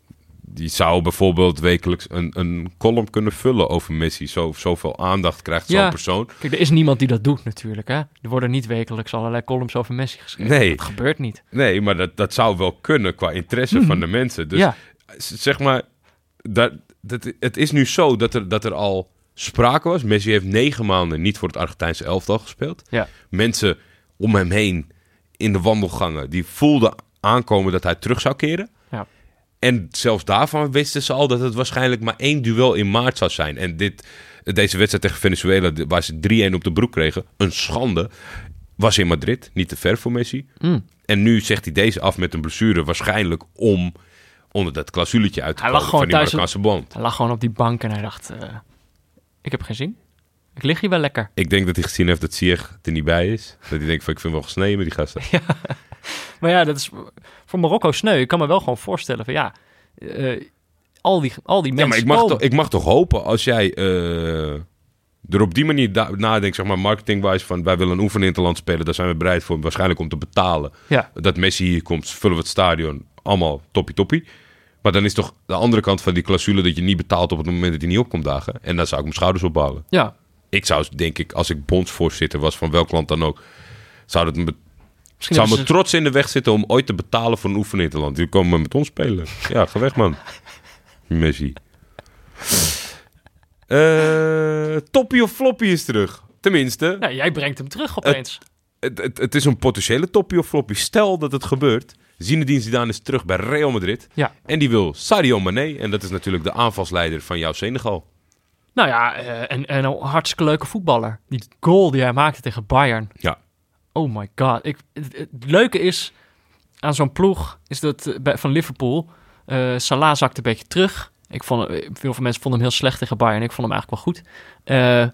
die zou bijvoorbeeld wekelijks een, een column kunnen vullen over Messi. Zo, zoveel aandacht krijgt zo'n Ja. persoon. Kijk, er is niemand die dat doet natuurlijk. Hè? Er worden niet wekelijks allerlei columns over Messi geschreven. Nee. Dat gebeurt niet. Nee, maar dat, dat zou wel kunnen qua interesse van de mensen. Dus ja, z- zeg maar, dat, dat, het is nu zo dat er, dat er al sprake was. Messi heeft negen maanden niet voor het Argentijnse elftal gespeeld. ja. Mensen om hem heen in de wandelgangen, die voelden aankomen dat hij terug zou keren. Ja. En zelfs daarvan wisten ze al dat het waarschijnlijk maar één duel in maart zou zijn. En dit, deze wedstrijd tegen Venezuela, waar ze drie-een op de broek kregen, een schande, was in Madrid. Niet te ver voor Messi. Mm. En nu zegt hij deze af met een blessure, waarschijnlijk om onder dat clausuletje uit te Hij komen lag van gewoon die thuis Marokkaanse band. Hij lag gewoon op die bank en hij dacht, eh, ik heb geen zin. Ik lig hier wel lekker. Ik denk dat hij gezien heeft dat Ziyech er niet bij is. Dat hij denkt van, ik vind wel gesneden met die gasten. Maar ja, dat is voor Marokko sneu. Ik kan me wel gewoon voorstellen van ja, eh, al, die, al die Ja, mensen maar ik mag, komen. toch, ik mag toch hopen als jij eh, er op die manier da- nadenkt, zeg maar marketingwise van wij willen een oefeninterland spelen, daar zijn we bereid voor, waarschijnlijk om te betalen. Ja, Dat Messi hier komt, vullen we het stadion, allemaal toppie toppie. Maar dan is toch de andere kant van die clausule dat je niet betaalt op het moment dat hij niet opkomt dagen. En dan zou ik mijn schouders ophalen. ja. Ik zou, denk ik, als ik bondsvoorzitter was van welk land dan ook, zou het me, Misschien zou me hebben ze- trots in de weg zitten om ooit te betalen voor een oefeninterland. Die komen met ons spelen. Ja, ga weg man. Messi. Uh, toppie of floppie is terug. Tenminste. Nou, jij brengt hem terug opeens. Het, het, het is een potentiële toppie of floppie. Stel dat het gebeurt. Zinedine Zidane is terug bij Real Madrid. Ja. En die wil Sadio Mané. En dat is natuurlijk de aanvalsleider van jouw Senegal. Nou ja, uh, en, en een hartstikke leuke voetballer. Die goal die hij maakte tegen Bayern. Ja. Oh my god. Ik, het, het leuke is aan zo'n ploeg, is dat uh, bij, van Liverpool, uh, Salah zakte een beetje terug. Ik vond, uh, veel van mensen vonden hem heel slecht tegen Bayern. Ik vond hem eigenlijk wel goed. Uh,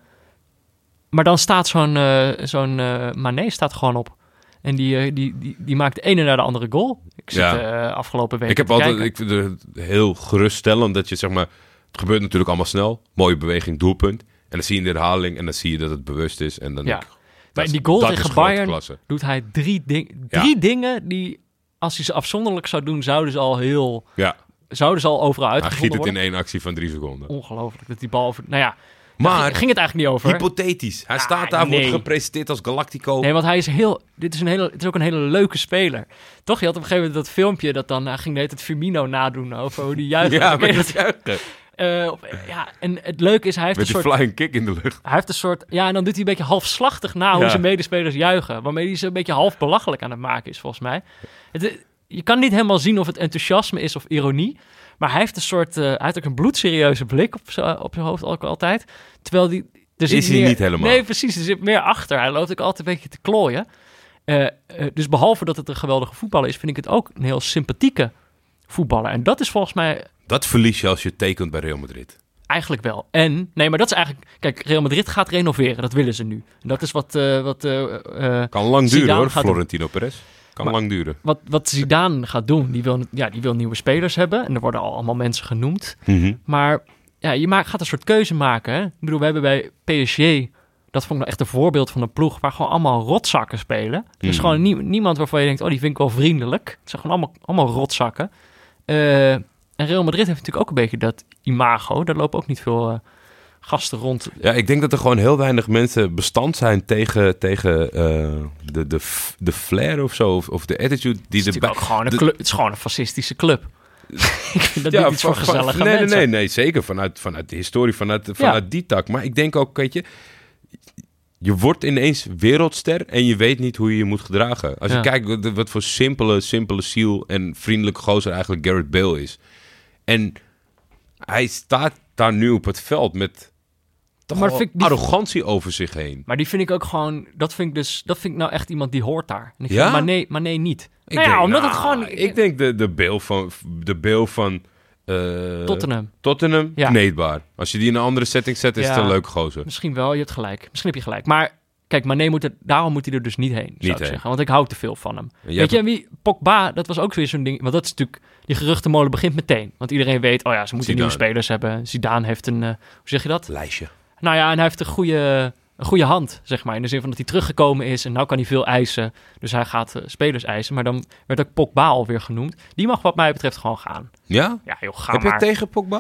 maar dan staat zo'n, uh, zo'n uh, Mané staat gewoon op. En die, uh, die, die, die maakt de ene naar de andere goal. Ik zit ja. uh, afgelopen week Ik heb te altijd, kijken. ik vind het heel geruststellend dat je zeg maar, het gebeurt natuurlijk allemaal snel. Mooie beweging, doelpunt. En dan zie je de herhaling en dan zie je dat het bewust is. En dan Ja. denk ik, Maar in dat- die goal dat tegen is grote Bayern klasse. doet hij drie, ding, drie Ja. dingen die, als hij ze afzonderlijk zou doen, zouden ze al heel, Ja, zouden ze al overal hij giet uitgevonden het in worden. één actie van drie seconden. Ongelooflijk dat die bal over. Nou ja, daar Maar ging, ging het eigenlijk niet over. hypothetisch. Hij Ah, staat daar, nee. wordt gepresenteerd als Galactico. Nee, want hij is heel. Dit is een hele. Het is ook een hele leuke speler. Toch? Je had op een gegeven moment dat filmpje dat dan. Hij ging de hele tijd Firmino nadoen over hoe die juicht. ja, Oké, met dat- het juichen. eh, op- ja, en het leuke is, hij heeft Met een die soort. flying kick in de lucht. Hij heeft een soort. Ja, en dan doet hij een beetje halfslachtig na hoe Ja. zijn medespelers juichen. Waarmee hij ze een beetje half belachelijk aan het maken is, volgens mij. Het, je kan niet helemaal zien of het enthousiasme is of ironie. Maar hij heeft een soort. Uh, hij heeft ook een bloedserieuze blik op zijn op zijn hoofd ook altijd. Terwijl die. Er zit Is hij meer, niet helemaal. Nee, precies. Er zit meer achter. Hij loopt ook altijd een beetje te klooien. Uh, uh, dus behalve dat het een geweldige voetballer is, vind ik het ook een heel sympathieke voetballer. En dat is volgens mij Dat verlies je als je tekent bij Real Madrid. eigenlijk wel. En, nee, maar dat is eigenlijk... Kijk, Real Madrid gaat renoveren. Dat willen ze nu. En dat is wat... Uh, wat uh, uh, Kan lang Zidane duren hoor, gaat Florentino Perez. Kan Maar- lang duren. Wat, wat Zidane gaat doen, die wil, ja, die wil nieuwe spelers hebben. En er worden al allemaal mensen genoemd. Mhm. Maar ja, je maakt, gaat een soort keuze maken. Hè? Ik bedoel, we hebben bij P S G... Dat vond ik nou echt een voorbeeld van een ploeg waar gewoon allemaal rotzakken spelen. Er is Mhm. gewoon nie- niemand waarvan je denkt, oh, die vind ik wel vriendelijk. Het zijn gewoon allemaal, allemaal rotzakken. Uh, en Real Madrid heeft natuurlijk ook een beetje dat imago. Daar lopen ook niet veel uh, gasten rond. Ja, ik denk dat er gewoon heel weinig mensen bestand zijn tegen, tegen uh, de, de, f- de flair of zo. Of, of de attitude die Het is, erbij... natuurlijk ook gewoon een de- club, het is gewoon een fascistische club. Ik vind dat Ja, niet iets voor van- van- gezellige nee, nee, mensen. nee, nee, zeker. Vanuit, vanuit de historie, vanuit, vanuit die tak. Maar ik denk ook, weet je... Je wordt ineens wereldster en je weet niet hoe je je moet gedragen. Als je Ja. kijkt wat, wat voor simpele, simpele ziel en vriendelijke gozer eigenlijk Gareth Bale is. En hij staat daar nu op het veld met toch Maar wel vind ik die- arrogantie over zich heen. Maar die vind ik ook gewoon... Dat vind ik dus... Dat vind ik nou echt iemand die hoort daar. En ik Ja? vind, maar, nee, maar nee, niet. Ik nou ja, denk, omdat nou, het gewoon... Ik denk de, de Bale van... De Bale van uh, Tottenham. Tottenham, Ja. kneedbaar. Als je die in een andere setting zet, is Ja. het een leuke gozer. Misschien wel, je hebt gelijk. Misschien heb je gelijk. Maar kijk, Mané moet er, daarom moet hij er dus niet heen, zou Niet ik heen. zeggen. Want ik hou te veel van hem. En jij Weet je, hebt- en wie? Pogba, dat was ook weer zo'n ding. Want dat is natuurlijk... Die geruchtenmolen begint meteen. Want iedereen weet, oh ja, ze moeten Zidane. nieuwe spelers hebben. Zidane heeft een... Uh, hoe zeg je dat? Lijstje. Nou ja, en hij heeft een goede, een goede hand, zeg maar. In de zin van dat hij teruggekomen is en nou kan hij veel eisen. Dus hij gaat uh, spelers eisen. Maar dan werd ook Pogba alweer genoemd. Die mag wat mij betreft gewoon gaan. Ja? Ja, joh, ga Heb maar. je tegen Pogba?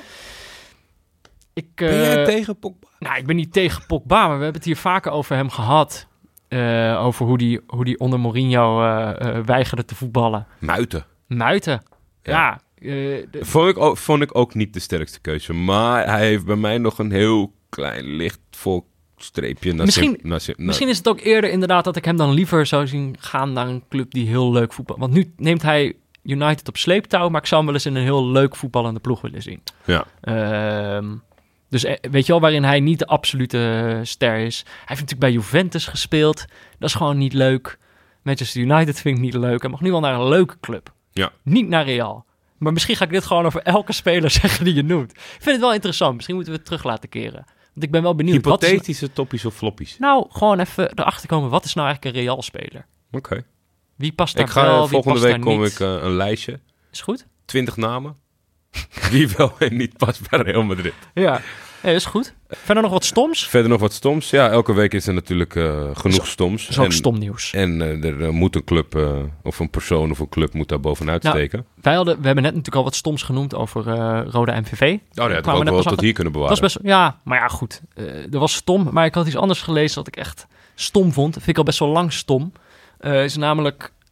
Ik, Ben jij uh, tegen Pogba? Nou, ik ben niet tegen Pogba, maar we hebben het hier vaker over hem gehad. Uh, over hoe die, hoe die onder Mourinho uh, uh, weigerde te voetballen. Muiten. Muiten. Ja. Ja. uh, de- Vond ik, ook, vond ik ook niet de sterkste keuze. Maar hij heeft bij mij nog een heel klein licht volkstreepje. Naar Misschien- zijn- naar zijn- naar- Misschien is het ook eerder inderdaad dat ik hem dan liever zou zien gaan naar een club die heel leuk voetbal. Want nu neemt hij United op sleeptouw, maar ik zou hem wel eens in een heel leuk voetballende ploeg willen zien. Ja. Ehm, dus eh, weet je wel, waarin hij niet de absolute ster is. Hij heeft natuurlijk bij Juventus gespeeld. Dat is gewoon niet leuk. Manchester United vind ik niet leuk. Hij mag nu wel naar een leuke club. Ja. Niet naar Real. Maar misschien ga ik dit gewoon over elke speler zeggen die je noemt. Ik vind het wel interessant. Misschien moeten we het terug laten keren. Want ik ben wel benieuwd. Wat is, Hypothetische toppies of floppies. nou, gewoon even erachter komen. Wat is nou eigenlijk een Real-speler? Oké. Wie past daar Ik ga wel, wie volgende past week daar kom niet? ik uh, een lijstje. Is goed? Twintig namen. Wie wel en niet past bij Real Madrid. Ja. ja, is goed. Verder nog wat stoms? Verder nog wat stoms. Ja, elke week is er natuurlijk uh, genoeg stoms. Dat is ook En- stom nieuws. En uh, er uh, moet een club, uh, of een persoon of een club moet daar bovenuit Nou, steken. Wij hadden, we hebben net natuurlijk al wat stoms genoemd over uh, Roda M V V. Oh nee, dat kwamen hadden we net wel pas tot achter. hier kunnen bewaren. Dat is best, ja, maar ja, goed. Uh, er was stom, maar ik had iets anders gelezen dat ik echt stom vond. Dat vind ik al best wel lang stom. Uh, is namelijk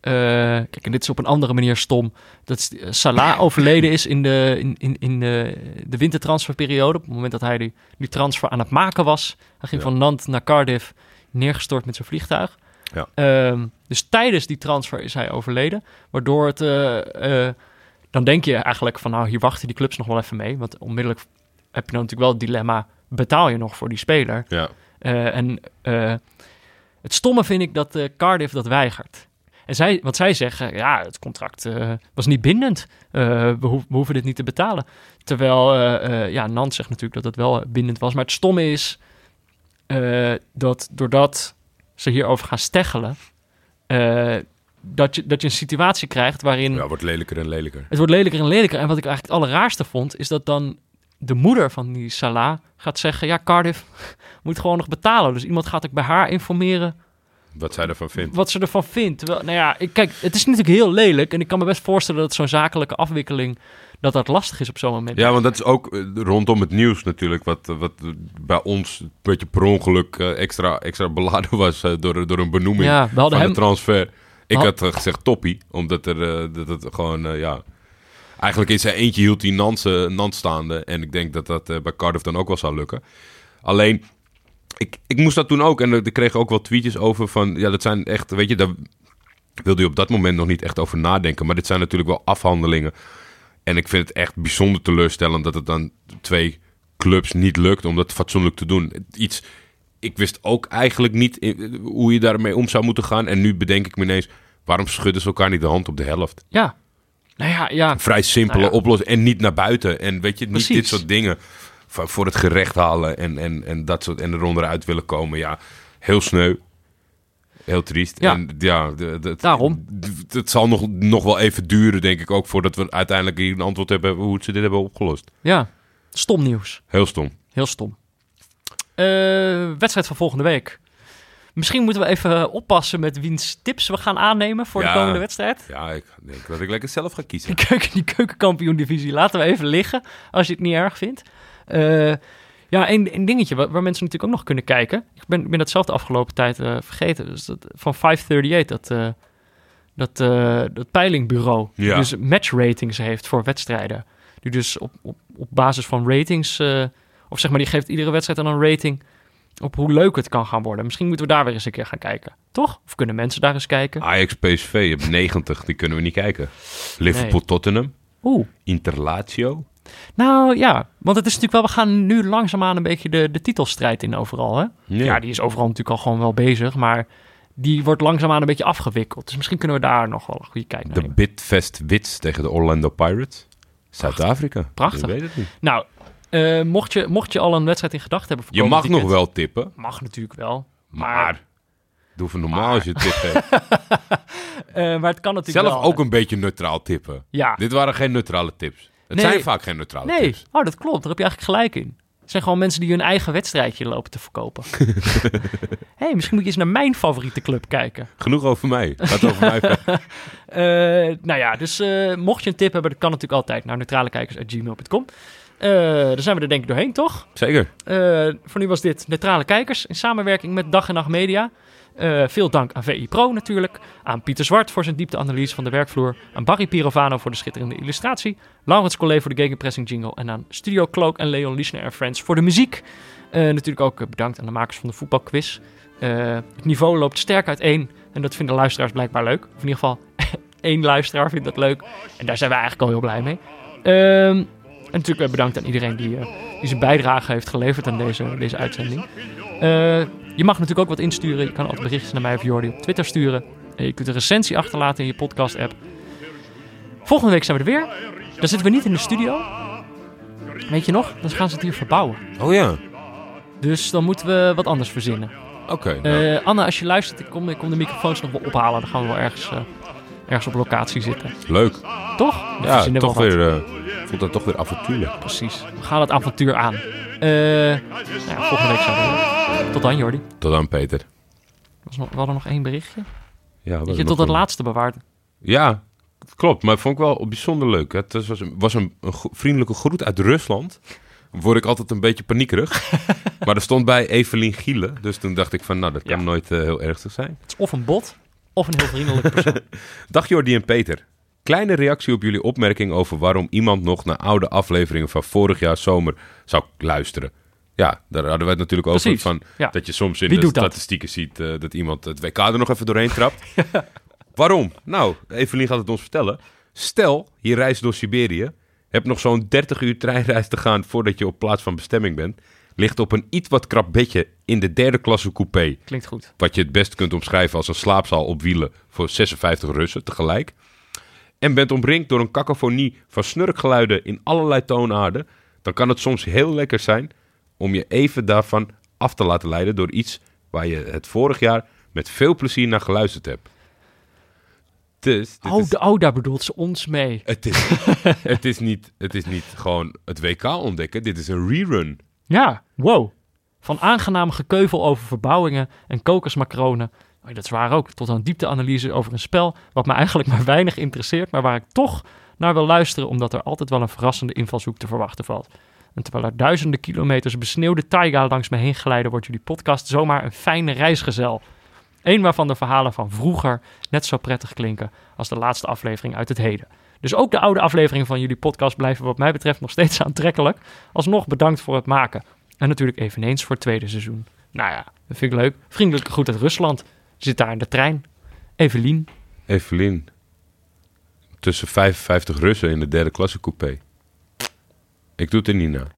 Uh, kijk, en dit is op een andere manier stom. Dat Salah overleden is in de, in, in, in de, de wintertransferperiode. Op het moment dat hij die, die transfer aan het maken was. Hij ging ja. van Nantes naar Cardiff, neergestort met zijn vliegtuig. Ja. Uh, dus tijdens die transfer is hij overleden. Waardoor het... Uh, uh, dan denk je eigenlijk van, nou, hier wachten die clubs nog wel even mee. Want onmiddellijk heb je dan natuurlijk wel het dilemma, betaal je nog voor die speler? Ja. Uh, en uh, het stomme vind ik dat uh, Cardiff dat weigert. En zij, want zij zeggen, ja, het contract uh, was niet bindend. Uh, we, ho- we hoeven dit niet te betalen. Terwijl, uh, uh, ja, Nantes zegt natuurlijk dat het wel bindend was. Maar het stomme is uh, dat doordat ze hierover gaan steggelen, Uh, dat, je, dat je een situatie krijgt waarin... Ja, het wordt lelijker en lelijker. Het wordt lelijker en lelijker. En wat ik eigenlijk het allerraarste vond, is dat dan de moeder van die Salah gaat zeggen, ja, Cardiff moet gewoon nog betalen. Dus iemand gaat ook bij haar informeren wat zij ervan vindt. Wat ze ervan vindt. Terwijl, nou ja, ik, kijk, het is natuurlijk heel lelijk. En ik kan me best voorstellen dat zo'n zakelijke afwikkeling, dat dat lastig is op zo'n moment. Ja, want dat is ook uh, rondom het nieuws natuurlijk, wat, wat bij ons een beetje per ongeluk uh, extra, extra beladen was uh, door, door een benoeming ja, we hadden van hem... de transfer. Ik had... had uh, gezegd toppie, omdat er uh, dat het gewoon, uh, ja... Eigenlijk in zijn eentje hield hij Nantes, uh, Nantes staande. En ik denk dat dat uh, bij Cardiff dan ook wel zou lukken. Alleen, ik, ik moest dat toen ook. En ik kreeg ook wel tweetjes over van... Ja, dat zijn echt, weet je, daar wilde je op dat moment nog niet echt over nadenken. Maar dit zijn natuurlijk wel afhandelingen. En ik vind het echt bijzonder teleurstellend dat het dan twee clubs niet lukt om dat fatsoenlijk te doen. Iets, ik wist ook eigenlijk niet in, hoe je daarmee om zou moeten gaan. En nu bedenk ik me ineens, waarom schudden ze elkaar niet de hand op de helft? Ja. Nou ja, ja. Vrij simpele nou ja. oplossing. En niet naar buiten. En weet je, niet Precies. dit soort dingen voor het gerecht halen en, en, en dat soort en eronder uit willen komen. Ja, heel sneu. Heel triest. Ja. En ja, de, de, daarom. Het, het zal nog, nog wel even duren, denk ik ook, voordat we uiteindelijk hier een antwoord hebben hoe ze dit hebben opgelost. Ja, stom nieuws. Heel stom. Heel stom. Uh, wedstrijd van volgende week. Misschien moeten we even oppassen met wiens tips we gaan aannemen voor ja, de komende wedstrijd. Ja, ik denk dat ik lekker zelf ga kiezen. Die, keuken, die keukenkampioen-divisie laten we even liggen, als je het niet erg vindt. Uh, ja, één, één dingetje waar, waar mensen natuurlijk ook nog kunnen kijken. Ik ben, ik ben dat zelf de afgelopen tijd uh, vergeten. Dus dat, van vijfhonderdachtendertig, dat, uh, dat, uh, dat peilingbureau. Ja. Die dus matchratings heeft voor wedstrijden. Die dus op, op, op basis van ratings, uh, of zeg maar, die geeft iedere wedstrijd dan een rating op hoe leuk het kan gaan worden. Misschien moeten we daar weer eens een keer gaan kijken. Toch? Of kunnen mensen daar eens kijken? Ajax P S V, je hebt negentig, die kunnen we niet kijken. Liverpool nee. Tottenham. Oeh. Interlatio. Nou ja, want het is natuurlijk wel, we gaan nu langzaamaan een beetje de, de titelstrijd in overal. Hè? Ja. ja, die is overal natuurlijk al gewoon wel bezig, maar die wordt langzaamaan een beetje afgewikkeld. Dus misschien kunnen we daar nog wel een goede kijk naar De nemen. Bidvest Wits tegen de Orlando Pirates. Zuid-Afrika. Prachtig. Ik weet het niet. Nou, uh, mocht, je, mocht je al een wedstrijd in gedachten hebben voor je mag nog wel tippen. Mag natuurlijk wel. Maar, maar doe even normaal maar. Als je tip hebt. uh, maar het kan natuurlijk zelf wel, ook een beetje neutraal tippen. Ja. Dit waren geen neutrale tips. Het nee. zijn vaak geen neutrale nee. tips. Oh, dat klopt. Daar heb je eigenlijk gelijk in. Het zijn gewoon mensen die hun eigen wedstrijdje lopen te verkopen. hey, misschien moet je eens naar mijn favoriete club kijken. Genoeg over mij. Gaat over mij verder. Uh, nou ja, dus uh, mocht je een tip hebben, dat kan natuurlijk altijd naar neutralekijkers at gmail dot com. Uh, daar zijn we er denk ik doorheen, toch? Zeker. Uh, voor nu was dit Neutrale Kijkers in samenwerking met Dag en Nacht Media. Uh, veel dank aan V I Pro natuurlijk, aan Pieter Zwart voor zijn diepteanalyse van de werkvloer, aan Barry Pirovano voor de schitterende illustratie, Laurens Collet voor de Gegenpressing jingle en aan Studio Cloak en Leon Liesner en Friends voor de muziek. Uh, natuurlijk ook bedankt aan de makers van de voetbalquiz. Uh, het niveau loopt sterk uiteen en dat vinden luisteraars blijkbaar leuk. Of in ieder geval één luisteraar vindt dat leuk en daar zijn we eigenlijk al heel blij mee. Uh, en natuurlijk bedankt aan iedereen die, uh, die zijn bijdrage heeft geleverd aan deze, deze uitzending. Uh, Je mag natuurlijk ook wat insturen. Je kan altijd berichtjes naar mij of Jordi op Twitter sturen. En je kunt een recensie achterlaten in je podcast-app. Volgende week zijn we er weer. Dan zitten we niet in de studio. Weet je nog? Dan gaan ze het hier verbouwen. Oh ja. Dus dan moeten we wat anders verzinnen. Oké. Okay, nou. uh, Anna, als je luistert, ik kom, ik kom de microfoons nog wel ophalen. Dan gaan we wel ergens, uh, ergens op locatie zitten. Leuk. Toch? Ja, toch weer, uh, voelt dat toch weer avontuurlijk. Precies. We gaan het avontuur aan. Uh, nou ja, volgende week zijn we weer. Tot dan, Jordi. Tot dan, Peter. Was nog, we hadden nog één berichtje. Ja, dat je tot het een... laatste bewaard. Ja, klopt. Maar vond ik wel bijzonder leuk. Het was een, was een, een go- vriendelijke groet uit Rusland. Dan word ik altijd een beetje paniekerig. Maar er stond bij Evelien Gielen. Dus toen dacht ik van, nou, dat kan ja. nooit uh, heel ernstig zijn. Het is of een bot. of een heel vriendelijke persoon. Dag Jordi en Peter. Kleine reactie op jullie opmerking over waarom iemand nog naar oude afleveringen van vorig jaar zomer zou luisteren. Ja, daar hadden we het natuurlijk over Precies, van ja. dat je soms in Wie de doet dat? statistieken ziet uh, dat iemand het W K er nog even doorheen trapt. ja. Waarom? Nou, Evelien gaat het ons vertellen. Stel, je reist door Siberië, hebt nog zo'n dertig uur treinreis te gaan voordat je op plaats van bestemming bent, ligt op een iets wat krap bedje in de derde klasse coupé. Klinkt goed. Wat je het best kunt omschrijven als een slaapzaal op wielen voor zesenvijftig Russen tegelijk. En bent omringd door een cacophonie van snurkgeluiden in allerlei toonaarden, dan kan het soms heel lekker zijn om je even daarvan af te laten leiden door iets waar je het vorig jaar met veel plezier naar geluisterd hebt. Dus, dit Oh, is, de, oh, daar bedoelt ze ons mee. het, is, het, is niet, het is niet gewoon het W K ontdekken, dit is een rerun. Ja, wow. Van aangenaam gekeuvel over verbouwingen en kokersmacronen. Oh, dat is waar ook. Tot aan diepteanalyse over een spel wat me eigenlijk maar weinig interesseert, maar waar ik toch naar wil luisteren, omdat er altijd wel een verrassende invalshoek te verwachten valt. En terwijl er duizenden kilometers besneeuwde taiga langs me heen glijden, wordt jullie podcast zomaar een fijne reisgezel. Eén waarvan de verhalen van vroeger net zo prettig klinken als de laatste aflevering uit het heden. Dus ook de oude afleveringen van jullie podcast blijven wat mij betreft nog steeds aantrekkelijk. Alsnog bedankt voor het maken. En natuurlijk eveneens voor het tweede seizoen. Nou ja, dat vind ik leuk. Vriendelijke groet uit Rusland. Zit daar in de trein. Evelien. Evelien. Tussen vijfenvijftig Russen in de derde klasse coupé. Ik doe het er niet naar.